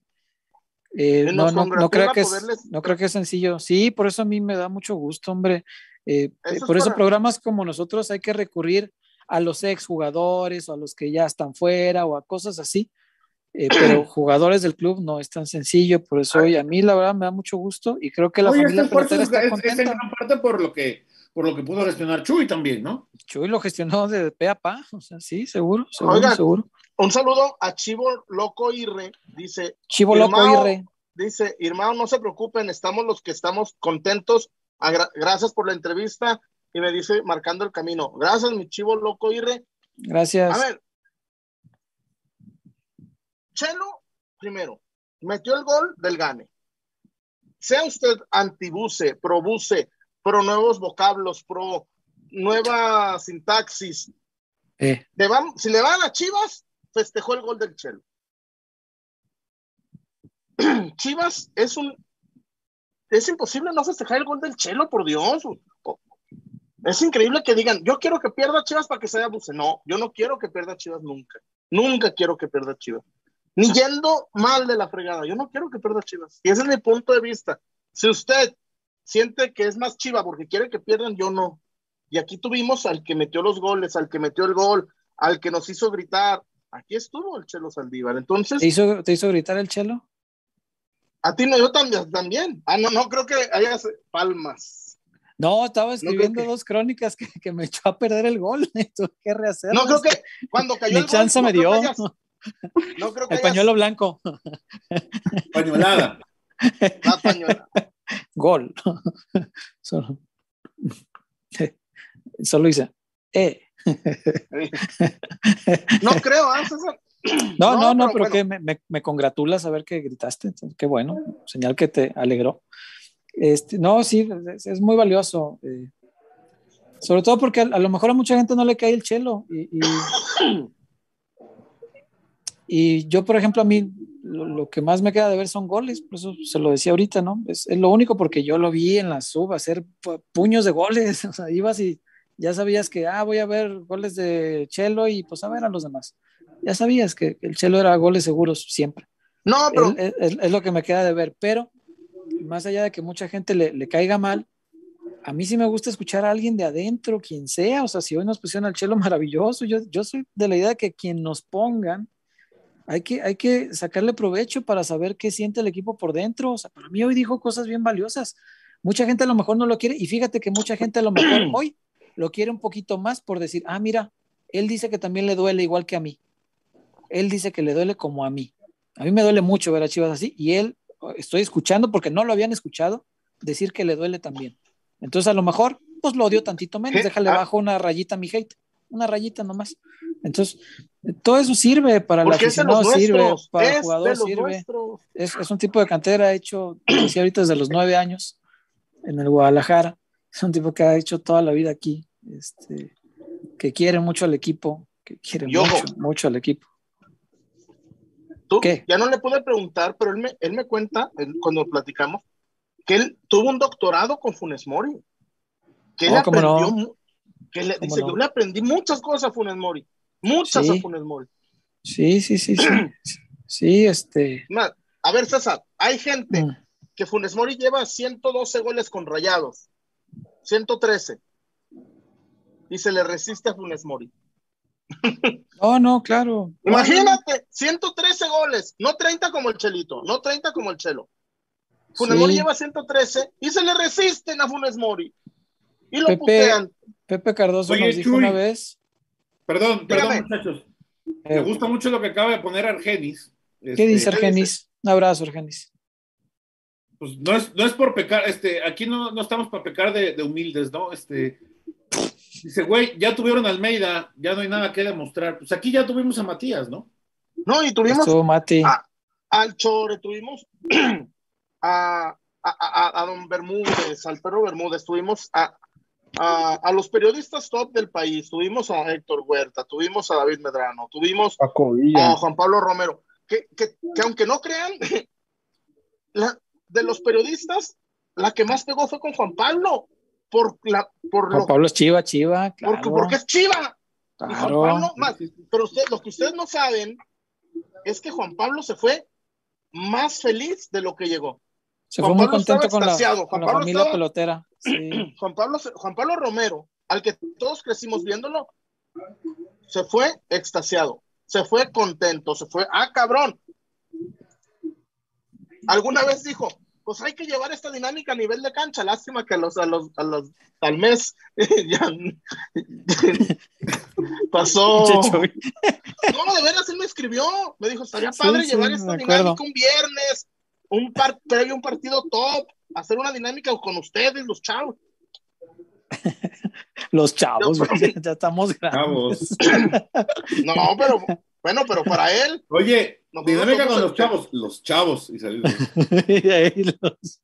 Eh, no, Nos no, no, creo congratula que es, poderles- no creo que es sencillo. Sí, por eso a mí me da mucho gusto, hombre. Eh, Eso es por eso para- programas como nosotros hay que recurrir a los exjugadores o a los que ya están fuera o a cosas así. Eh, pero jugadores del club no es tan sencillo, por eso hoy a mí la verdad me da mucho gusto y creo que la Oye, familia este esfuerzo pelotera es, está es- es en contenta. gran parte por lo que por lo que pudo gestionar Chuy también, ¿no? Chuy lo gestionó de pe a pa, o sea, sí, seguro, seguro, Oigan, seguro. Un saludo a Chivo Loco Irre. Dice, Chivo Loco Irmao, Irre. Dice, Irmao, no se preocupen, estamos los que estamos contentos. Agra gracias por la entrevista. Y me dice, marcando el camino. Gracias, mi Chivo Loco Irre. Gracias. A ver, Chelo, primero, metió el gol del gane. Sea usted antibuce, pro buce, pro nuevos vocablos, pro nueva sintaxis. Eh. Le van, si le van a Chivas, festejó el gol del Chelo. Chivas es un es imposible no festejar el gol del Chelo, por Dios. Es increíble que digan, yo quiero que pierda Chivas para que se abuse. No, yo no quiero que pierda Chivas nunca. Nunca quiero que pierda Chivas. Ni yendo mal de la fregada. Yo no quiero que pierda Chivas. Y ese es mi punto de vista. Si usted siente que es más Chiva porque quiere que pierdan, yo no. Y aquí tuvimos al que metió los goles, al que metió el gol, al que nos hizo gritar. Aquí estuvo el Chelo Saldívar. Entonces, ¿Te hizo, te hizo gritar el Chelo? A ti no, yo también. también. Ah, no, no creo que hayas palmas. No, estaba escribiendo no que... dos crónicas que, que me echó a perder el gol. Tuve que rehacerlas. No creo que cuando cayó Ni el chance gol, me dio. Hayas, no creo que el hayas... pañuelo blanco. Pañuelada. La pañuelada. Gol. Solo, Solo hice. Eh. No creo, ¿eh, César? No, no, no, no, pero, pero bueno. que me, me, me congratula saber que gritaste. Qué bueno, señal que te alegró. Este, no, sí, es, es muy valioso. Eh, sobre todo porque a, a lo mejor a mucha gente no le cae el Chelo. Y, y, y yo, por ejemplo, a mí lo, lo que más me queda de ver son goles. Por eso se lo decía ahorita, ¿no? Es, es lo único porque yo lo vi en la sub hacer puños de goles. O sea, ibas y ya sabías que, ah, voy a ver goles de Chelo y pues a ver a los demás. Ya sabías que el Chelo era goles seguros siempre. No, pero... Es, es, es lo que me queda de ver, pero más allá de que mucha gente le, le caiga mal, a mí sí me gusta escuchar a alguien de adentro, quien sea. O sea, si hoy nos pusieron al Chelo, maravilloso. Yo, yo soy de la idea de que quien nos pongan, hay que, hay que sacarle provecho para saber qué siente el equipo por dentro. O sea, para mí hoy dijo cosas bien valiosas. Mucha gente a lo mejor no lo quiere, y fíjate que mucha gente a lo mejor hoy lo quiere un poquito más por decir, ah, mira, él dice que también le duele igual que a mí. Él dice que le duele como a mí. A mí me duele mucho ver a Chivas así, y él, estoy escuchando porque no lo habían escuchado, decir que le duele también. Entonces a lo mejor, pues lo odio tantito menos, ¿Qué? déjale Ah. bajo una rayita a mi hate, una rayita nomás. Entonces, todo eso sirve para el Porque es de los aficionado, sirve nuestros, para el es de jugador, los sirve. nuestros. Es, es un tipo de cantera hecho, decía ahorita, desde los nueve años en el Guadalajara. Es un tipo que ha hecho toda la vida aquí, este, que quiere mucho al equipo, que quiere Y ojo. mucho, mucho al equipo. ¿Tú? ¿Qué? Ya no le pude preguntar, pero él me, él me cuenta, él, cuando platicamos, que él tuvo un doctorado con Funes Mori. Que él Oh, ¿cómo aprendió, no? mu- que le, ¿Cómo dice, no? yo le aprendí muchas cosas a Funes Mori. Muchas Sí. a Funes Mori. Sí, sí, sí, sí. Sí, este. Más, a ver, César, hay gente mm, que Funes Mori lleva ciento doce goles con Rayados, ciento trece, y se le resiste a Funes Mori. No, no, claro. Imagínate, ciento trece goles, no treinta como el Chelito, no treinta como el Chelo. Funes Sí. Mori lleva ciento trece y se le resisten a Funes Mori. Y lo Pepe, putean. Pepe Cardoso Oye, nos dijo Chuy. una vez. Perdón, perdón, Dígame. muchachos. eh, Me gusta mucho lo que acaba de poner Argenis. ¿Qué Este, dice Argenis? Un abrazo, Argenis. Pues no es, no es por pecar, este, aquí no, no estamos para pecar de, de humildes, ¿no? Este, dice, güey, ya tuvieron a Almeida, ya no hay nada que demostrar. Pues aquí ya tuvimos a Matías, ¿no? No, y tuvimos Estuvo Mati. a, al Chore, tuvimos a, a, a, a don Bermúdez, al perro Bermúdez, tuvimos a, a, a los periodistas top del país, tuvimos a Héctor Huerta, tuvimos a David Medrano, tuvimos Paco Villa. a Juan Pablo Romero, que, que, que aunque no crean, la, de los periodistas, la que más pegó fue con Juan Pablo, por, la, por Juan lo Pablo es Chiva, Chiva, claro. porque, porque es Chiva. Y Juan Claro. Pablo, más, pero usted, lo que ustedes no saben es que Juan Pablo se fue más feliz de lo que llegó. Se Juan fue muy Pablo contento estaba con la, extasiado. con Juan la Pablo familia estaba- pelotera. Sí. Juan Pablo, Juan Pablo Romero, al que todos crecimos viéndolo, se fue extasiado, se fue contento, se fue, ah, cabrón. Alguna vez dijo, pues hay que llevar esta dinámica a nivel de cancha. Lástima que a los, a los, a los, al mes ya pasó. Che, Chuy. No, de veras, él me escribió. Me dijo, estaría Sí, padre sí, llevar me esta acuerdo. dinámica un viernes, un par previo a un partido top, hacer una dinámica con ustedes, los chavos. Los chavos, No, güey, ya, ya estamos Chavos. grandes. No, pero, Bueno, pero para él. Oye, nosotros dinámica somos con el- los chavos, los chavos. Y salir. Y ahí los-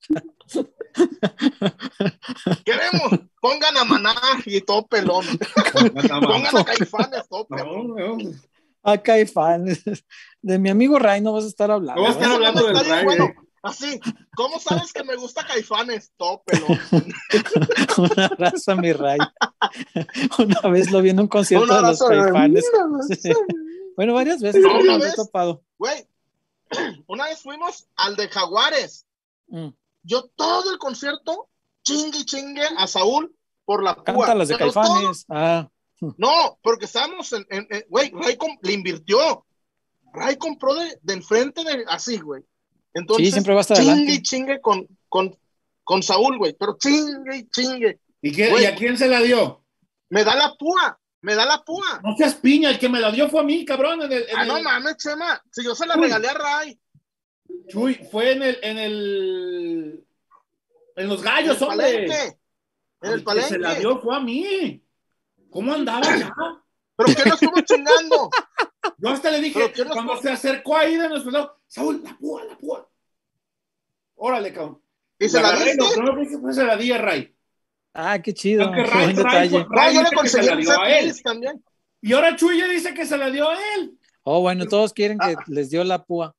Queremos, pongan a Maná y todo pelón. Pongan a Caifanes, todo pelón. No, no. Acá hay fans. De mi amigo Ray no vas a estar No hablando. vas a estar ¿eh? hablando del Está bien, Ray. bueno, eh. así, ¿cómo sabes que me gusta Caifanes? Todo pelón. Un abrazo a mi Ray. Una vez lo vi en un concierto Un de los abrazo de- Caifanes. Mira, Sí. Bueno, varias veces No, creo que una nos he vez. topado. Güey, una vez fuimos al de Jaguares. Mm. Yo todo el concierto chingue y chingue a Saúl por la púa. Canta las de Pero Caifanes. Ah, todo- no, porque estábamos en, en- en- güey, Ray com- le invirtió. Ray compró de, de enfrente de así, güey. Entonces, Sí, siempre va hasta chingue adelante. y chingue con, con, con Saúl, güey. Pero chingue y chingue. ¿Y, qué- Güey. ¿Y a quién se la dio? Me da la púa, me da la púa. No seas piña, el que me la dio fue a mí, cabrón. En el, en Ah, no el- mames, Chema. Si yo se la Uy. regalé a Ray. Chuy, fue en el, en el, en los En gallos, el hombre. palenque. En el El que se la palenque. dio fue a mí. ¿Cómo andaba ya? ¿Pero qué no estuvo chingando? Yo hasta le dije, ¿Pero qué nos cuando pasa? se acercó ahí de nuestro lado, Saúl, la púa, la púa. Órale, cabrón. ¿Y se la agarré, diste? lo primero que hice fue se la di a Ray. ah, qué chido. Aunque Qué Ray- buen Ray detalle. fue- No, yo dice le que conseguí se la un dio a él. setlist también. Y ahora Chuy ya dice que se la dio a él. Oh, bueno, todos quieren que Ah. les dio la púa.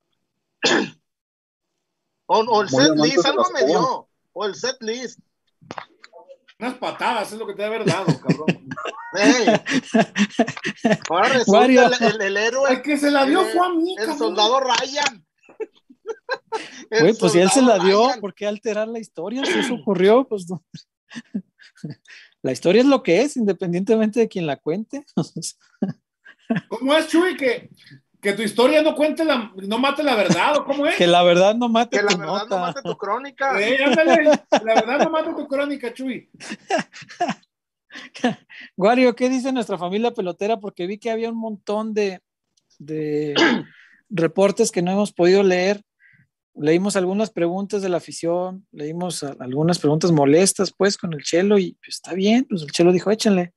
O, o el Muy set amantes list, de algo las me dio. O el set list. Unas patadas es lo que te debe haber dado, cabrón. Ey. Ahora resulta Wario. el, el, el héroe. El que se la dio el, fue a mí, el cabrón. soldado Ryan. El Güey, pues si él se la soldado dio, Ryan. ¿por qué alterar la historia? Si eso ocurrió, pues no. La historia es lo que es, independientemente de quien la cuente. ¿Cómo es, Chuy? Que, que tu historia no cuente la, no mate la verdad, ¿o cómo es? Que la verdad no mate Que la tu verdad nota. no mate tu crónica. Eh, ándale, la verdad no mate tu crónica, Chuy. Wario, ¿qué dice nuestra familia pelotera? Porque vi que había un montón de, de reportes que no hemos podido leer. Leímos algunas preguntas de la afición, leímos a- algunas preguntas molestas, pues, con el Chelo, y pues, está bien, pues el Chelo dijo, échenle,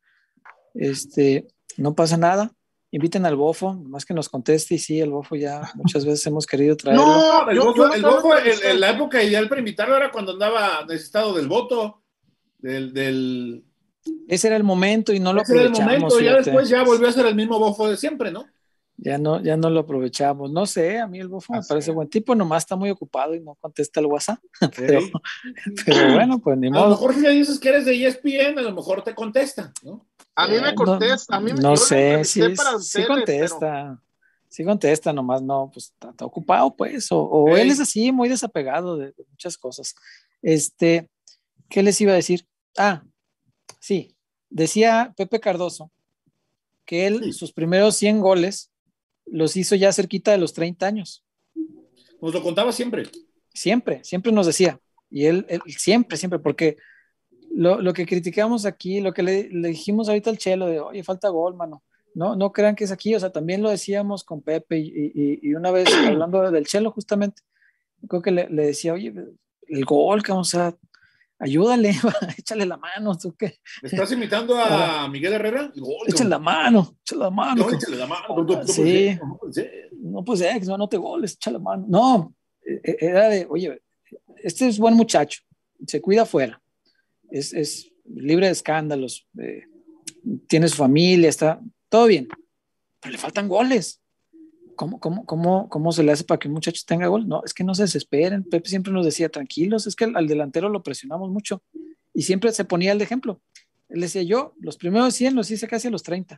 este, no pasa nada, inviten al Bofo, más que nos conteste, y sí, el Bofo ya muchas veces hemos querido traerlo. No, El yo, bofo, yo el no bofo, lo en, entrevisté. en la época ideal para invitarlo era cuando andaba necesitado del voto, del... del... Ese era el momento y no lo Ese era el aprovechamos. momento, ya fíjate. después ya volvió a ser el mismo bofo de siempre, ¿no? Ya no, ya no lo aprovechamos. No sé, a mí el Bofo me Así parece es. buen tipo, nomás está muy ocupado y no contesta el WhatsApp. Pero, Sí. pero bueno, pues ni A lo modo. mejor si le dices que eres de E S P N, a lo mejor te contesta, ¿no? A mí me Eh, contesta. No, a mí me, no yo lo sé, entrevisté sí, para sí tele, contesta. Sí contesta, nomás no, pues está, está ocupado, pues. O, o Ey. él es así, muy desapegado de, de muchas cosas. Este, ¿qué les iba a decir? Ah, sí, decía Pepe Cardoso que él, Sí. sus primeros cien goles, los hizo ya cerquita de los treinta años. Nos lo contaba siempre. Siempre, siempre nos decía. Y él, él siempre, siempre, porque lo, lo que criticamos aquí, lo que le, le dijimos ahorita al Chelo, de, oye, falta gol, mano. No, no crean que es aquí, o sea, también lo decíamos con Pepe y, y, y una vez hablando del Chelo justamente, creo que le, le decía, oye, el gol, que vamos a, ayúdale, échale la mano, ¿tú qué? ¿Estás imitando a Miguel Herrera? Gol, Échale la mano, échale la mano. No, échale la mano. No, no, no Sí. puede ser, no puede ser. No, pues eh, que no anote goles, echa la mano. No, eh, era de, oye, este es buen muchacho, se cuida afuera, es, es libre de escándalos, eh, tiene su familia, está todo bien, pero le faltan goles. ¿Cómo, cómo, cómo, ¿Cómo se le hace para que un muchacho tenga gol? No, es que no se desesperen. Pepe siempre nos decía, tranquilos, es que al, al delantero lo presionamos mucho y siempre se ponía el de ejemplo. Él decía, yo los primeros cien los hice casi a los treinta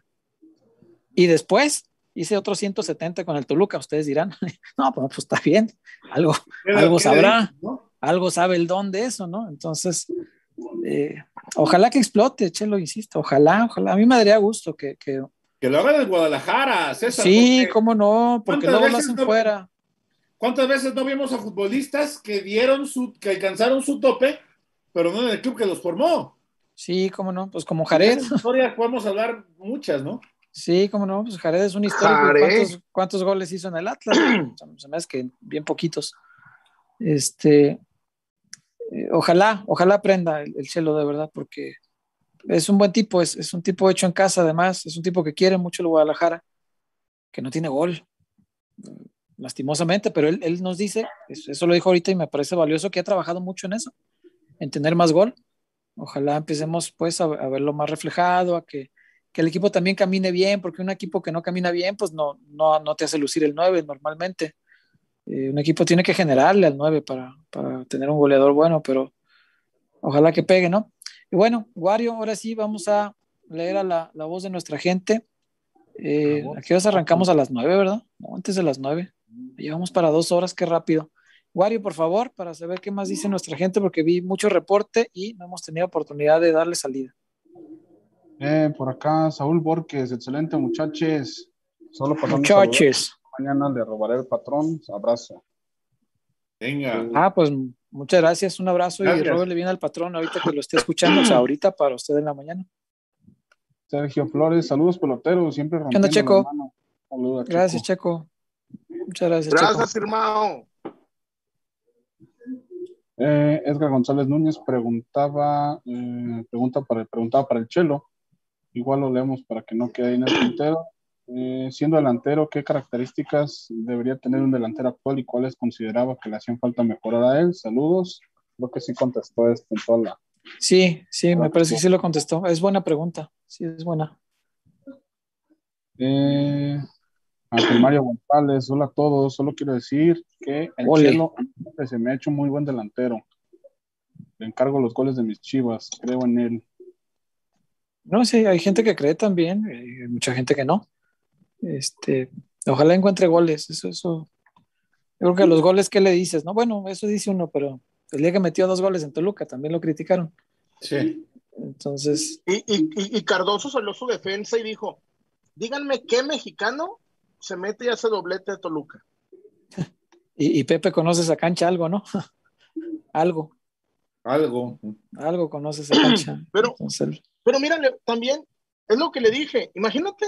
y después hice otros ciento setenta con el Toluca. Ustedes dirán, no, pues, pues está bien, algo, Queda- algo queda sabrá, ahí, ¿no? algo sabe el don de eso, ¿no? Entonces, eh, ojalá que explote, Chelo, insisto, ojalá, ojalá. A mí me daría gusto que, que Que lo hagan en Guadalajara, César. sí, porque cómo no, porque ¿cuántas luego lo veces hacen no- fuera. ¿Cuántas veces no vimos a futbolistas que dieron su, que alcanzaron su tope, pero no en el club que los formó? Sí, cómo no, pues como Jared. De esas historias podemos hablar muchas, ¿no? Sí, cómo no, pues Jared es un histórico. Jared. ¿Cuántos, cuántos goles hizo en el Atlas? Se me hace que bien poquitos. Este, eh, ojalá, ojalá aprenda el, el Chelo de verdad, porque es un buen tipo, es, es un tipo hecho en casa además, es un tipo que quiere mucho el Guadalajara, que no tiene gol, lastimosamente, pero él, él nos dice, eso lo dijo ahorita y me parece valioso, que ha trabajado mucho en eso, en tener más gol. Ojalá empecemos pues a, a verlo más reflejado, a que, que el equipo también camine bien, porque un equipo que no camina bien, pues no, no, no te hace lucir el nueve normalmente. Eh, un equipo tiene que generarle al nueve para, para tener un goleador bueno, pero ojalá que pegue, ¿no? Y bueno, Wario, ahora sí vamos a leer a la, la voz de nuestra gente. Eh, aquí nos arrancamos a las nueve, ¿verdad? No, antes de las nueve. Llevamos para dos horas, qué rápido. Wario, por favor, para saber qué más dice nuestra gente, porque vi mucho reporte y no hemos tenido oportunidad de darle salida. Eh, por acá, Saúl Borges, excelente, muchachos. Solo pasando Muchachos. Mañana le robaré el patrón. Abrazo. Venga. Ah, pues muchas gracias, un abrazo. Gracias. Y róbele bien al patrón ahorita que lo esté escuchando, o sea, ahorita para usted en la mañana. Sergio Flores, saludos peloteros, siempre rompiendo. ¿Qué onda, Checo? la mano. Saludos, Gracias, Checo. Muchas gracias, Gracias, Checo. hermano. Eh, Edgar González Núñez preguntaba, eh, pregunta para, preguntaba para el Chelo. Igual lo leemos para que no quede ahí en el tintero. Eh, siendo delantero, ¿qué características debería tener un delantero actual y cuáles consideraba que le hacían falta mejorar a él? Saludos. Creo que sí contestó esto en toda la... Sí, sí, me parece que sí lo contestó. Es buena pregunta. Sí, es buena. Eh, Ángel Mario González, hola a todos. Solo quiero decir que el Ole. Chelo se me ha hecho muy buen delantero. Le encargo los goles de mis Chivas, creo en él. No, sí, hay gente que cree también, eh, hay mucha gente que no. Este, ojalá encuentre goles. Eso, eso. Yo creo que los goles que le dices, no, bueno, eso dice uno, pero el día que metió dos goles en Toluca también lo criticaron. Sí. Entonces, Y, y, y Cardoso salió su defensa y dijo, díganme qué mexicano se mete y hace doblete de Toluca. y, y Pepe conoce esa cancha algo, ¿no? algo, Algo. algo conoce esa cancha. Pero, Entonces, pero mírale, también es lo que le dije. Imagínate,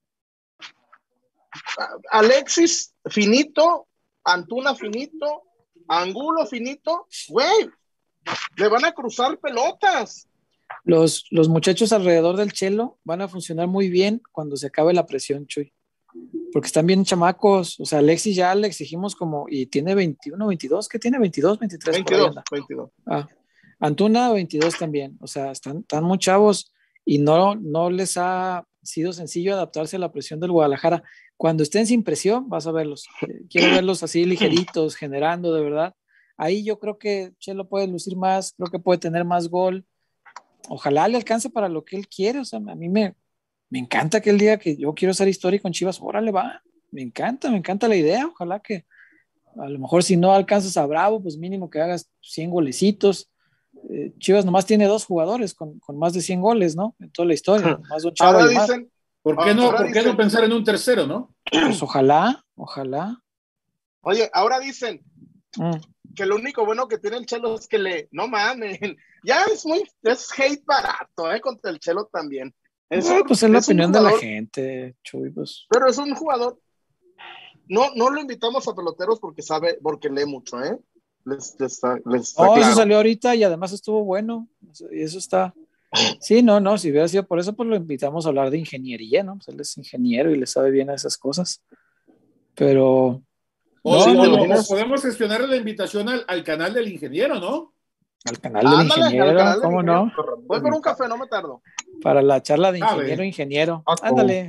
Alexis finito, Antuna finito, Angulo finito, güey, le van a cruzar pelotas. los, los muchachos alrededor del Chelo van a funcionar muy bien cuando se acabe la presión, Chuy. Porque están bien chamacos. O sea, Alexis ya le exigimos como, y tiene veintiuno, veintidós, ¿qué tiene? veintidós, veintitrés. veintidós, veintidós. Ah, Antuna veintidós también. O sea, están, están muy chavos y no, no les ha sido sencillo adaptarse a la presión del Guadalajara. Cuando estén sin presión, vas a verlos. Quiero verlos así ligeritos, generando de verdad. Ahí yo creo que Chelo puede lucir más, creo que puede tener más gol. Ojalá le alcance para lo que él quiere. O sea, a mí me, me encanta que el día que yo quiero ser histórico en Chivas, órale, va. Me encanta, me encanta la idea. Ojalá que a lo mejor si no alcanzas a Bravo, pues mínimo que hagas cien golecitos. Eh, Chivas nomás tiene dos jugadores con, con más de cien goles, ¿no? En toda la historia. Más de un chavo Ahora y más. dicen, ¿Por qué, no, ahora ¿por qué dicen, no pensar en un tercero, no? Pues ojalá, ojalá. oye, ahora dicen Mm. que lo único bueno que tiene el Chelo es que le, no mames, ya es muy, es hate barato, eh, contra el Chelo también. Es, No, pues es la es un opinión de la jugador, gente, Chuy, pues. pero es un jugador. No, no lo invitamos a peloteros porque sabe, porque lee mucho, ¿eh? Les, les está, les está No, claro. eso salió ahorita y además estuvo bueno. Y eso está. Sí, no, no, si hubiera sido por eso, pues lo invitamos a hablar de ingeniería, ¿no? Pues él es ingeniero y le sabe bien a esas cosas. Pero. O, No, sí, o- no, ¿te o imaginas? podemos gestionar la invitación al, al canal del ingeniero, ¿no? Al canal del Ándale, al ingeniero, canal del ¿cómo no? ingeniero. Voy por un café, no me tardo. Para la charla de Sabe. ingeniero, ingeniero. Paco. Ándale.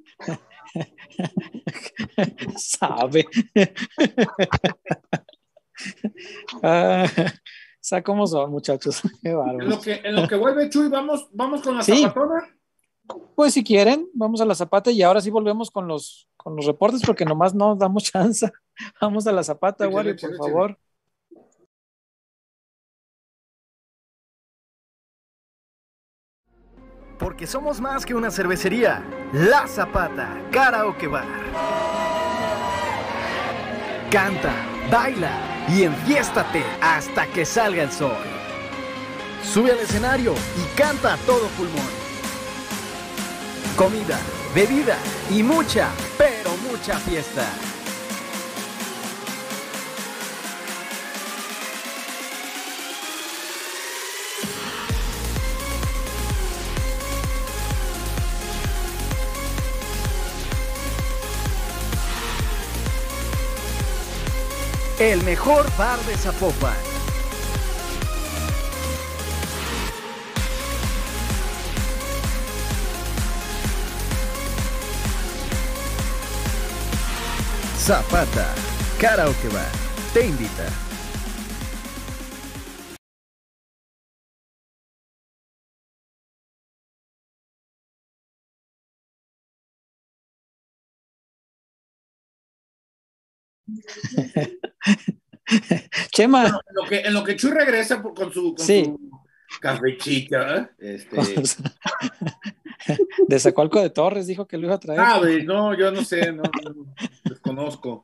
Sabe. Ah, ¿sabe cómo son, muchachos? Qué En lo bárbaros. que, en lo que vuelve Chuy, vamos, vamos con la Sí. zapatona. Pues si quieren, vamos a la Zapata y ahora sí volvemos con los, con los reportes porque nomás no damos chance. Vamos a la Zapata, Échale, Wario, échale, por échale. favor. Porque somos más que una cervecería. La Zapata, Karaoke Bar. Canta, baila y enfiéstate hasta que salga el sol. Sube al escenario y canta a todo pulmón. Comida, bebida y mucha, pero mucha fiesta. el mejor bar de Zapopan. Zapata, Karaoke Bar, te invita. Chema. Bueno, en, lo que, en lo que Chuy regresa por, con su, con Sí. su cafechita, este... De Zacualco de Torres dijo que lo iba a traer. Ah, güey, no, yo no sé, no, no, desconozco.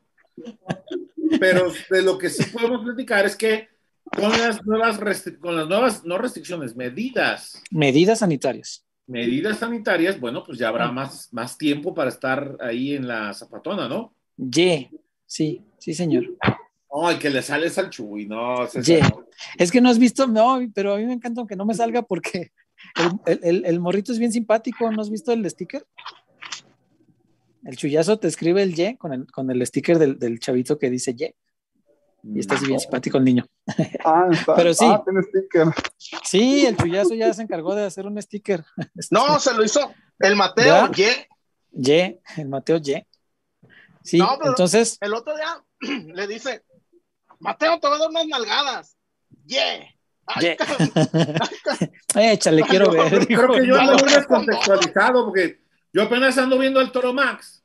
Pero de lo que sí podemos platicar es que con las nuevas, restri- con las nuevas, no restricciones, medidas, Medidas sanitarias. medidas sanitarias, bueno, pues ya habrá más, más tiempo para estar ahí en la Zapatona, ¿no? Ye, sí, sí, señor. Ay, que le sales al Chuy, no, César, Ye. no. Es que no has visto, no, pero a mí me encanta aunque no me salga porque el, el, el, el morrito es bien simpático. ¿No has visto el sticker? El chullazo te escribe el ye con el, con el sticker del, del chavito que dice ye. Y está así bien simpático el niño. Ah, está. Pero sí. Ah, tiene sticker. Sí, el chullazo ya se encargó de hacer un sticker. No, se lo hizo el Mateo, ¿Ya? ye. Ye, el Mateo ye. Sí, No, pero entonces. el otro día le dice, Mateo, te voy a dar unas nalgadas. Ye. Ay, Ye. cabrón. Échale, Ay, quiero no, ver. Creo dijo, que yo ando no, muy descontextualizado porque yo apenas ando viendo al Toro Max.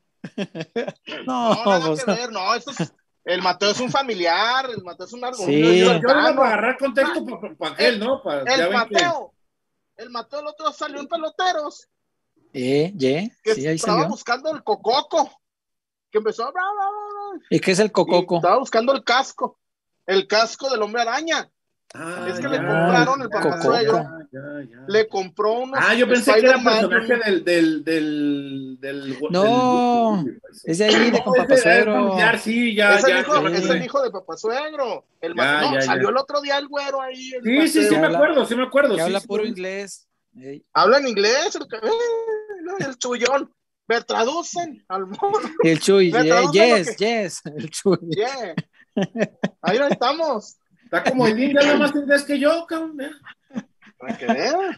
no, No, nada pues, que ver, no, esto es, el Mateo es un familiar, el Mateo es un árbol. Sí. Yo, Sí. yo lo iba para agarrar contexto para pa aquel, ¿no? Pa, ya El ven Mateo, el Mateo el otro salió en peloteros, ye, ye, que sí, ahí estaba salió. buscando el cococo, que empezó a bla, bla, bla, bla, ¿Y qué es el y cococo? estaba buscando el casco, el casco del hombre araña. Ah, Es que ya, le compraron el ya, papá Cococo. suegro, ya, ya, ya. le compró unos Ah, yo pensé que era Spider-Man personaje Junior. del del del del, No, del- es de ahí, de No, con es papá de- es suegro. familiar, sí, ya, Es el ya, hijo, ya, es sí. el hijo de papá suegro. El Ya, Mateo, no, ya, salió ya. el otro día el güero ahí, el Sí, sí, sí, Mateo. me habla- acuerdo, sí me acuerdo. Que sí, habla sí, puro sí. inglés. Ey. Habla en inglés, el, eh, el chullón. Me traducen al mono. Y el Chuy, Me ye- traducen lo yes, que. yes, el Chuy. Yeah. Ahí no estamos. Está como el indio, nada más inglés que yo, cabrón. ya. Para que vean.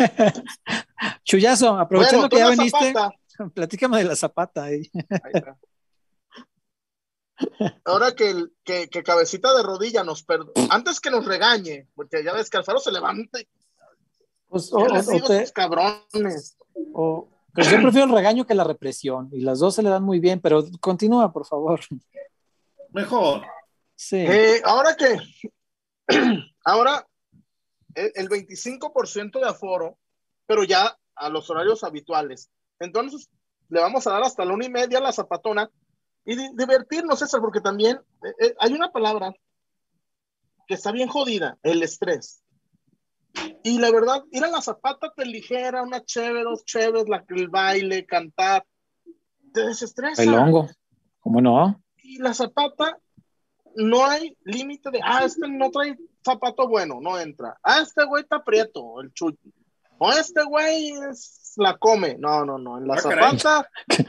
Chuyazo, aprovechando Bueno, tú que ya la viniste, Zapata. platícame de la zapata. ey. Ahí está. Ahora que, el- que, que cabecita de rodilla nos perdona. Antes que nos regañe, porque ya ves que Alfaro se levanta y Pues, ¿qué o, les o- o digo a te- estos cabrones? o- pues yo prefiero el regaño que la represión, y las dos se le dan muy bien, pero continúa, por favor. Mejor. Sí. Eh, ahora que ahora el, el veinticinco por ciento de aforo, pero ya a los horarios habituales. Entonces, le vamos a dar hasta la una y media a la Zapatona y di- divertirnos, César, porque también eh, eh, hay una palabra que está bien jodida, el estrés. Y la verdad, ir a la Zapata te ligera, una chévere, dos chéveres, la, el baile, cantar, te desestresa. El hongo, ¿cómo no? Y la Zapata, no hay límite de, ah, este no trae zapato bueno, no entra. Ah, este güey está prieto, el Chuy. O este güey es, la come. No, no, no. En la Ah, caray. Zapata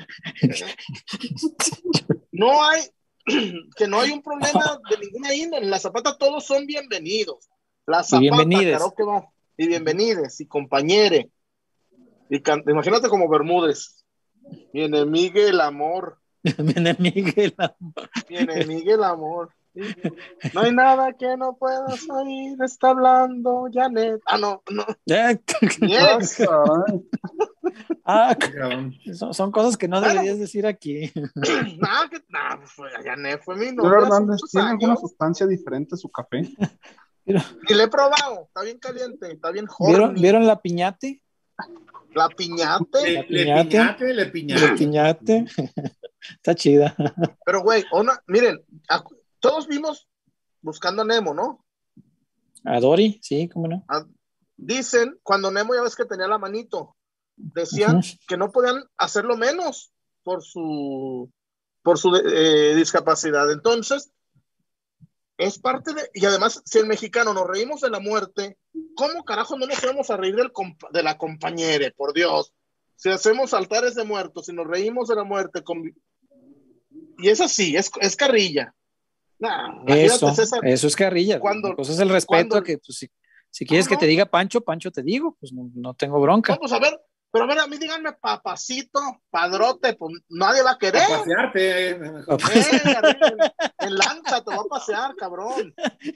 no hay, que no hay un problema de ninguna índole. En la Zapata todos son bienvenidos. La Y Zapata, bienvenides. karaoke va. Y bienvenides, y compañere. Y can- imagínate como Bermúdez. Mi enemigo el amor. Mi enemigo, la- Mi enemigo el amor. ¿Sí? No hay nada que no puedas oír. Está hablando Janet. Ah, no, no. Eh, Ah, Yes. caray. ah, Cabrón. son, son cosas que no Bueno. deberías decir aquí. Nada, que nada, fue, Janet fue mi Señor novia hace Hernández, muchos ¿tiene alguna años. sustancia diferente a su café? Y le he probado. Está bien caliente, está bien ¿Vieron, horny. ¿vieron la piñate? La piñate. Le, le piñate. piñate, le La piñate. piñate. Está chida. Pero, güey, una- miren, a- todos vimos Buscando a Nemo, ¿no? A Dory, sí, cómo no. A- dicen, cuando Nemo ya ves que tenía la manito, decían Ujú. que no podían hacerlo menos por su, por su eh, discapacidad. Entonces, es parte de... Y además, si el mexicano nos reímos de la muerte, ¿cómo carajo no nos íbamos a reír del compa- de la compañera? Por Dios. Si hacemos altares de muertos, si nos reímos de la muerte, con... y es así, es, es carrilla. Nah, Eso, César, eso es carrilla. cuando, La cosa es el respeto cuando, a que pues, si, si quieres no, que te diga Pancho, Pancho te digo, pues no, no tengo bronca. No, pues a ver, pero a ver, a mí díganme papacito, padrote, pues nadie va a querer. A pasearte. Mejor. Eh, arriba, en lanza te va a pasear, cabrón.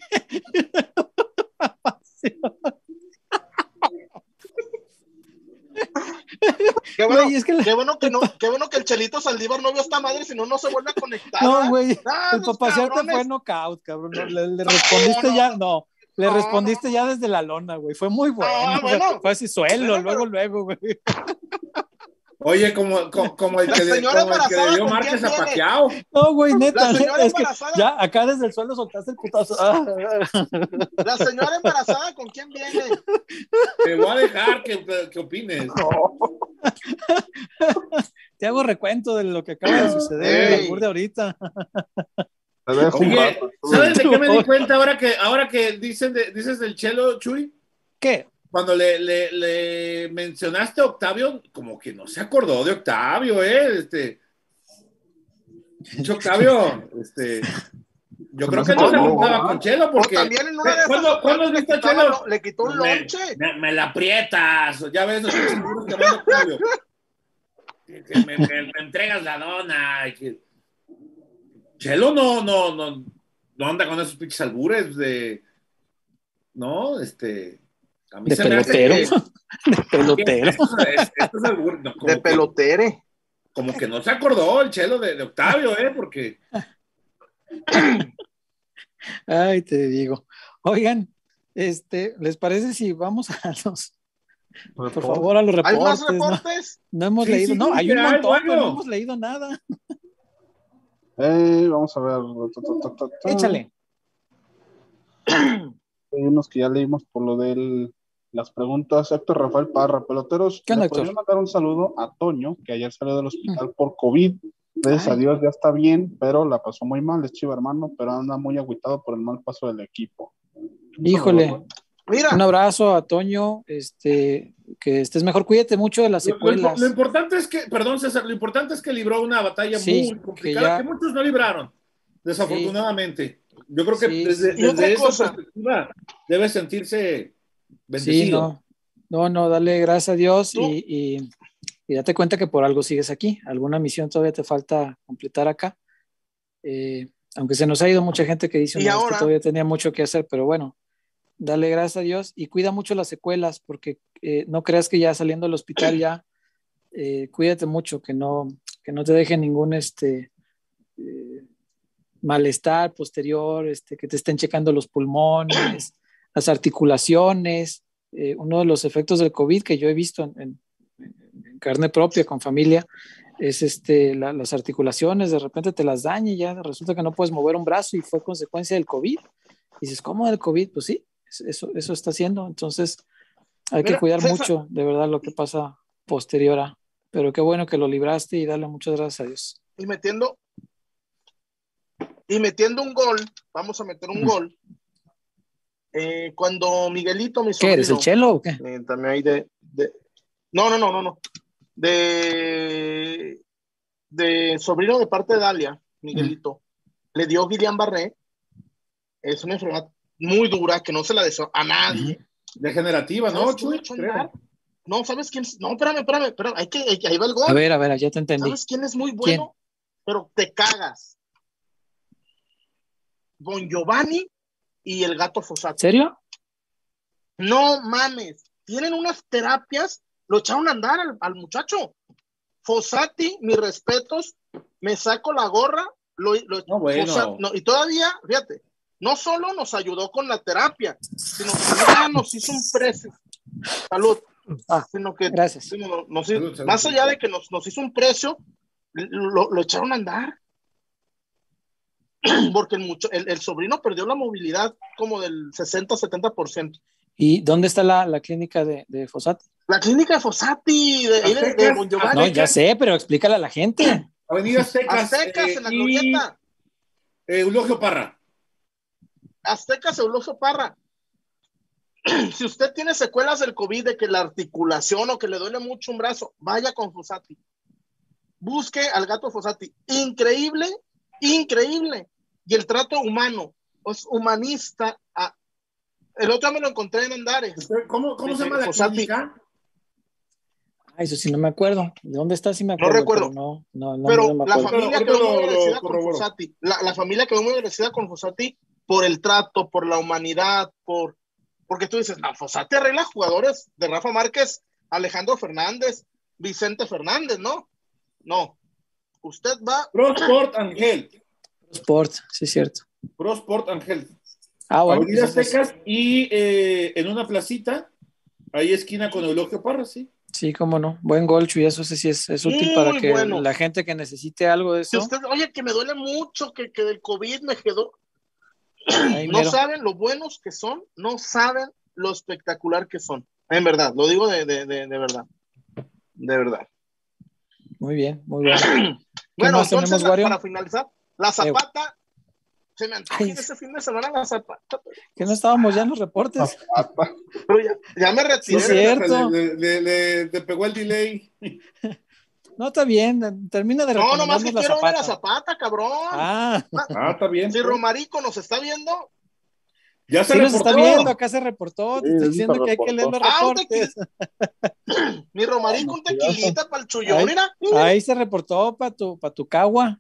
Qué bueno, wey, es que la... qué bueno que no, qué bueno que el Chelito Saldívar no vio esta madre, si no, no se vuelve a conectar. No, güey, ah, el papasearte fue knockout, cabrón. No, le, le respondiste no, ya, no, no le no, respondiste no. ya desde la lona, güey. Fue muy bueno. No, bueno fue así suelo, bueno, luego, pero... luego, güey. Oye, como, como, como el que, le, como el que le dio Márquez a Pacquiao. No, güey, neta. Es que ya acá desde el suelo soltaste el putazo. La señora embarazada, ¿con quién viene? Te voy a dejar que, que opines. No. Te hago recuento de lo que acaba de suceder, el albur de ahorita. Oye, ¿sabes de qué me di cuenta ahora que, ahora que dicen de, dices del Chelo, Chuy? ¿Qué? Cuando le, le, le mencionaste a Octavio, como que no se acordó de Octavio, ¿eh? Este, Octavio, este, yo creo que no se juntaba con Chelo, porque también en una de ¿cuándo, ¿cuándo has visto a Chelo? Lo, le quitó un lonche. Me, me, me la aprietas, ya ves, Octavio. Me, me, me entregas la dona. Chelo no, no, no, no anda con esos pinches albures de, no, este... A mí de, se pelotero. Me hace que, de pelotero. Esto es, esto es albur, no, de pelotere. Como que no se acordó el Chelo de, de Octavio, ¿eh? Porque... Ay, te digo. Oigan, este, ¿les parece si vamos a los... Por favor, a los reportes. ¿Hay más reportes? No, no hemos sí, leído, sí, no, hay un hay, montón, hay, pero no hemos leído nada. Eh, vamos a ver. Échale. Hay unos que ya leímos por lo de las preguntas. Héctor Rafael Parra, peloteros. ¿Qué onda, Héctor? Mandar un saludo a Toño, que ayer salió del hospital por COVID. Gracias Ay. a Dios ya está bien, pero la pasó muy mal, es chivo hermano, pero anda muy agüitado por el mal paso del equipo. Híjole. Mira. Un abrazo a Toño, este, que estés mejor, cuídate mucho de las secuelas. Lo, lo, lo importante es que, perdón César, lo importante es que libró una batalla sí, muy complicada, que, ya... que muchos no libraron, desafortunadamente. Sí. Yo creo que sí, desde, sí. desde esa cosa? perspectiva debe sentirse bendecido. Sí, no, no, no, dale gracias a Dios y, y, y date cuenta que por algo sigues aquí, alguna misión todavía te falta completar acá, eh, aunque se nos ha ido mucha gente que dice no, ahora? que todavía tenía mucho que hacer, pero bueno, dale gracias a Dios y cuida mucho las secuelas, porque eh, no creas que ya saliendo del hospital ya, eh, cuídate mucho, que no, que no te deje ningún este, eh, malestar posterior, este, que te estén checando los pulmones, las articulaciones. Eh, uno de los efectos del COVID que yo he visto en, en, en carne propia, con familia, es este, la, las articulaciones, de repente te las daña y ya resulta que no puedes mover un brazo y fue consecuencia del COVID. Y dices, ¿cómo del COVID? Pues sí, eso, eso está haciendo. Entonces hay Mira, que cuidar César. mucho, de verdad, lo que pasa posterior a. Pero qué bueno que lo libraste y dale muchas gracias a Dios. Y metiendo, y metiendo un gol, vamos a meter un mm. gol. Eh, cuando Miguelito, mi sobrino. ¿Qué eres, el Chelo o qué? Eh, también hay de, de. No, no, no, no, no. De. De sobrino de parte de Dalia, Miguelito, mm. le dio Guillain-Barré. Es una enfermedad muy dura que no se la deseo a nadie. Degenerativa, ¿no, Chuy? No, ¿sabes quién? No, espérame, espérame, espérame. Hay que, hay que, ahí va el gol. A ver, a ver, ya te entendí. ¿Sabes quién es muy bueno? ¿Quién? Pero te cagas. Don Giovanni y el Gato Fossati. ¿Serio? No mames. Tienen unas terapias, lo echaron a andar al, al muchacho. Fossati, mis respetos, me saco la gorra. Lo, lo, no, bueno. Fossati, no, y todavía, fíjate, no solo nos ayudó con la terapia, sino que nos hizo un precio. Salud. Ah, sino que gracias. Nos, nos, salud, salud, más salud. allá de que nos, nos hizo un precio, lo, lo echaron a andar. Porque el, mucho, el, el sobrino perdió la movilidad como del sesenta a setenta por ciento. ¿Y dónde está la, la clínica de, de Fossati? La clínica de Fossati, de, de, de Bon Giovanni. No, ya sé, pero explícale a la gente. Avenida Aztecas. Aztecas, eh, en la glorieta. Eh, Eulogio Parra. Aztecas, Eulogio Parra. Si usted tiene secuelas del COVID, de que la articulación o que le duele mucho un brazo, vaya con Fossati. Busque al Gato Fossati. Increíble, increíble y el trato humano, es humanista. A, el otro me lo encontré en Andares. ¿Cómo, cómo se llama la Fossati. clínica? Ah, eso sí no me acuerdo. ¿De dónde está? Sí me acuerdo. No recuerdo. Pero no, no, no, Pero no me la acuerdo. familia Ahorita quedó lo- muy agradecida lo con corroboro. Fossati. La, la familia quedó muy agradecida con Fossati por el trato, por la humanidad, por porque tú dices, no, Fossati arregla jugadores de Rafa Márquez, Alejandro Fernández, Vicente Fernández, ¿no? No. Usted va. Pro Sport and Health. Sport, sí es cierto. Pro Sport and Health. Ah, bueno. Avenida Pues, Secas y eh, en una placita, ahí esquina con Eulogio Parra, sí. sí, cómo no. Buen gol, Chuyazo. Ese sí es, es útil Muy para que bueno. la gente que necesite algo de Si eso. usted, oye, que me duele mucho, que, que del COVID me quedó. Ahí No mero. saben lo buenos que son, no saben lo espectacular que son. En verdad, lo digo de, de, de, de verdad. De verdad. Muy bien, muy bien. Bueno, más entonces, tenemos, la- Wario? para finalizar, la Zapata, se me antoja Ay. ir ese fin de semana la Zapata. Que no estábamos ya en los reportes. Pero ya, ya me Sí, retiré. es cierto. Le, le- le- le pegó el delay. No, está bien. Termina de No, nomás recomendarnos que la quiero ver a la Zapata. Zapata, cabrón. Ah, Ah, está bien. Si Romarico nos está viendo, Ya se sí nos reportó. está viendo. Acá se reportó. Te Sí, estoy se diciendo que hay que leer reportó. los Ah, un reportes. mi Romarico, un tequilita para el chullón, Ahí, mira. ahí se reportó para tu, pa tu cagua.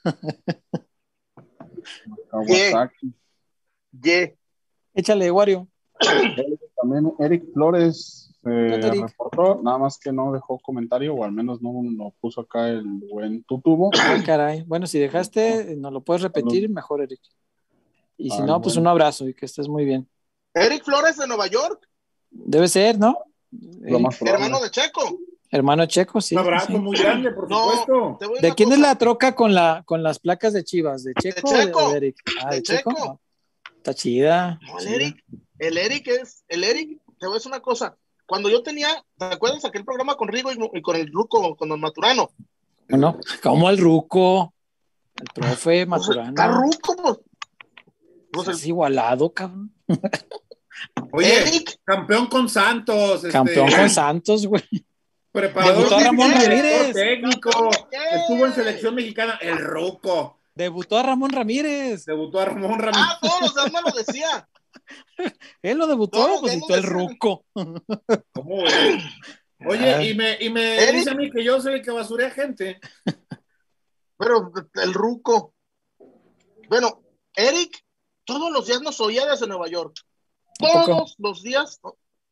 Kawasaki. Yeah. Échale, Wario. También Eric Flores se ¿Dónde, Eric? reportó, nada más que no dejó comentario, o al menos no lo puso acá el buen Tutubo. Ay, caray. Bueno, si dejaste, nos lo puedes repetir, mejor, Eric. Y si Ay, no, pues bueno. un abrazo y que estés muy bien. Eric Flores de Nueva York, Debe ser, ¿no? Lo Eric, más probable. hermano de Checo. hermano Checo, sí. Un abrazo sí. muy grande, por No, supuesto. te voy a ¿De una quién es cosa. la troca con, la, con las placas de Chivas? ¿De Checo, De o de- Checo. o de Eric? Ah, De de, Checo. Checo. Ah, está chida. No, el chida. Eric, el Eric es, el Eric, te voy a decir una cosa. Cuando yo tenía, ¿te acuerdas aquel programa con Rigo y, y con el Ruco, con Don Maturano? Bueno, como el Ruco, el profe Pues, Maturano. está Ruco, pues. Pues Es el igualado, cabrón. Oye, Eric. campeón con Santos. Este, Campeón con Santos, güey. Preparador Debutó a Ramón físico, Ramírez. técnico. ¿Qué? Estuvo en selección mexicana. El Ruco. Debutó a Ramón Ramírez. Debutó a Ramón Ramírez. Ah, todos los días me lo decía. Él lo debutó, Todos los pues días debutó el lo decía. Ruco. ¿Cómo ves? Oye, Ah. y me, y me Eric. dice a mí que yo soy el que basurea gente. Pero el Ruco. Bueno, Eric, todos los días nos oía desde Nueva York. ¿A poco? Todos los días.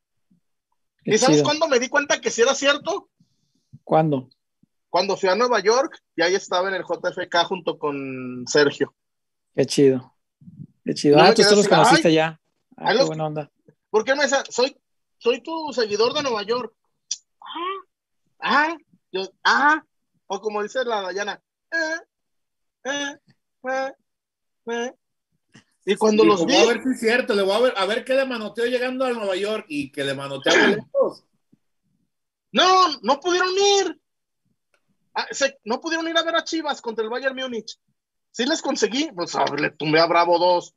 Qué ¿Y sabes chido. cuándo me di cuenta que sí era cierto? ¿Cuándo? Cuando fui a Nueva York y ahí estaba en el J F K junto con Sergio. Qué chido. Qué chido. No Ah, me tú quedé tú los así, conociste ay, ya. Ah, ay, qué los- buena onda. ¿Por qué me decía, soy, soy tu seguidor de Nueva York? Ah, ah, yo, ah, o como dice la Dayana, eh, eh, eh, eh. Y cuando Dijo, los vi, voy a ver si es cierto, le voy a ver, a ver qué le manoteó llegando a Nueva York y que le manoteó boletos. no, no pudieron ir. Ah, se- no pudieron ir a ver a Chivas contra el Bayern Múnich. Sí les conseguí, pues a ver, le tumbé a Bravo dos.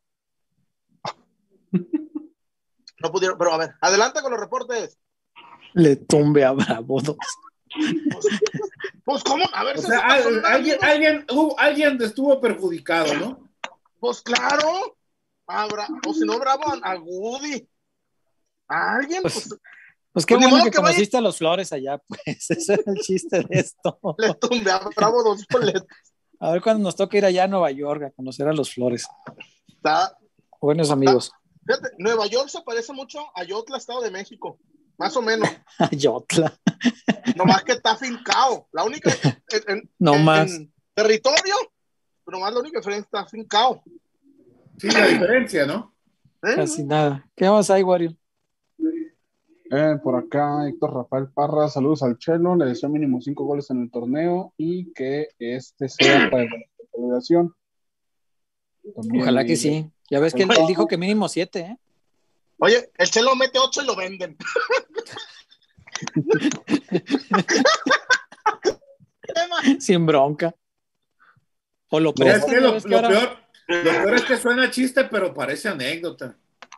No pudieron, pero a ver, adelante con los reportes. Le tumbe a Bravo dos. Pues, ¿cómo? A ver, O si sea, esos al- son alguien, amigos. alguien, hubo- alguien estuvo perjudicado, ¿no? Pues claro. A Bra- o si no, Bravo a, a Woody. A alguien, Pues, pues, Pues qué Pues ni bueno modo que que vaya- conociste a los Flores allá, pues. Ese era el chiste de esto. le tumbé a Bravo dos boletos. A ver cuando nos toca ir allá a Nueva York a conocer a los Flores. Está, Buenos amigos. fíjate, Nueva York se parece mucho a Yotla, Estado de México. Más o menos. Ayotla. Nomás que está fincado. La única. En, en- No en- más. en territorio, pero nomás la única diferencia está fincado. Sí, la diferencia, ¿no? ¿Eh? Casi nada. ¿Qué más hay, Wario? Eh, por acá, Héctor Rafael Parra, saludos al Chelo, le deseo mínimo cinco goles en el torneo y que este sea para la consolidación. También Ojalá ahí- que sí. Ya ves que él, él dijo que mínimo siete, ¿eh? Oye, el Chelo mete ocho y lo venden. Sin bronca. O lo Pero es prestan. que ya lo, ves que lo ahora- peor, lo peor es que suena chiste, pero parece anécdota.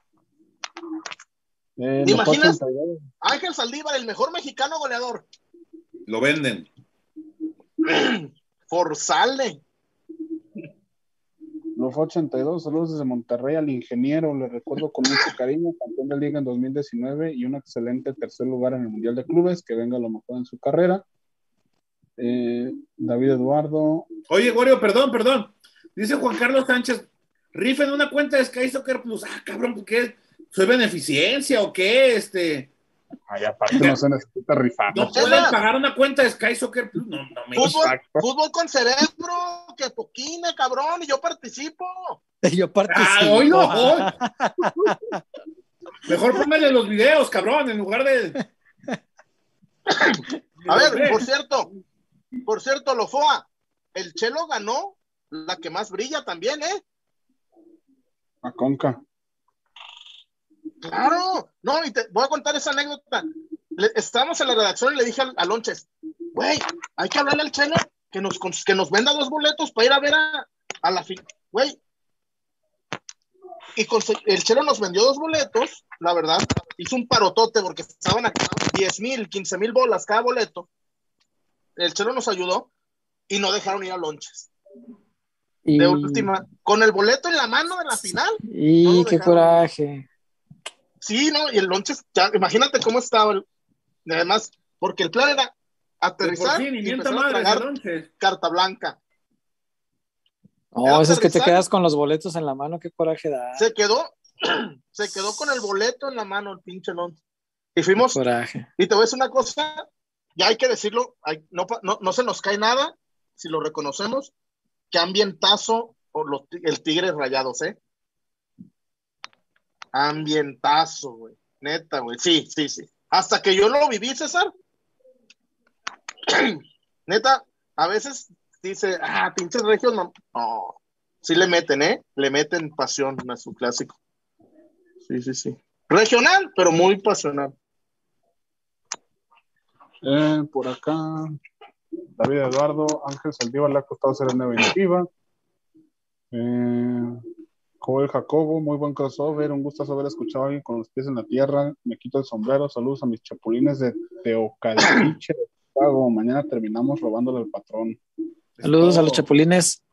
Eh, ¿Te los imaginas? ochenta y dos. Ángel Saldívar, el mejor mexicano goleador. Lo venden. Forzale. Los ochenta y dos, saludos desde Monterrey al ingeniero, le recuerdo con mucho cariño, campeón de liga en dos mil diecinueve y un excelente tercer lugar en el Mundial de Clubes, que venga lo mejor en su carrera. Eh, David Eduardo. Oye, Wario, perdón, perdón. Dice Juan Carlos Sánchez, rifen una cuenta de Sky Soccer Plus. Ah, cabrón, ¿por qué? ¿Soy beneficencia o qué? Este... Ay, aparte no se necesita rifar. No pueden pagar una cuenta de Sky Soccer Plus. No, no me fútbol, fútbol con cerebro, que poquina, cabrón, y yo participo. Yo participo. Ah, hoy no, hoy. Mejor póngale los videos, cabrón, en lugar de... A ver, por cierto, por cierto, Lofoa, el Chelo ganó la que más brilla también, ¿eh? A Conca. Claro, no, y te voy a contar esa anécdota. Le, estábamos en la redacción y le dije al, a Lonches, güey, hay que hablarle al Chelo que nos, que nos venda dos boletos para ir a ver a, a la final, güey. Y con, el Chelo nos vendió dos boletos, la verdad, hizo un parotote porque estaban acá diez mil, quince mil bolas cada boleto. El Chelo nos ayudó y no dejaron ir a Lonches. Y... de última, con el boleto en la mano de la final. Y no qué coraje. Sí, no, y el Lonches, ya, imagínate cómo estaba. El, además, porque el plan era aterrizar fin, y, y empezar a tragar carta blanca. No, eso es que te quedas con los boletos en la mano, qué coraje da. Se quedó, se quedó con el boleto en la mano el pinche Lonches. Y fuimos, coraje. Y te voy a decir una cosa, ya hay que decirlo, hay, no, no, no se nos cae nada, si lo reconocemos, que ambientazo por los, el Tigres Rayados, ¿eh? Ambientazo, güey. Neta, güey. Sí, sí, sí. Hasta que yo lo viví, César. Neta, a veces dice, ah, pinches regios, no. No, sí le meten, ¿eh? Le meten pasión a su clásico. Sí, sí, sí. Regional, pero muy pasional. Eh, por acá, David Eduardo, Ángel Saldívar le ha costado ser una definitiva. Eh, Joel Jacobo, muy buen crossover, un gusto haber escuchado a alguien con los pies en la tierra. Me quito el sombrero, saludos a mis chapulines de Teocaltiche de Chicago. Mañana terminamos robándole al patrón. Saludos a los chapulines.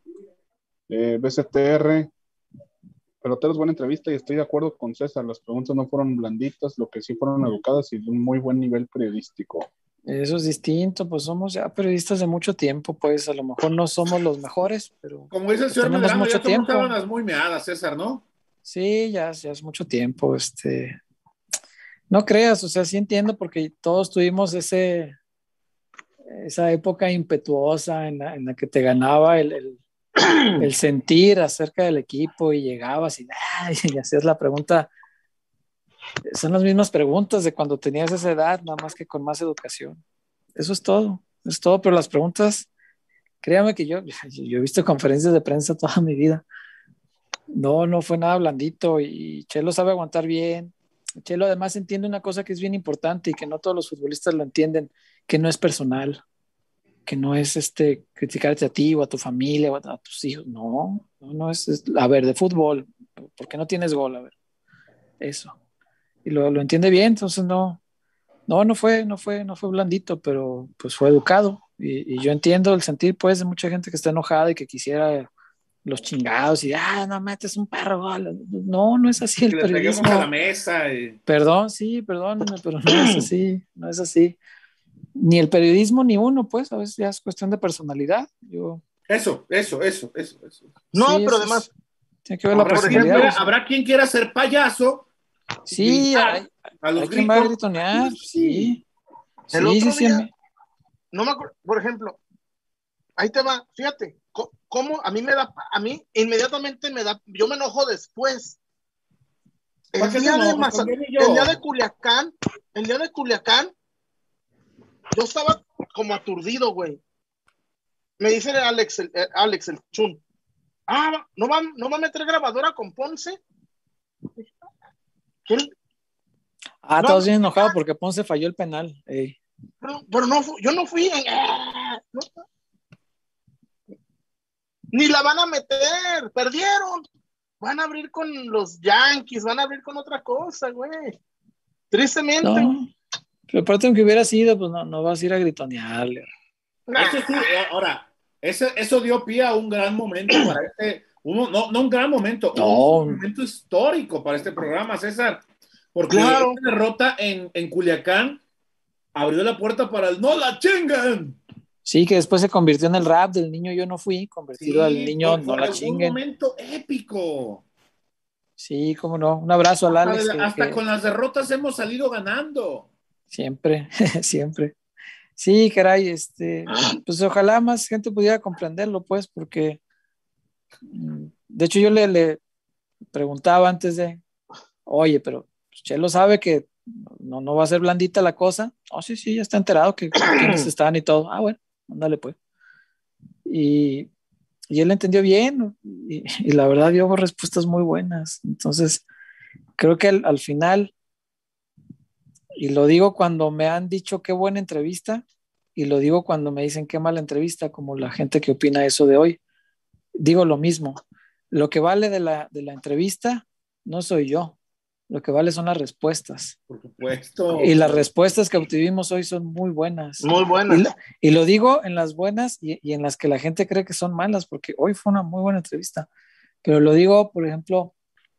Eh, B C T R, peloteros, buena entrevista y estoy de acuerdo con César, las preguntas no fueron blanditas, lo que sí fueron educadas y de un muy buen nivel periodístico. Eso es distinto, pues somos ya periodistas de mucho tiempo, pues a lo mejor no somos los mejores, pero como dice el señor tenemos Medrano, mucho ya tiempo. somos sábanas muy meadas, César, ¿no? Sí, ya, ya es mucho tiempo, este, no creas, o sea, sí entiendo porque todos tuvimos ese, esa época impetuosa en la, en la que te ganaba el, el, el sentir acerca del equipo y llegabas y, ¡ay! Y hacías la pregunta. Son las mismas preguntas de cuando tenías esa edad, nada más que con más educación. Eso es todo, es todo, pero las preguntas, créame que yo, yo he visto conferencias de prensa toda mi vida. No, no fue nada blandito y Chelo sabe aguantar bien. Chelo además entiende una cosa que es bien importante y que no todos los futbolistas lo entienden, que no es personal, que no es este criticarte a ti o a tu familia o a tus hijos. No, no, no es, es a ver, de fútbol, ¿por qué no tienes gol? A ver, eso. Y lo, lo entiende bien, entonces no, no, no fue, no fue, no fue blandito, pero pues fue educado. Y, y yo entiendo el sentir, pues, de mucha gente que está enojada y que quisiera los chingados y, ah, no metes un perro gol. No, no es así el que periodismo. Le peguemos a la mesa. Y... Perdón, sí, perdónenme, pero no es así, no es así. Ni el periodismo ni uno, pues, a veces ya es cuestión de personalidad. Yo... Eso, eso, eso, eso, eso. No, sí, pero eso además, es... tiene que ver la habrá, personalidad. quien, habrá quien quiera ser payaso. Sí, hay, a los hay quien va a gritonear, sí. El sí, otro sí, día, sí. No me acuerdo, por ejemplo, ahí te va, fíjate, cómo a mí me da, a mí inmediatamente me da, yo me enojo después. El día de Maza, el día de Culiacán, el día de Culiacán, yo estaba como aturdido, güey. Me dice Alex, el, Alex, el chun, ah, ¿no va, no va a meter grabadora con Ponce? ¿Qué? Ah, no, todos bien enojados porque Ponce falló el penal. Ey. Pero, pero no, yo no fui. Eh, no. Ni la van a meter, perdieron. Van a abrir con los Yankees, van a abrir con otra cosa, güey. Tristemente. No, pero aparte aunque hubiera sido, pues no, no vas a ir a gritonearle. Eso sí, ahora, eso, eso dio pie a un gran momento para este Uno, no, no un gran momento, No. un momento histórico para este programa, César, porque Claro. la derrota en, en Culiacán abrió la puerta para el ¡no la chingan! Sí, que después se convirtió en el rap del niño Yo No Fui, convertido al Sí, niño fue, No fue La un Chinguen. momento épico. Sí, cómo no. Un abrazo al Hasta, Alex. Que, hasta que con las derrotas hemos salido ganando. siempre, siempre. Sí, caray, este, pues ojalá más gente pudiera comprenderlo, pues, porque mm, de hecho yo le, le preguntaba antes de, oye, pero pues, Chelo sabe que no, no va a ser blandita la cosa. Oh, sí, sí, ya está enterado que quiénes están y todo. Ah, bueno, ándale pues. Y, y él entendió bien y, y la verdad dio respuestas muy buenas. Entonces, creo que al, al final, y lo digo cuando me han dicho qué buena entrevista, y lo digo cuando me dicen qué mala entrevista, como la gente que opina eso de hoy, digo lo mismo. Lo que vale de la, de la entrevista no soy yo, lo que vale son las respuestas. Por supuesto. Y las respuestas que obtuvimos hoy son muy buenas. Muy buenas. Y lo, y lo digo en las buenas y, y en las que la gente cree que son malas, porque hoy fue una muy buena entrevista. Pero lo digo, por ejemplo,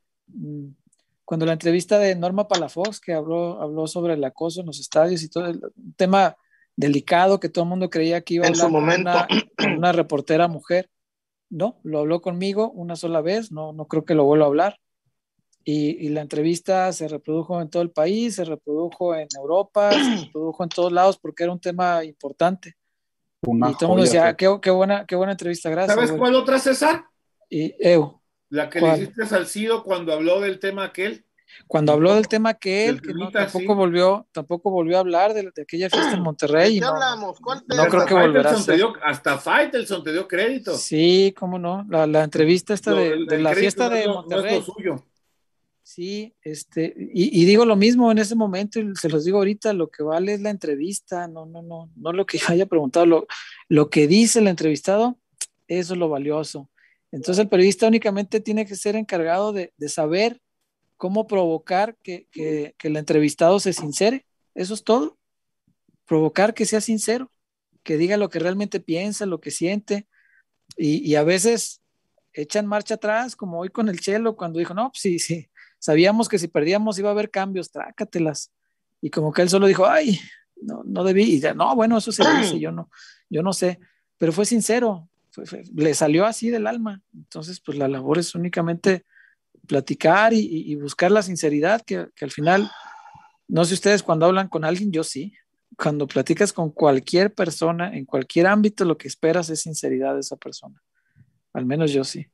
cuando la entrevista de Norma Palafox, que habló, habló sobre el acoso en los estadios y todo, el, un tema delicado que todo el mundo creía que iba a En hablar su con momento. una, con una reportera mujer. No, lo habló conmigo una sola vez, no, no creo que lo vuelva a hablar. Y, y la entrevista se reprodujo en todo el país, se reprodujo en Europa, se reprodujo en todos lados porque era un tema importante. Una y todo el mundo joya, decía, qué, qué, buena, qué buena entrevista, gracias. ¿Sabes güey. cuál otra, César? Y, Ew, La que ¿cuál? le hiciste a Salcido cuando habló del tema aquel. Cuando habló del tema que él, Del que no, temita, tampoco sí. volvió, tampoco volvió a hablar de, de aquella fiesta en Monterrey. ¿De y qué no, hablamos? ¿Cuál no tema? creo que volverá a ser. Dio, hasta Faitelson te dio crédito. Sí, cómo no, la, la entrevista esta Lo, de, el, de el la fiesta no de lo, Monterrey. No es lo suyo. Sí, este, y, y digo lo mismo en ese momento, y se los digo ahorita, lo que vale es la entrevista, no, no, no, no lo que yo haya preguntado, lo, lo que dice el entrevistado, eso es lo valioso. Entonces el periodista únicamente tiene que ser encargado de, de saber cómo provocar que, que, que el entrevistado se sincere, eso es todo, provocar que sea sincero, que diga lo que realmente piensa, lo que siente, y, y a veces echan marcha atrás, como hoy con el Chelo, cuando dijo, no, pues sí, sí, sabíamos que si perdíamos iba a haber cambios, trácatelas. Y como que él solo dijo, ay, no, no debí, y ya, no, bueno, eso se dice, yo no, yo no sé, pero fue sincero, fue, fue, le salió así del alma. Entonces, pues la labor es únicamente platicar y, y buscar la sinceridad, que, que al final, no sé ustedes cuando hablan con alguien, yo sí, cuando platicas con cualquier persona, en cualquier ámbito, lo que esperas es sinceridad de esa persona. Al menos yo sí.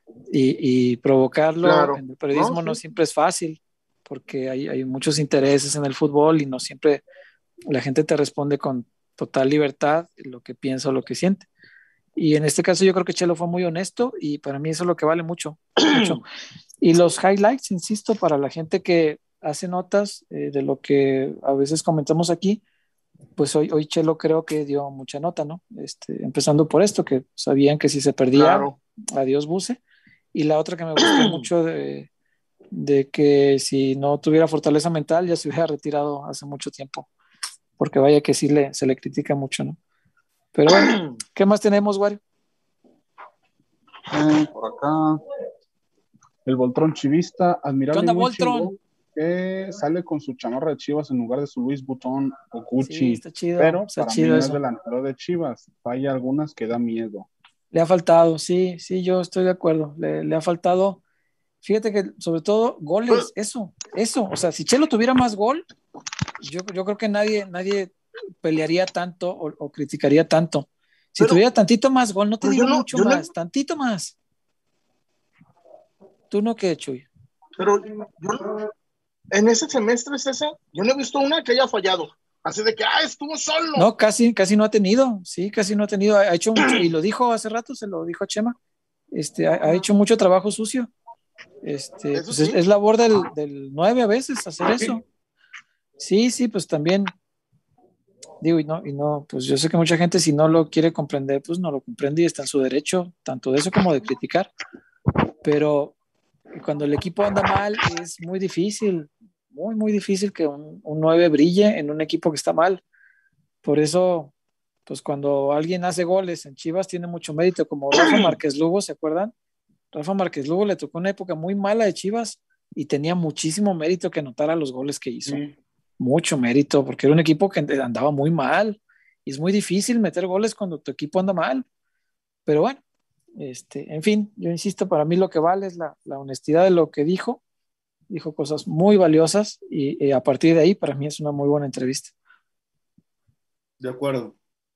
Y, y provocarlo claro. en el periodismo no, no sí. sí. siempre es fácil, porque hay, hay muchos intereses en el fútbol y no siempre la gente te responde con total libertad lo que piensa o lo que siente. Y en este caso yo creo que Chelo fue muy honesto y para mí eso es lo que vale mucho. mucho. Y los highlights, insisto, para la gente que hace notas eh, de lo que a veces comentamos aquí, pues hoy, hoy Chelo creo que dio mucha nota, ¿no? Este, empezando por esto, que sabían que si se perdía, claro. Adiós Buse. Y la otra que me gustó mucho de, de que si no tuviera fortaleza mental ya se hubiera retirado hace mucho tiempo, porque vaya que sí le, se le critica mucho, ¿no? Pero bueno, ¿qué más tenemos, Wario? Eh, por acá, el Voltrón chivista, admirable. ¿Qué onda, Voltrón? Que sale con su chamarra de Chivas en lugar de su Luis Butón o Gucci. Sí, está chido, pero está para chido mí no eso. es delantero de Chivas, falla algunas que da miedo. Le ha faltado, sí, sí, yo estoy de acuerdo, le, le ha faltado, fíjate que sobre todo goles, eso, eso, o sea, si Chelo tuviera más gol, yo, yo creo que nadie, nadie pelearía tanto o, o criticaría tanto. Si pero, tuviera tantito más gol, no te digo no, mucho más, no... tantito más. ¿Tú no qué, Chuy? Pero yo, en ese semestre, César, yo no he visto una que haya fallado. Así de que, ah, estuvo solo. No, casi, casi no ha tenido, sí, casi no ha tenido. Ha hecho mucho, y lo dijo hace rato, se lo dijo a Chema, este, ha, ha hecho mucho trabajo sucio. Este, pues sí. es, es labor del, del nueve a veces hacer eso. Sí, sí, pues también, digo, y no, y no, pues yo sé que mucha gente si no lo quiere comprender, pues no lo comprende y está en su derecho, tanto de eso como de criticar. Pero cuando el equipo anda mal es muy difícil, muy, muy difícil que un, un nueve brille en un equipo que está mal. Por eso, pues cuando alguien hace goles en Chivas tiene mucho mérito, como Rafa Márquez Lugo, ¿se acuerdan? Rafa Márquez Lugo le tocó una época muy mala de Chivas y tenía muchísimo mérito que anotara los goles que hizo. Sí. Mucho mérito, porque era un equipo que andaba muy mal y es muy difícil meter goles cuando tu equipo anda mal. Pero bueno, este, en fin, yo insisto, para mí lo que vale es la, la honestidad de lo que dijo. Dijo cosas muy valiosas y, y a partir de ahí para mí es una muy buena entrevista. De acuerdo.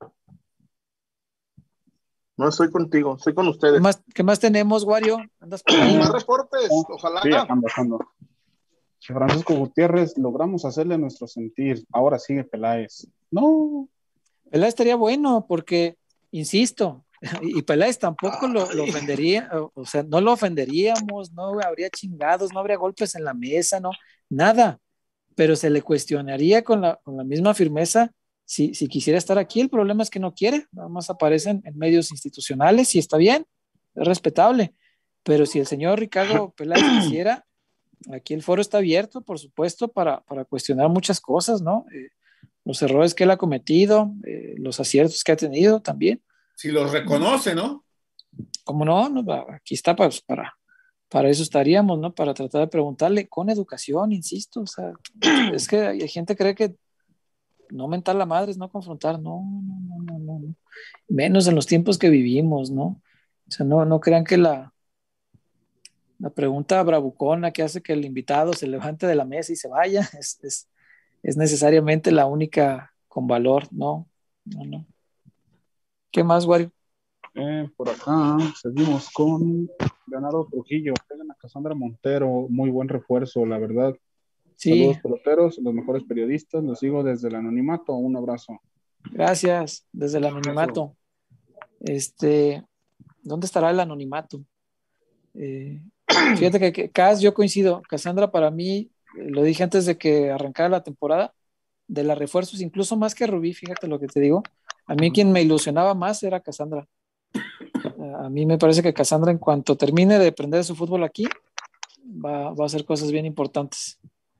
No estoy contigo, estoy con ustedes. ¿Qué más, qué más tenemos, Wario? ¿Andas por ahí? Más reportes, ojalá. Sí, ando, ando. Francisco Gutiérrez, logramos hacerle nuestro sentir. Ahora sigue Peláez. No. Peláez estaría bueno porque, insisto, y Peláez tampoco lo, lo ofendería, o, o sea, no lo ofenderíamos, no habría chingados, no habría golpes en la mesa, no, nada, pero se le cuestionaría con la, con la misma firmeza si, si quisiera estar aquí. El problema es que no quiere, nada más aparecen en medios institucionales y está bien, es respetable, pero si el señor Ricardo Peláez quisiera, aquí el foro está abierto, por supuesto, para, para cuestionar muchas cosas, ¿no? Eh, los errores que él ha cometido, eh, los aciertos que ha tenido también. Si los reconoce, ¿no? ¿Cómo no? no aquí está pues, para, para eso estaríamos, ¿no? Para tratar de preguntarle con educación, insisto. O sea, es que hay gente que cree que no mentar la madre es no confrontar. No, no, no, no, no, no. Menos en los tiempos que vivimos, ¿no? O sea, no, no crean que la, la pregunta bravucona que hace que el invitado se levante de la mesa y se vaya es, es, es necesariamente la única con valor. No, no, no. ¿Qué más, Wario? Eh, por acá seguimos con Leonardo Trujillo. Pegan a Cassandra Montero, muy buen refuerzo, la verdad. Sí. Saludos, peloteros, los mejores periodistas. Los sigo desde el anonimato. Un abrazo. Gracias, desde el anonimato. Este, ¿dónde estará el anonimato? Eh, fíjate que, que Cas, yo coincido. Cassandra, para mí, eh, lo dije antes de que arrancara la temporada, de las refuerzos, incluso más que Rubí, fíjate lo que te digo. A mí quien me ilusionaba más era Cassandra. A mí me parece que Cassandra, en cuanto termine de aprender su fútbol aquí, va, va a hacer cosas bien importantes.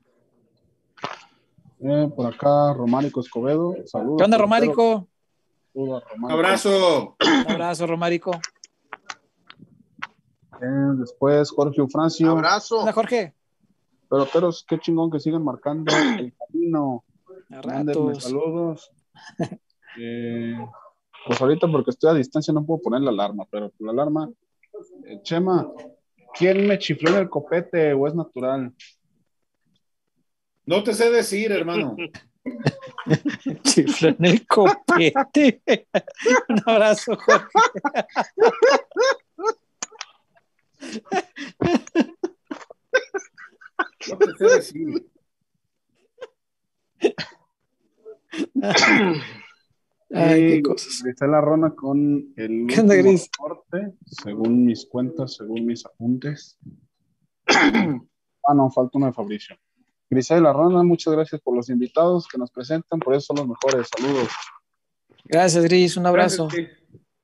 Eh, por acá, Romárico Escobedo. Saludos. ¿Qué onda, Romárico? Saludos, Romárico. Abrazo. Un abrazo, Romárico. Eh, después, Jorge Ufrancio. Abrazo. Hola, Jorge. Peloteros, qué chingón que sigan marcando el camino. A Mándenme ratos. saludos. Eh, pues ahorita porque estoy a distancia no puedo poner la alarma, pero la alarma, eh, Chema, ¿quién me chifló en el copete o es natural? No te sé decir, hermano. Chifló en el copete. Un abrazo, Jorge. No te sé decir. Ay, qué cosas. Grisela Rona con el ¿Qué onda, Gris? reporte, según mis cuentas, según mis apuntes. Ah, no, falta uno de Fabricio. Grisela Rona, muchas gracias por los invitados que nos presentan, por eso son los mejores. Saludos. Gracias, Gris. Un abrazo. Gracias,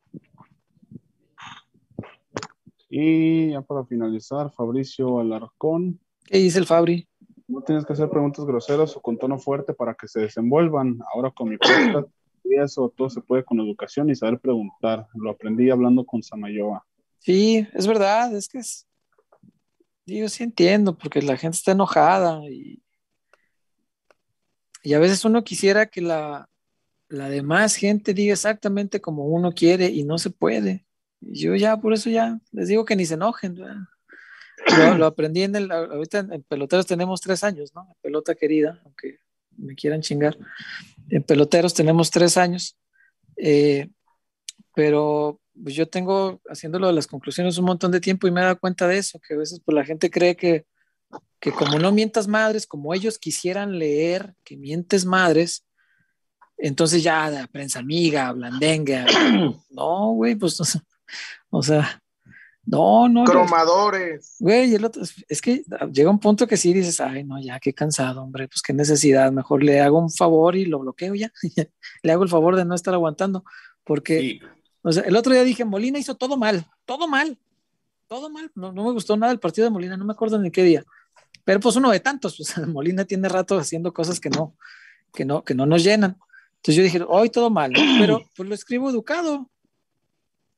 Y ya para finalizar, Fabricio Alarcón. ¿Qué dice el Fabri? No tienes que hacer preguntas groseras o con tono fuerte para que se desenvuelvan. Ahora con mi podcast, y eso todo se puede con educación y saber preguntar. Lo aprendí hablando con Samayoa. Sí, es verdad, es que es... Yo sí entiendo, porque la gente está enojada y, y a veces uno quisiera que la, la demás gente diga exactamente como uno quiere y no se puede. Y yo ya, por eso ya les digo que ni se enojen. Lo, lo aprendí en el, ahorita en, en Peloteros tenemos tres años, ¿no? En Pelota Querida, aunque me quieran chingar. En Peloteros tenemos tres años, eh, pero pues yo tengo haciéndolo de las conclusiones un montón de tiempo y me he dado cuenta de eso, que a veces pues la gente cree que, que como no mientas madres, como ellos quisieran leer que mientes madres, entonces ya de prensa amiga, blandenga. No, güey, pues, o sea, no, no. Cromadores. Güey, el otro, es que llega un punto que sí dices, ay, no, ya, qué cansado, hombre, pues qué necesidad, mejor le hago un favor y lo bloqueo ya, le hago el favor de no estar aguantando, porque, sí. O sea, el otro día dije, Molina hizo todo mal, todo mal, todo mal, no, no me gustó nada el partido de Molina, no me acuerdo ni qué día, pero pues uno de tantos, pues Molina tiene rato haciendo cosas que no, que no, que no nos llenan, entonces yo dije, hoy todo mal, ¿no? Pero pues lo escribo educado,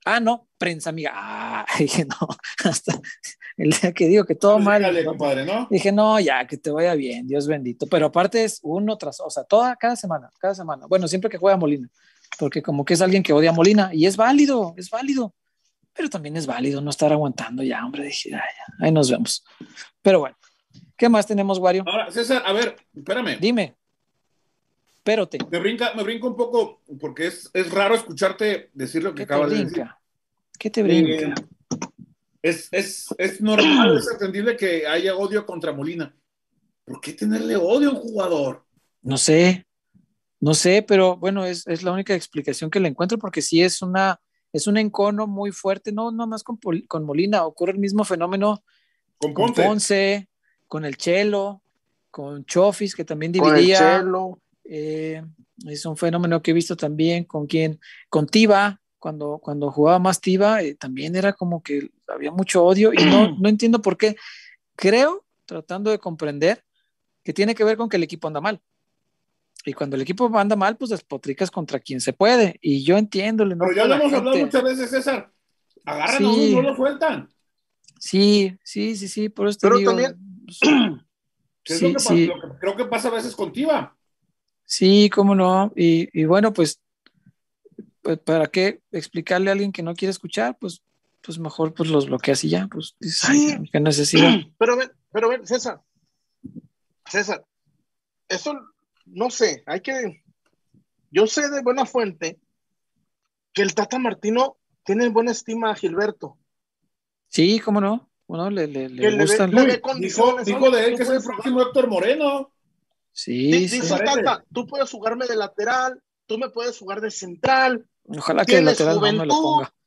Ah, no, prensa amiga. Ah, dije, no, hasta el día que digo que todo Pues mal. dígale, compadre, ¿no? Dije, no, ya, que te vaya bien, Dios bendito. Pero aparte es uno tras, o sea, toda, cada semana, cada semana. Bueno, siempre que juega Molina, porque como que es alguien que odia a Molina, y es válido, es válido. Pero también es válido no estar aguantando ya, hombre. Dije, ay, ya, ahí nos vemos. Pero bueno, ¿qué más tenemos, Wario? Ahora, César, a ver, espérame. Dime. Espérate. Me brinca, me brinca un poco, porque es, es raro escucharte decir lo que ¿Qué te acabas de decir. brinca? ¿Qué te Eh, brinca? es, es, es normal, es entendible que haya odio contra Molina. ¿Por qué tenerle odio a un jugador? No sé, no sé, pero bueno, es, es la única explicación que le encuentro porque sí es una, es un encono muy fuerte, no, no más con, Pol- con Molina, ocurre el mismo fenómeno Con con Ponce. Ponce, con el Chelo, con Chofis, que también Con el dividía. Chelo. Eh, es un fenómeno que he visto también con quien, con Tiva, cuando, cuando jugaba más Tiva, eh, también era como que había mucho odio y no, no entiendo por qué. Creo, tratando de comprender, que tiene que ver con que el equipo anda mal. Y cuando el equipo anda mal, pues despotricas contra quien se puede. Y yo entiendo el Pero enojo ya de lo la hemos hablado gente. muchas veces, César. Agarran a uno y Sí, no lo sueltan. sí, sí, sí, sí, por eso te Pero digo. también, Pues, ¿Qué es lo sí, que, pasa, sí, lo que creo que pasa a veces con Tiva? sí, cómo no. Y, y bueno, pues, pues, ¿para qué explicarle a alguien que no quiere escuchar? Pues, pues mejor pues los bloqueas y ya, pues dices, ay, sí, qué necesidad. pero ven, pero ven, César, César, eso no sé, hay que, yo sé de buena fuente que el Tata Martino tiene buena estima a Gilberto, Sí, cómo no. Bueno, le, le, le que le ve, gustan. le ve Uy, dijo, condiciones, dijo oye, de él tú que es el puedes jugar, próximo Héctor Moreno. Sí, di- sí. dice el Parece. Tata, tú puedes jugarme de lateral, tú me puedes jugar de central, Ojalá que el tienes lateral no me lo juventud, ponga.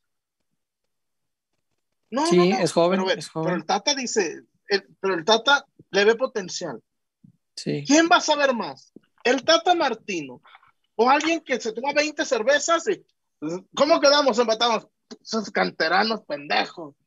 no, no, Sí, no, es pero, joven, ve, es pero joven. el Tata dice, el- pero el Tata le ve potencial. Sí. ¿Quién va a saber más? ¿El Tata Martino o alguien que se toma veinte cervezas y ¿cómo quedamos? Empatamos. Esos canteranos pendejos.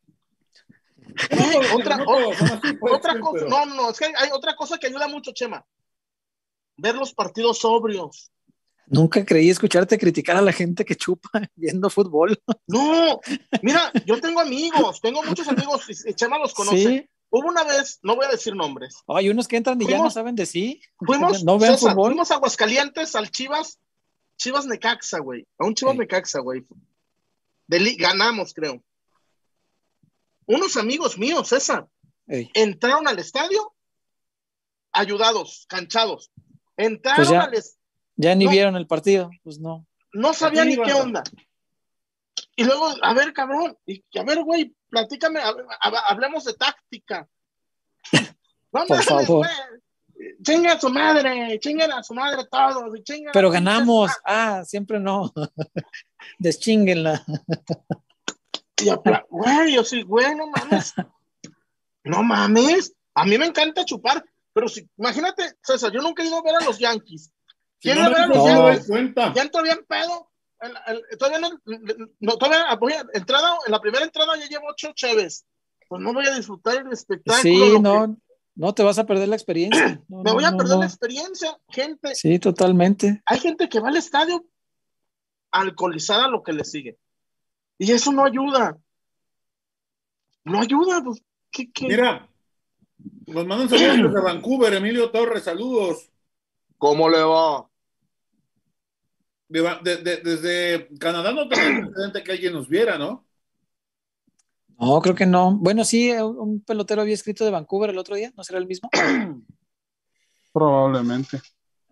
No Güey, todos, digo, otra, no o- todos son así, puede otra ser, cosa, pero. no, no, es que hay otra cosa que ayuda mucho, Chema. Ver los partidos sobrios. Nunca creí escucharte criticar a la gente que chupa viendo fútbol. No, mira, yo tengo amigos, tengo muchos amigos, y Chema los conoce. Sí. Hubo una vez, no voy a decir nombres, Hay unos que entran y ya no fuimos, saben de sí. fuimos, No ven César, fútbol. fuimos a Aguascalientes al Chivas, Chivas Necaxa, güey, a un Chivas Ey, Necaxa, güey. De li- ganamos, creo. Unos amigos míos, César, ey. entraron al estadio ayudados, canchados. Pues Entraron ya, al estadio, ya ni no, vieron el partido. Pues no. no ¿A qué sabían ni qué iban? onda. Y luego, a ver, cabrón, y, a ver, güey, platícame, a ver, hab- hablemos de táctica. No Por mames, güey. favor. Chinga a su madre, chinga a su madre todos, y chinga a Pero pinches. ganamos. Ah, siempre no. Deschínguenla. Y apla- güey, yo sí, güey, no mames. No mames. A mí me encanta chupar, pero si, imagínate, César, yo nunca he ido a ver a los Yankees. Si ¿Quién no va a me ver a dijo, los sí me No. doy Yankees? cuenta. Ya entró bien pedo. El- el- todavía no, no, todavía voy a- entrada, en la primera entrada ya llevo ocho cheves. Pues no voy a disfrutar el espectáculo, Sí, lo que no. No te vas a perder la experiencia. No, me no, voy a no, perder la no. experiencia, gente. Sí, totalmente. Hay gente que va al estadio alcoholizada a lo que le sigue. Y eso no ayuda. No ayuda, pues, ¿qué, qué? Mira, nos mandan saludos desde Vancouver, Emilio Torres, saludos. ¿Cómo le va? De, de, de, desde Canadá no tenía precedente que alguien nos viera, ¿no? No, creo que no. Bueno, sí, un, un pelotero había escrito de Vancouver el otro día. ¿No será el mismo? Probablemente.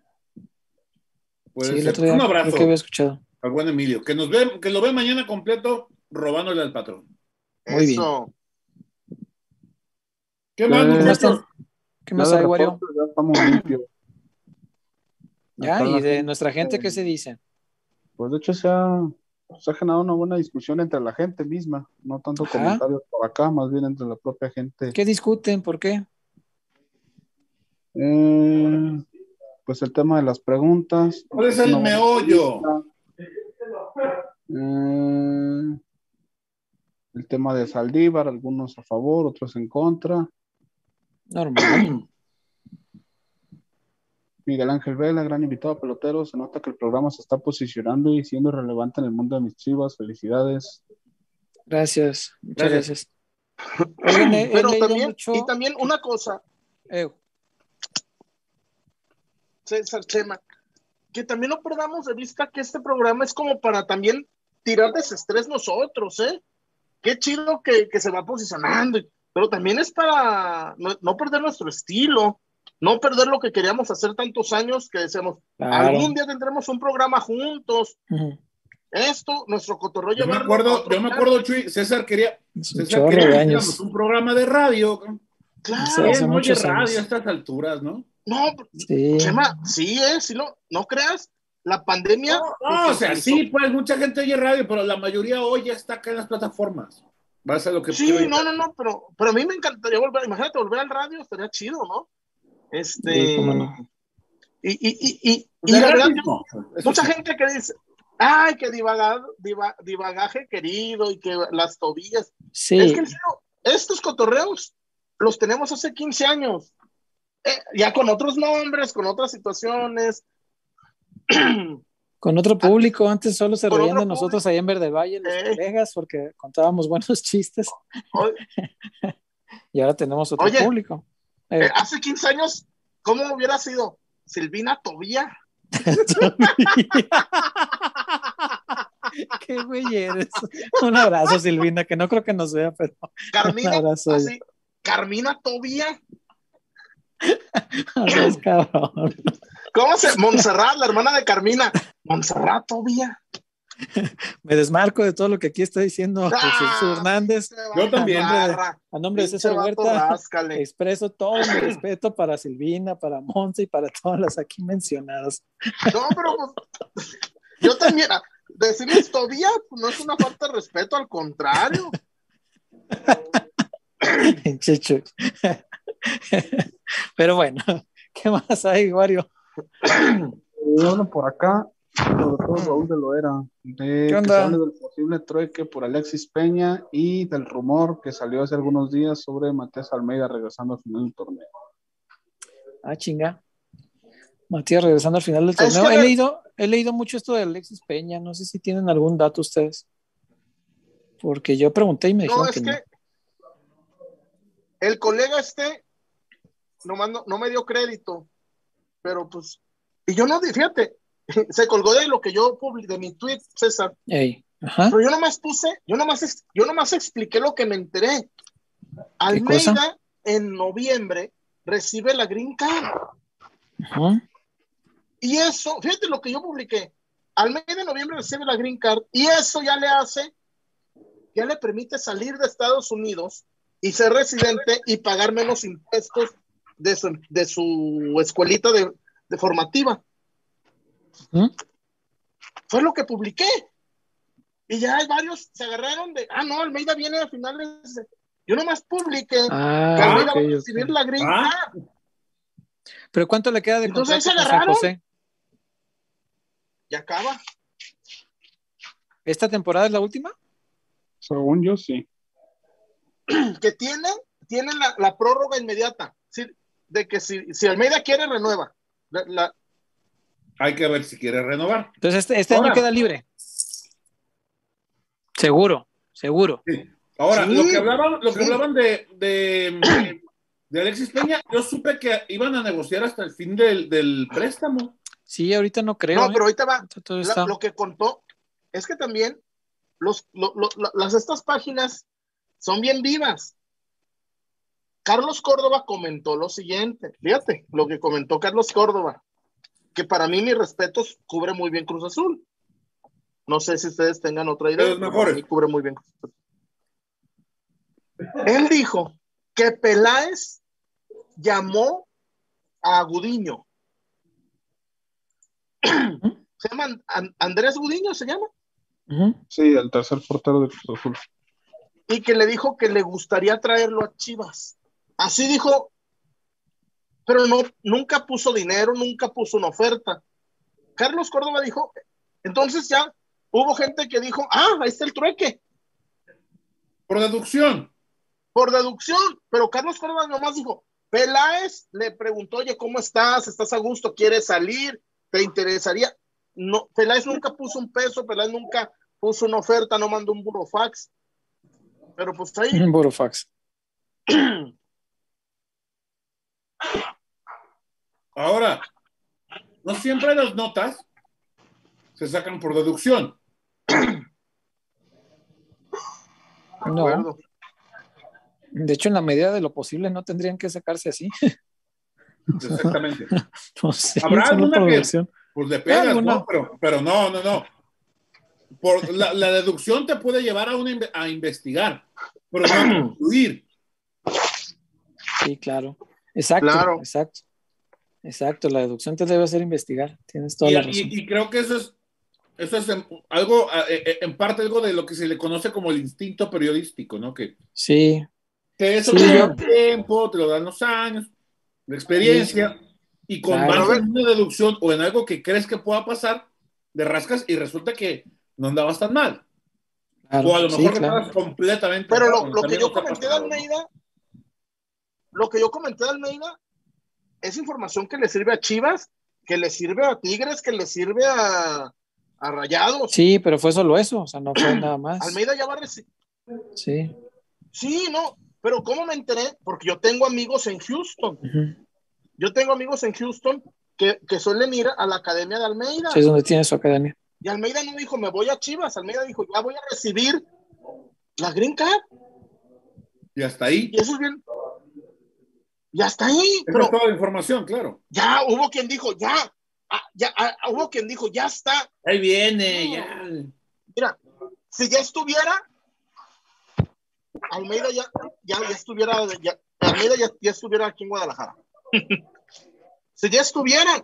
Puede Sí, el ser. otro Pues un día creo que había abrazo escuchado. al buen Emilio. Que nos ve, que lo ve mañana completo robándole al patrón. Muy bien. Eso. ¿Qué más, ¿Qué más, muchachos? ten- ¿Qué Ya más de hay, Wario? reporte ya estamos limpios. Ya, Acá y la de gente, nuestra gente, ¿qué se dice? pues de hecho se ha, se ha generado una buena discusión entre la gente misma, no tanto Ajá. comentarios por acá, más bien entre la propia gente. ¿Qué discuten? ¿Por qué? Eh, pues el tema de las preguntas. ¿Cuál es Es una el buena meollo? pregunta. Eh, el tema de Saldívar, algunos a favor, otros en contra. Normal. Miguel Ángel Vela, gran invitado a Pelotero. Se nota que el programa se está posicionando y siendo relevante en el mundo de mis Chivas. Felicidades. Gracias, muchas Gracias. gracias. Oigan, he, he Pero leído también, mucho. y también una cosa, Eh, César Chema, que también no perdamos de vista que este programa es como para también tirar desestrés nosotros, ¿eh? Qué chido que, que se va posicionando, pero también es para no, no perder nuestro estilo, no perder lo que queríamos hacer tantos años, que decíamos, claro. algún día tendremos un programa juntos. Ujú. Esto, nuestro cotorreo Yo me llevarlo a acuerdo, otro yo me plano. acuerdo, Chuy, César quería, Es un César chorro quería de que años. hiciéramos un programa de radio. Claro. Hace ¿Quién oye muchos radio años. a estas alturas, no? No, Sí. Chema, sí, eh, sí, no, no creas, la pandemia. No, no, o sea, potencializó- sí, pues mucha gente oye radio, pero la mayoría hoy ya está acá en las plataformas. Va a ser lo que quiero Sí, llegar. no, no, no, pero, pero a mí me encantaría volver, imagínate, volver al radio, estaría chido, ¿no? Este, Sí, cómo no. y, y, y, y, Pues y de la verdad, gratis, no. Eso mucha sí. gente que dice, ay, que divagar, diva- divagaje querido y que las tobillas. Sí. Es que en serio, estos cotorreos los tenemos hace quince años, eh, ya con otros nombres, con otras situaciones. Con otro público, antes solo se Con reían otro de nosotros allá en Verde Valle, los Eh. colegas, porque contábamos buenos chistes. Oye, Y ahora tenemos otro Oye, público. Eh, eh, hace quince años, ¿cómo hubiera sido Silvina Tobía? Qué güey eres. Un abrazo, Silvina, que no creo que nos vea, pero Carmina, un abrazo. así, Carmina Tobía. O sea, es cabrón. ¿Cómo se? Montserrat, la hermana de Carmina. Montserrat Tobía. Me desmarco de todo lo que aquí está diciendo Ah, Jesús Hernández. Yo también. A nombre de, Barra. a nombre de Pinche César vato, Huerta, ráscale. expreso todo mi respeto para Silvina, para Monse y para todas las aquí mencionadas. No, pero pues, yo también. ah, Decirles Tobía pues, no es una falta de respeto, al contrario. Checho. Pero bueno, ¿qué más hay, Wario? Y uno por acá, sobre todo Raúl de Loera, de ¿Qué que onda? se hable del posible trueque por Alexis Peña y del rumor que salió hace algunos días sobre Matías Almeida regresando al final del torneo. Ah, chinga. Matías regresando al final del Es torneo. que He le- leído, he leído mucho esto de Alexis Peña. No sé si tienen algún dato ustedes. Porque yo pregunté y me dijeron No, es que, que no. el colega este nomás no, no me dio crédito, pero pues, y yo no, fíjate, se colgó de lo que yo publiqué, de mi tweet, César, Ey, ajá. pero yo nomás puse, yo nomás, ex- yo nomás expliqué lo que me enteré. cosa? Almeida en noviembre recibe la Green Card, Ajá. y eso, fíjate lo que yo publiqué, Almeida en noviembre recibe la Green Card, y eso ya le hace, ya le permite salir de Estados Unidos y ser residente y pagar menos impuestos de su, de su escuelita de, de formativa. ¿Mm? Fue lo que publiqué. Y ya hay varios se agarraron de, ah, no, Almeida viene a finales. de-". Yo nomás publiqué que Ah, Almeida ok, va a ok. recibir la Green Ah. Card. ¿Pero cuánto le queda de Entonces, ahí contrato se con San agarraron. José? Y acaba. ¿Esta temporada es la última? Según yo, sí. Que tiene, tiene la, la prórroga inmediata. Sí, de que si, si Almeida quiere, renueva. La, la- Hay que ver si quiere renovar. Entonces este, este Ahora. año queda libre. Seguro, seguro. Sí. Ahora, Sí, lo que hablaban, lo que sí. hablaban de, de, de Alexis Peña, yo supe que iban a negociar hasta el fin del, del préstamo. Sí, ahorita no creo. no, ¿eh? pero ahorita va. Ahorita todo La- está- lo que contó es que también los, lo- lo- la- las, estas páginas son bien vivas. Carlos Córdoba comentó lo siguiente, fíjate, lo que comentó Carlos Córdoba, que para mí, mis respetos, cubre muy bien Cruz Azul. No sé si ustedes tengan otra idea. De los pero mejores. para mí cubre muy bien Cruz Azul. Él dijo que Peláez llamó a Gudiño. Se llama An- Andrés Gudiño, se llama. Ujú. Sí, el tercer portero de Cruz Azul. Y que le dijo que le gustaría traerlo a Chivas. Así dijo, pero no, nunca puso dinero, nunca puso una oferta. Carlos Córdoba dijo, entonces ya hubo gente que dijo, ah, ahí está el trueque, Por deducción. por deducción, pero Carlos Córdoba nomás dijo, Peláez le preguntó, oye, ¿cómo estás? ¿Estás a gusto? ¿Quieres salir? ¿Te interesaría? No, Peláez nunca puso un peso, Peláez nunca puso una oferta, no mandó un burofax. Pero pues ahí. Burofax. Ahora, no siempre las notas se sacan por deducción. No. De hecho, en la medida de lo posible no tendrían que sacarse así. Exactamente. No sé, ¿Habrá alguna que deducción. pues le pegas, ¿Alguna? ¿no? Pero, pero no, no, no. Por la, la deducción te puede llevar a, una, a investigar, pero no a concluir. Sí, claro. Exacto, Claro. exacto. Exacto, la deducción te debe hacer investigar. Tienes toda Y, la razón. y, y creo que eso es, eso es en, algo, en parte algo de lo que se le conoce como el instinto periodístico, ¿no? Que, sí. que eso Sí, te lo yo... da el tiempo, te lo dan los años, la experiencia, sí. Y con Claro. base en una deducción o en algo que crees que pueda pasar, de rascas y resulta que no andabas tan mal. Claro, o a lo mejor sí, que claro. estabas completamente. Pero errado, lo, lo que yo nos ha comenté de pasado, ¿no? Almeida, lo que yo comenté de Almeida es información que le sirve a Chivas, que le sirve a Tigres, que le sirve a, a Rayados. Sí, pero fue solo eso, o sea, no fue nada más. Almeida ya va a recibir. Sí. Sí, no, pero ¿cómo me enteré? Porque yo tengo amigos en Houston. Uh-huh. Yo tengo amigos en Houston que, que suelen ir a la academia de Almeida. Sí, es donde tiene su academia. Y Almeida no dijo, me voy a Chivas. Almeida dijo, ya voy a recibir la Green Card. Y hasta ahí. Y eso es bien. Y hasta ahí. Esa es toda la información, claro. Ya hubo quien dijo, ya. Ah, ya ah, hubo quien dijo, ya está. Ahí viene, ya. Mira, si ya estuviera, Almeida ya, ya, ya estuviera, ya, Almeida ya, ya estuviera aquí en Guadalajara. Si ya estuviera.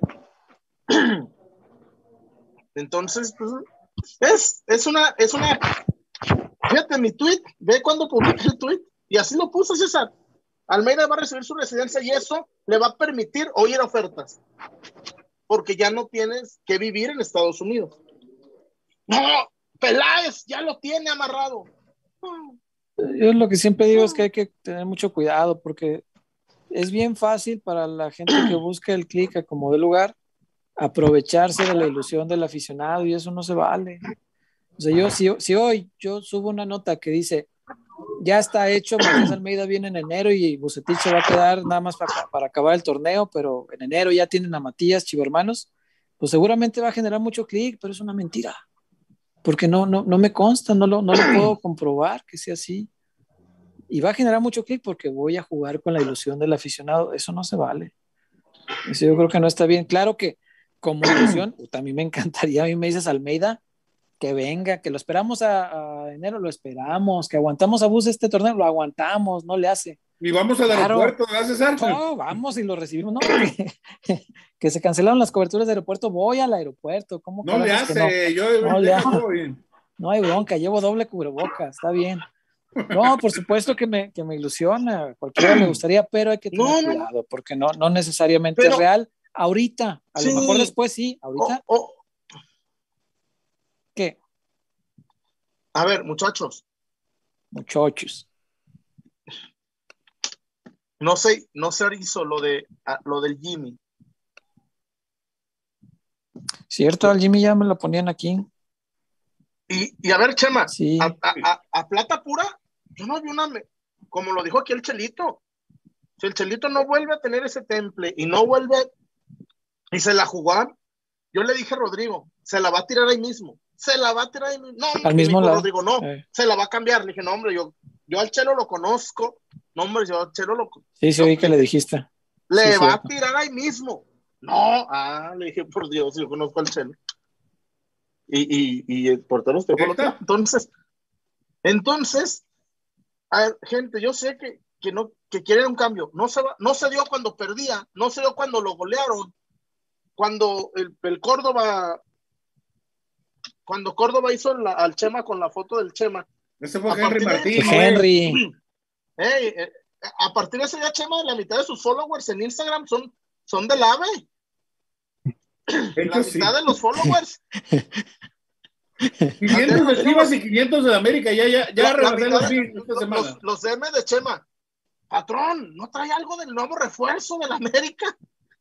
Entonces, pues, es, es una, es una, fíjate mi tweet, ve cuando publiqué el tweet, y así lo puso César. Almeida va a recibir su residencia y eso le va a permitir oír ofertas, porque ya no tienes que vivir en Estados Unidos. No, Peláez ya lo tiene amarrado. Yo lo que siempre digo es que hay que tener mucho cuidado, porque es bien fácil para la gente que busca el clic a como de lugar aprovecharse de la ilusión del aficionado, y eso no se vale. O sea, yo si, si hoy yo subo una nota que dice ya está hecho, Matías Almeida viene en enero y Vucetich se va a quedar nada más para, para acabar el torneo, pero en enero ya tienen a Matías Chivermanos, pues seguramente va a generar mucho clic, pero es una mentira, porque no, no, no me consta, no lo, no lo puedo comprobar que sea así, y va a generar mucho clic porque voy a jugar con la ilusión del aficionado. Eso no se vale, eso yo creo que no está bien. Claro que como ilusión, también me encantaría, a mí me dices Almeida, que venga, que lo esperamos a, a enero, lo esperamos, que aguantamos a Bus este torneo, lo aguantamos, no le hace. Y vamos al claro. aeropuerto, ¿verdad, César? No, vamos y lo recibimos, no, que, que se cancelaron las coberturas de aeropuerto, voy al aeropuerto, ¿cómo? No le hace, no? yo no, le hace. No hay bronca, llevo doble cubrebocas, está bien. No, por supuesto que me, que me ilusiona, a cualquiera le gustaría, pero hay que tener no, cuidado, no. porque no, no necesariamente pero, es real. Ahorita, a sí. lo mejor después sí, ahorita. Oh, oh. ¿Qué? A ver, muchachos. Muchachos. No sé, no se hizo lo de lo del Jimmy. Cierto, al Jimmy ya me lo ponían aquí. Y, y a ver, Chema, sí. a, a, a plata pura, yo no vi una, como lo dijo aquí el Chelito, si el Chelito no vuelve a tener ese temple y no vuelve y se la jugaban, yo le dije a Rodrigo, se la va a tirar ahí mismo, se la va a tirar ahí mismo, no, al mismo lado. Rodrigo, no, eh. se la va a cambiar, le dije, no, hombre, yo, yo al Chelo lo conozco, no, hombre, yo al Chelo lo conozco. Sí, sí, oí que le dijiste. Le sí, va cierto. a tirar ahí mismo, no, ah, le dije, por Dios, yo conozco al Chelo. Y, y, y el portero se fue lo entonces, entonces, a ver, gente, yo sé que, que no, que quieren un cambio, no se va, no se dio cuando perdía, no se dio cuando lo golearon, cuando el, el Córdoba, cuando Córdoba hizo la, al Chema con la foto del Chema. Ese fue Henry Martín. De, Henry. Hey, eh, a partir de ese día, Chema, la mitad de sus followers en Instagram son, son del AVE. La mitad sí. de los followers. quinientos de Chivas y quinientos de América, ya, ya, ya la, la mitad de, de, esta semana. Los, los M de Chema. Patrón, ¿no trae algo del nuevo refuerzo de la América?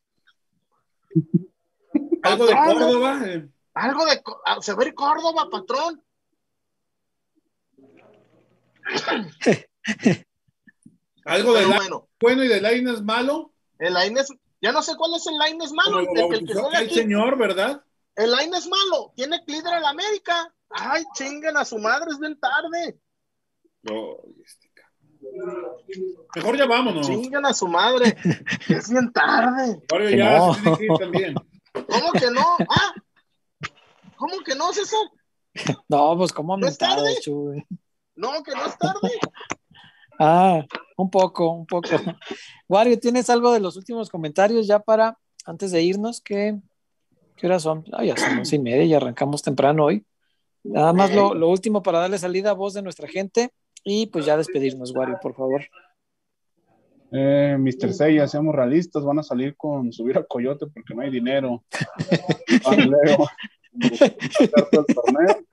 ¿Algo de Córdoba? Algo de se ve Córdoba, patrón. Algo de bueno. bueno y de Lainez malo. El Lainez, ya no sé cuál es el Lainez malo. El, el, el, que juega el aquí. señor, ¿verdad? El Lainez malo, tiene líder en la América. Ay, chinguen a su madre, es bien tarde. No, este mejor ya vámonos. Chingan a su madre. Es bien tarde. Mario ya no. Se tiene que ir también. ¿Cómo que no? Ah, ¿cómo que no, César? No, pues cómo ¿No es tarde? Chuy. No, que no es tarde. Ah, un poco, un poco. Wario, ¿tienes algo de los últimos comentarios ya para, antes de irnos? ¿Qué, qué horas son? Ah, ya son once y media y arrancamos temprano hoy. Nada más lo, lo último para darle salida a voz de nuestra gente y pues ya despedirnos, Wario, por favor. Eh, mister Seiya, seamos realistas, van a salir con subir al Coyote porque no hay dinero. Leo, todo el torneo.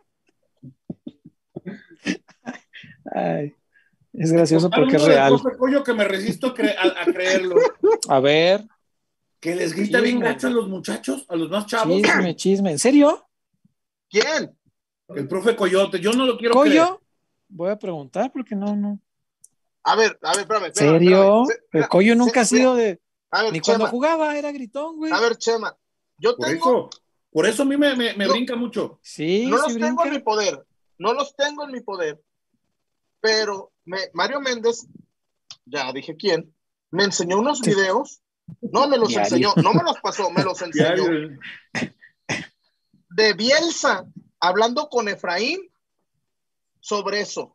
Ay, es gracioso porque es real. Profe Coyo que me resisto a, cre a, a creerlo. A ver. Que les grita chisme. Bien gacho a los muchachos, a los más chavos. Chisme, chisme. ¿En serio? ¿Quién? El profe Coyote. Yo no lo quiero ¿Coyo? creer. Voy a preguntar porque no, no. A ver, a ver, espérame. ¿En serio? Espérame. El Coyo nunca se, ha sido de... A ver, Ni Chema. cuando jugaba era gritón, güey. A ver, Chema. Yo por tengo... Eso, por eso a mí me, me, me no, brinca mucho. Sí, No sí los brinca. tengo en mi poder. No los tengo en mi poder. Pero me, Mario Méndez, ya dije quién, me enseñó unos videos. No me los Diario. enseñó, no me los pasó, me los enseñó. Diario. De Bielsa, hablando con Efraín sobre eso.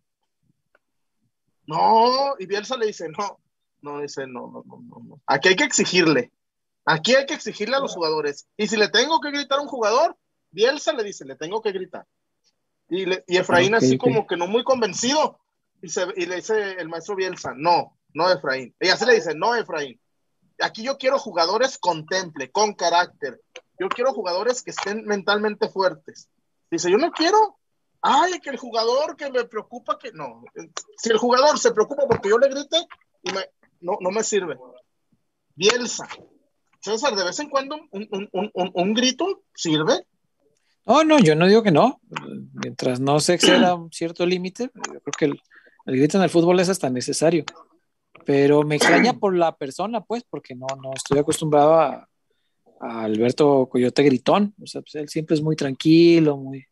No, y Bielsa le dice, no, no, dice, no, no, no, no, no. Aquí hay que exigirle. Aquí hay que exigirle a los jugadores. Y si le tengo que gritar a un jugador, Bielsa le dice, le tengo que gritar. Y, le, y Efraín okay, así okay. como que no muy convencido. Y, se, y le dice el maestro Bielsa, no, no Efraín. Y así le dice, no Efraín. Aquí yo quiero jugadores con temple, con carácter. Yo quiero jugadores que estén mentalmente fuertes. Dice, yo no quiero. Ay, que el jugador que me preocupa que no. Si el jugador se preocupa porque yo le grite, y me, no, no me sirve. Bielsa. César, de vez en cuando un, un, un, un, un grito sirve. No, no, yo no digo que no. Mientras no se exceda un cierto límite, yo creo que el, el grito en el fútbol es hasta necesario. Pero me extraña por la persona, pues, porque no, no estoy acostumbrado a, a Alberto Coyote gritón. O sea, pues él siempre es muy tranquilo, muy,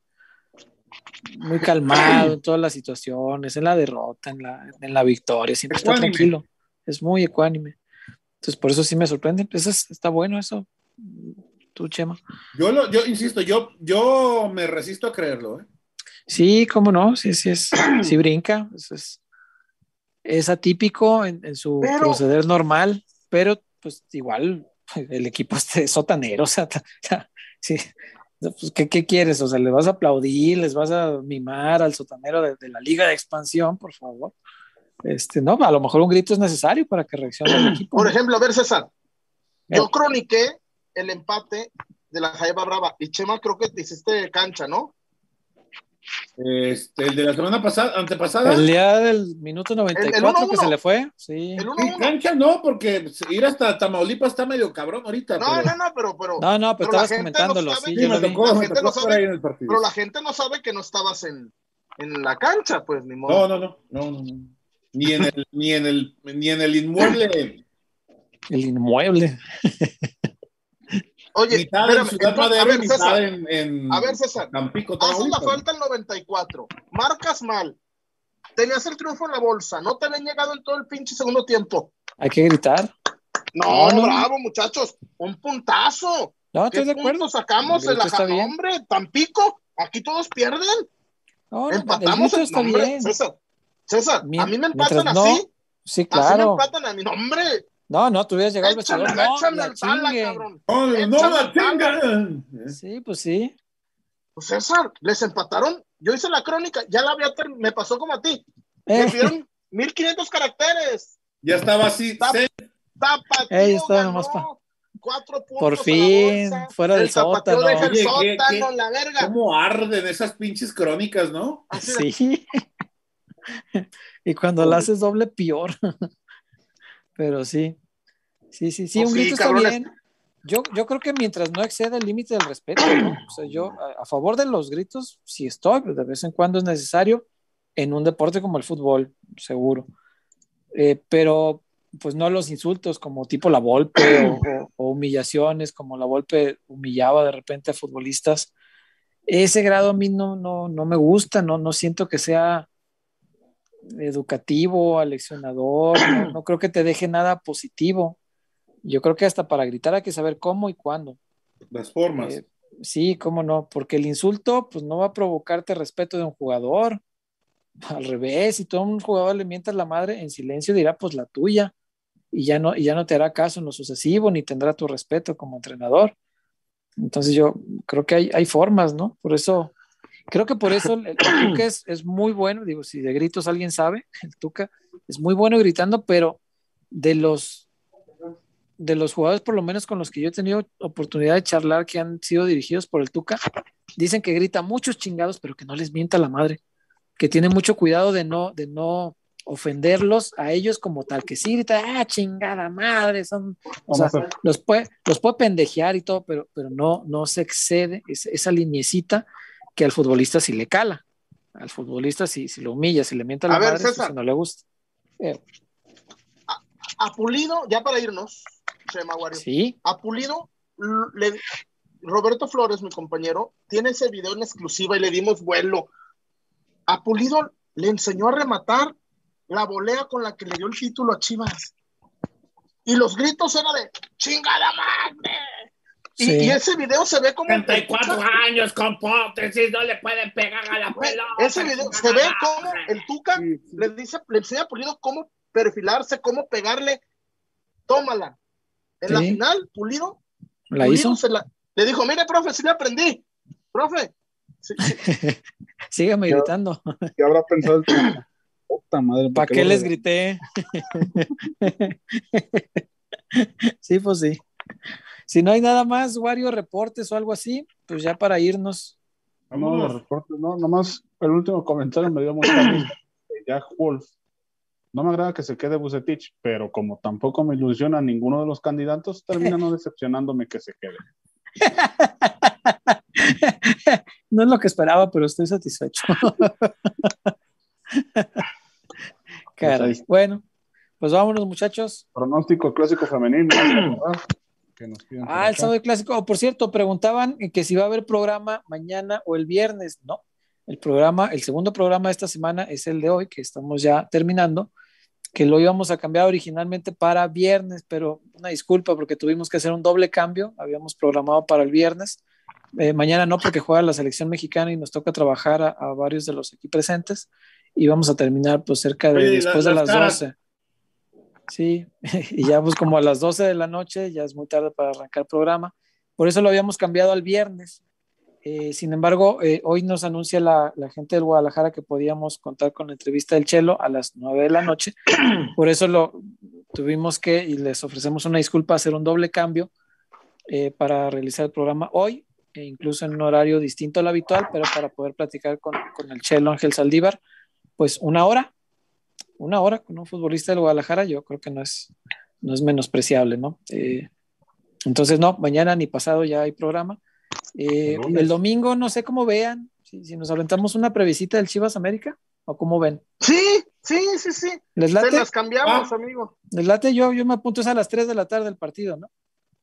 muy calmado en todas las situaciones, en la derrota, en la, en la victoria, siempre ecuánime. Está tranquilo. Es muy ecuánime. Entonces, por eso sí me sorprende. Eso es, está bueno eso. Tú, Chema. Yo, lo, yo insisto, yo, yo me resisto a creerlo. ¿eh? Sí, cómo no, sí, sí, es, sí brinca. Es, es, es atípico en, en su pero, proceder normal, pero pues igual el equipo es sotanero. O sea, sí, pues, ¿qué, ¿qué quieres? O sea, ¿le vas a aplaudir? ¿Les vas a mimar al sotanero de, de la Liga de Expansión, por favor? Este, no, a lo mejor un grito es necesario para que reaccione el equipo. Por ¿no? ejemplo, a ver, César, yo croniqué el empate de la Jaiba Brava y Chema, creo que te hiciste cancha, ¿no? Este, el de la semana pasada, antepasada. El día del minuto noventa y cuatro el, el uno uno. Que se le fue, sí. El uno uno. Sí, cancha no, porque ir hasta Tamaulipas está medio cabrón ahorita. No, pero... no, no, pero, pero. No, no, pero, pero estabas comentándolo, no sabe, sí, sí, yo me lo tocó, vi. me tocó no sabe, ahí en el partido. Pero la gente no sabe que no estabas en, en la cancha, pues, ni No, modo. no, no, no, no, no. Ni en el, ni en el, ni en el inmueble. El inmueble. Oye, mitad espérame, en Ciudad entonces, Madero, a ver, mitad César, en, en a ver, César, Tampico, haces la falta el noventa y cuatro, marcas mal, tenías el triunfo en la bolsa, no te habían llegado en todo el pinche segundo tiempo. Hay que gritar. No, no, no. Bravo, muchachos, un puntazo. No, ¿Qué estoy de acuerdo. punto sacamos en la está bien. Hombre, Tampico, aquí todos pierden. No, no, empatamos el está nombre, bien. César, César, Mien, a mí me empatan no, así. Sí, claro. Así me empatan a mi nombre. No, no, tú hubieras llegado al vestidor. No, échame la al tala, chingue. cabrón. Oh, no la chingan. Sí, pues sí. Pues César, les empataron. Yo hice la crónica, ya la había me pasó como a ti. Eh. Me pidieron mil quinientos caracteres. Ya estaba así. Tap, Tapatío Ey, estaba ganó nomás pa... cuatro puntos. Por fin, bolsa, fuera del el Tapatío sótano. deja el Oye, sótano, ¿qué, qué, la verga. ¿Cómo arden esas pinches crónicas, no? Así sí. Y cuando la haces doble, peor. Pero sí. Sí, sí, sí, pues un grito sí, está cabrones. bien. Yo, yo creo que mientras no exceda el límite del respeto, ¿no? O sea, yo a, a favor de los gritos sí estoy, pero de vez en cuando es necesario. en un deporte como el fútbol, seguro. Eh, pero pues no los insultos como tipo la Volpe o, o, o humillaciones como la Volpe humillaba de repente a futbolistas. Ese grado a mí no, no, no me gusta, no, no siento que sea educativo, aleccionador, no, no creo que te deje nada positivo. Yo creo que hasta para gritar hay que saber cómo y cuándo. Las formas. Eh, sí, cómo no, porque el insulto pues no va a provocarte respeto de un jugador. Al revés, si todo un jugador le mientas la madre, en silencio dirá pues la tuya y ya no, y ya no te hará caso en lo sucesivo ni tendrá tu respeto como entrenador. Entonces yo creo que hay, hay formas, ¿no? Por eso, creo que por eso el, el Tuca es, es muy bueno, digo, si de gritos alguien sabe, el Tuca es muy bueno gritando, pero de los de los jugadores por lo menos con los que yo he tenido oportunidad de charlar que han sido dirigidos por el Tuca, dicen que grita muchos chingados, pero que no les mienta la madre, que tiene mucho cuidado de no, de no ofenderlos a ellos como tal, que sí grita, ah, chingada madre, son, o sea, los puede, los puede pendejear y todo, pero, pero no, no se excede esa, esa liniecita que al futbolista sí le cala, al futbolista si, si lo humilla, si le mienta la A ver, madre, César, si no le gusta. Eh, a, a Pulido, ya para irnos, Chema Wario, sí. a Pulido, le, Roberto Flores, mi compañero, tiene ese video en exclusiva y le dimos vuelo. A Pulido le enseñó a rematar la volea con la que le dio el título a Chivas. Y los gritos eran de ¡chingada madre! Y, Sí. y ese video se ve como... treinta y cuatro años con prótesis, no le pueden pegar a la pelota. Ese video se ve como el Tuca sí, sí. le dice, le enseña a Pulido cómo perfilarse, cómo pegarle. Tómala. En sí. la final, Pulido, ¿La Pulido hizo? Se la, le dijo, mire, profe, sí le aprendí. Profe. Sí, sí. Sígame ¿Qué, gritando. ¿Qué habrá pensado el Tuca? Puta madre. ¿Para qué, qué les grité? Sí, pues sí. Si no hay nada más, Wario, reportes o algo así, pues ya para irnos. No, los reportes, no, nomás el último comentario me dio mucha risa. Jack Wolf. No me agrada que se quede Vucetich, pero como tampoco me ilusiona ninguno de los candidatos, termina no decepcionándome que se quede. No es lo que esperaba, pero estoy satisfecho. Caray. Pues bueno, pues vámonos, muchachos. Pronóstico clásico femenino. Que nos ah, el sábado clásico. Oh, por cierto, preguntaban que si va a haber programa mañana o el viernes. No, el programa, el segundo programa de esta semana es el de hoy, que estamos ya terminando, que lo íbamos a cambiar originalmente para viernes, pero una disculpa porque tuvimos que hacer un doble cambio. Habíamos programado para el viernes. Eh, mañana no, porque juega la selección mexicana y nos toca trabajar a, a varios de los aquí presentes. Y vamos a terminar pues cerca de Oye, después la, de las caras. doce. Sí, y ya pues como a las doce de la noche, ya es muy tarde para arrancar el programa. Por eso lo habíamos cambiado al viernes. Eh, sin embargo, eh, hoy nos anuncia la, la gente del Guadalajara que podíamos contar con la entrevista del Chelo a las nueve de la noche. Por eso lo tuvimos que, y les ofrecemos una disculpa, hacer un doble cambio eh, para realizar el programa hoy, e incluso en un horario distinto al habitual, pero para poder platicar con, con el Chelo Ángel Saldívar, pues una hora, una hora con un futbolista del Guadalajara, yo creo que no es, no es menospreciable, ¿no? Eh, entonces, no, mañana ni pasado ya hay programa. Eh, el domingo, no sé cómo vean, si, si nos aventamos una previsita del Chivas América, o cómo ven. Sí, sí, sí, sí. ¿Les late? Se las cambiamos, ah, amigo. ¿Les late? Yo, yo me apunto es a las tres de la tarde el partido, ¿no?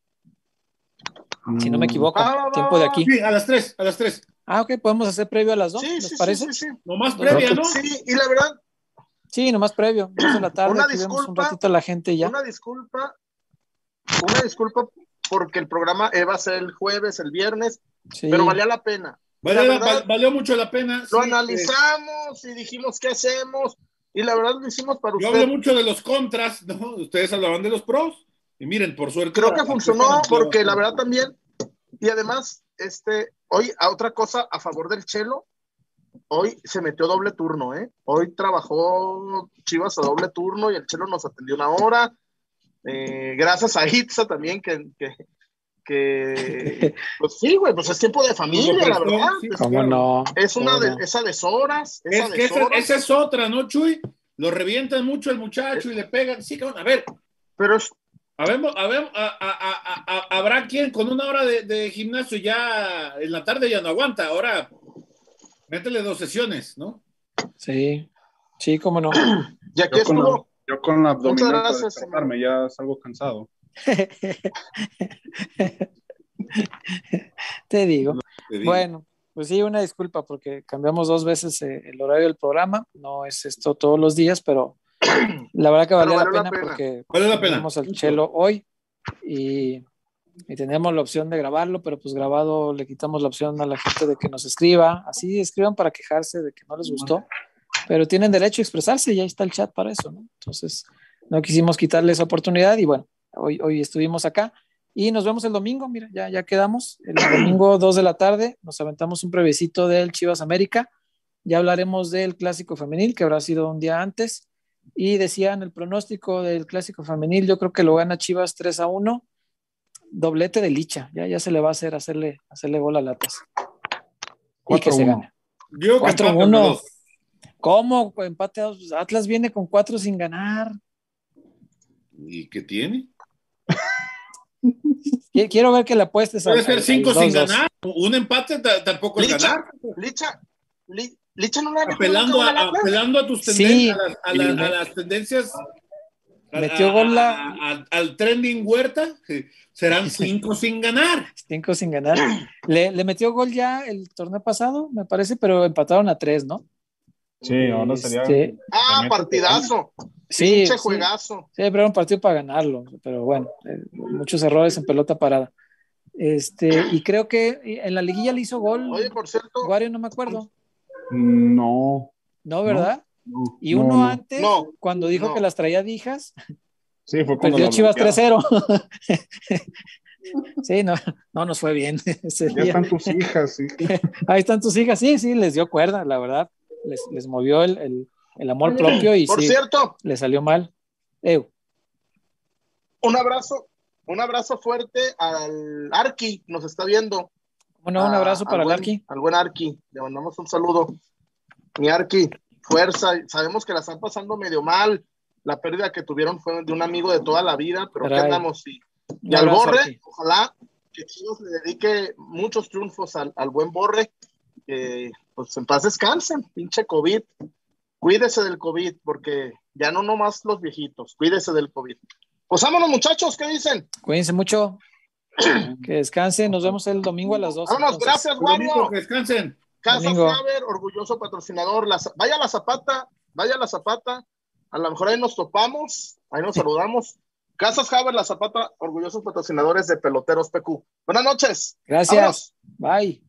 Si no me equivoco, ah, tiempo de aquí. Sí, a las tres, a las tres. Ah, ok, podemos hacer previo a las dos, sí, ¿les sí, parece? Sí, sí, sí. Nomás previa, ¿no? Sí, y la verdad. Sí, nomás previo, dos de la tarde, una aquí disculpa, vemos un ratito a la gente ya. Una disculpa, una disculpa porque el programa iba a ser el jueves, el viernes, sí. Pero valía la pena. Valió, la verdad, valió mucho la pena. Lo sí, analizamos eh. y dijimos qué hacemos, y la verdad lo hicimos para Yo usted. Yo hablé mucho de los contras, ¿no? Ustedes hablaban de los pros, y miren, por suerte. Creo que funcionó, porque la verdad también, y además, este, hoy, a otra cosa a favor del Chelo, hoy se metió doble turno, ¿eh? Hoy trabajó Chivas a doble turno y el Chelo nos atendió una hora. Eh, gracias a Itza también, que, que, que pues sí, güey, pues es tiempo de familia, la verdad. Sí, ¿cómo no? Es una ¿Cómo de, no? esa deshoras. Es esa que esa, deshoras. esa es otra, ¿no, Chuy? Lo revientan mucho el muchacho y le pegan. Sí, cabrón, a ver. Pero es... Habemos, habemos, a, a, a, a, habrá quien con una hora de, de gimnasio ya en la tarde ya no aguanta. Ahora, métele dos sesiones, ¿no? Sí, sí, cómo no. Y aquí Yo con, la, estuvo. yo con la abdominal para gracias, despertarme, ya salgo cansado. Te digo. Te digo. Bueno, pues sí, una disculpa porque cambiamos dos veces eh, el horario del programa. No es esto todos los días, pero la verdad que valía Pero la, valió pena la pena. porque Vale la pena. tenemos el Chelo hoy y, y teníamos la opción de grabarlo, pero pues grabado le quitamos la opción a la gente de que nos escriba. Así escriban para quejarse de que no les gustó, pero tienen derecho a expresarse y ahí está el chat para eso, ¿no? Entonces, no quisimos quitarle esa oportunidad y bueno, hoy, hoy estuvimos acá y nos vemos el domingo, mira, ya, ya quedamos. El domingo dos de la tarde nos aventamos un previecito del Chivas América. Ya hablaremos del clásico femenil, que habrá sido un día antes. Y decían el pronóstico del clásico femenil, yo creo que lo gana Chivas tres a uno, doblete de Licha, ya, ya se le va a hacer hacerle, hacerle gol a Latas. Y que se gane. Yo que empate cuatro uno. dos. ¿Cómo? Empate a dos. Atlas viene con cuatro sin ganar. ¿Y qué tiene? Quiero ver que le apuestes a. Puede ser cinco sin dos, ganar. Un empate t- tampoco es Licha, ganar. Licha, Li- Licha no le ha Apelando a, nunca apelando a tus Sí. tendencias, a, las- a la- Me- a las tendencias. a- Metió a- gol la- a- a- al trending Huerta, sí, serán cinco sin ganar. Cinco sin ganar. Le, le metió gol ya el torneo pasado, me parece, pero empataron a tres, ¿no? Sí, ahora sería. Este, Ah, partidazo. sí, Pinche sí. juegazo. Sí, pero era un partido para ganarlo, pero bueno, eh, muchos errores en pelota parada. Este, y creo que en la liguilla le hizo gol. Oye, por cierto. Wario, no me acuerdo. No. No, ¿verdad? no Y no, uno no. antes, No, cuando dijo no. que las traía dijas, Sí, fue cuando perdió la Chivas bloquearon. tres cero. Sí, no, no nos fue bien ese Ya día. están tus hijas, sí. Ahí están tus hijas, sí, sí, les dio cuerda, la verdad. Les, les movió el, el, el amor propio y Por sí, cierto, le salió mal. Eu. un abrazo, un abrazo fuerte al Arqui, nos está viendo. Bueno, un abrazo A- para al el buen- Arqui. Al buen Arqui, le mandamos un saludo. Mi Arqui, fuerza, sabemos que la están pasando medio mal. La pérdida que tuvieron fue de un amigo de toda la vida, pero aquí Caray. andamos. Y, y Un al abrazo, Borre, Arqui. ojalá que Chivas le dedique muchos triunfos al, al buen Borre, que pues en paz descansen, pinche COVID. Cuídese del COVID, porque ya no nomás los viejitos, cuídese del COVID. Pues vámonos, muchachos, ¿qué dicen? Cuídense mucho. Que descansen. Nos vemos el domingo a las dos. Vámonos, entonces. gracias, El domingo, Wario. que descansen. Casa Domingo. Faber, orgulloso patrocinador. La, vaya a la Zapata, vaya a la Zapata. A lo mejor ahí nos topamos, ahí nos saludamos. Casas Haber, la Zapata, orgullosos patrocinadores de Peloteros P Q. Buenas noches. Gracias. Vámonos. Bye.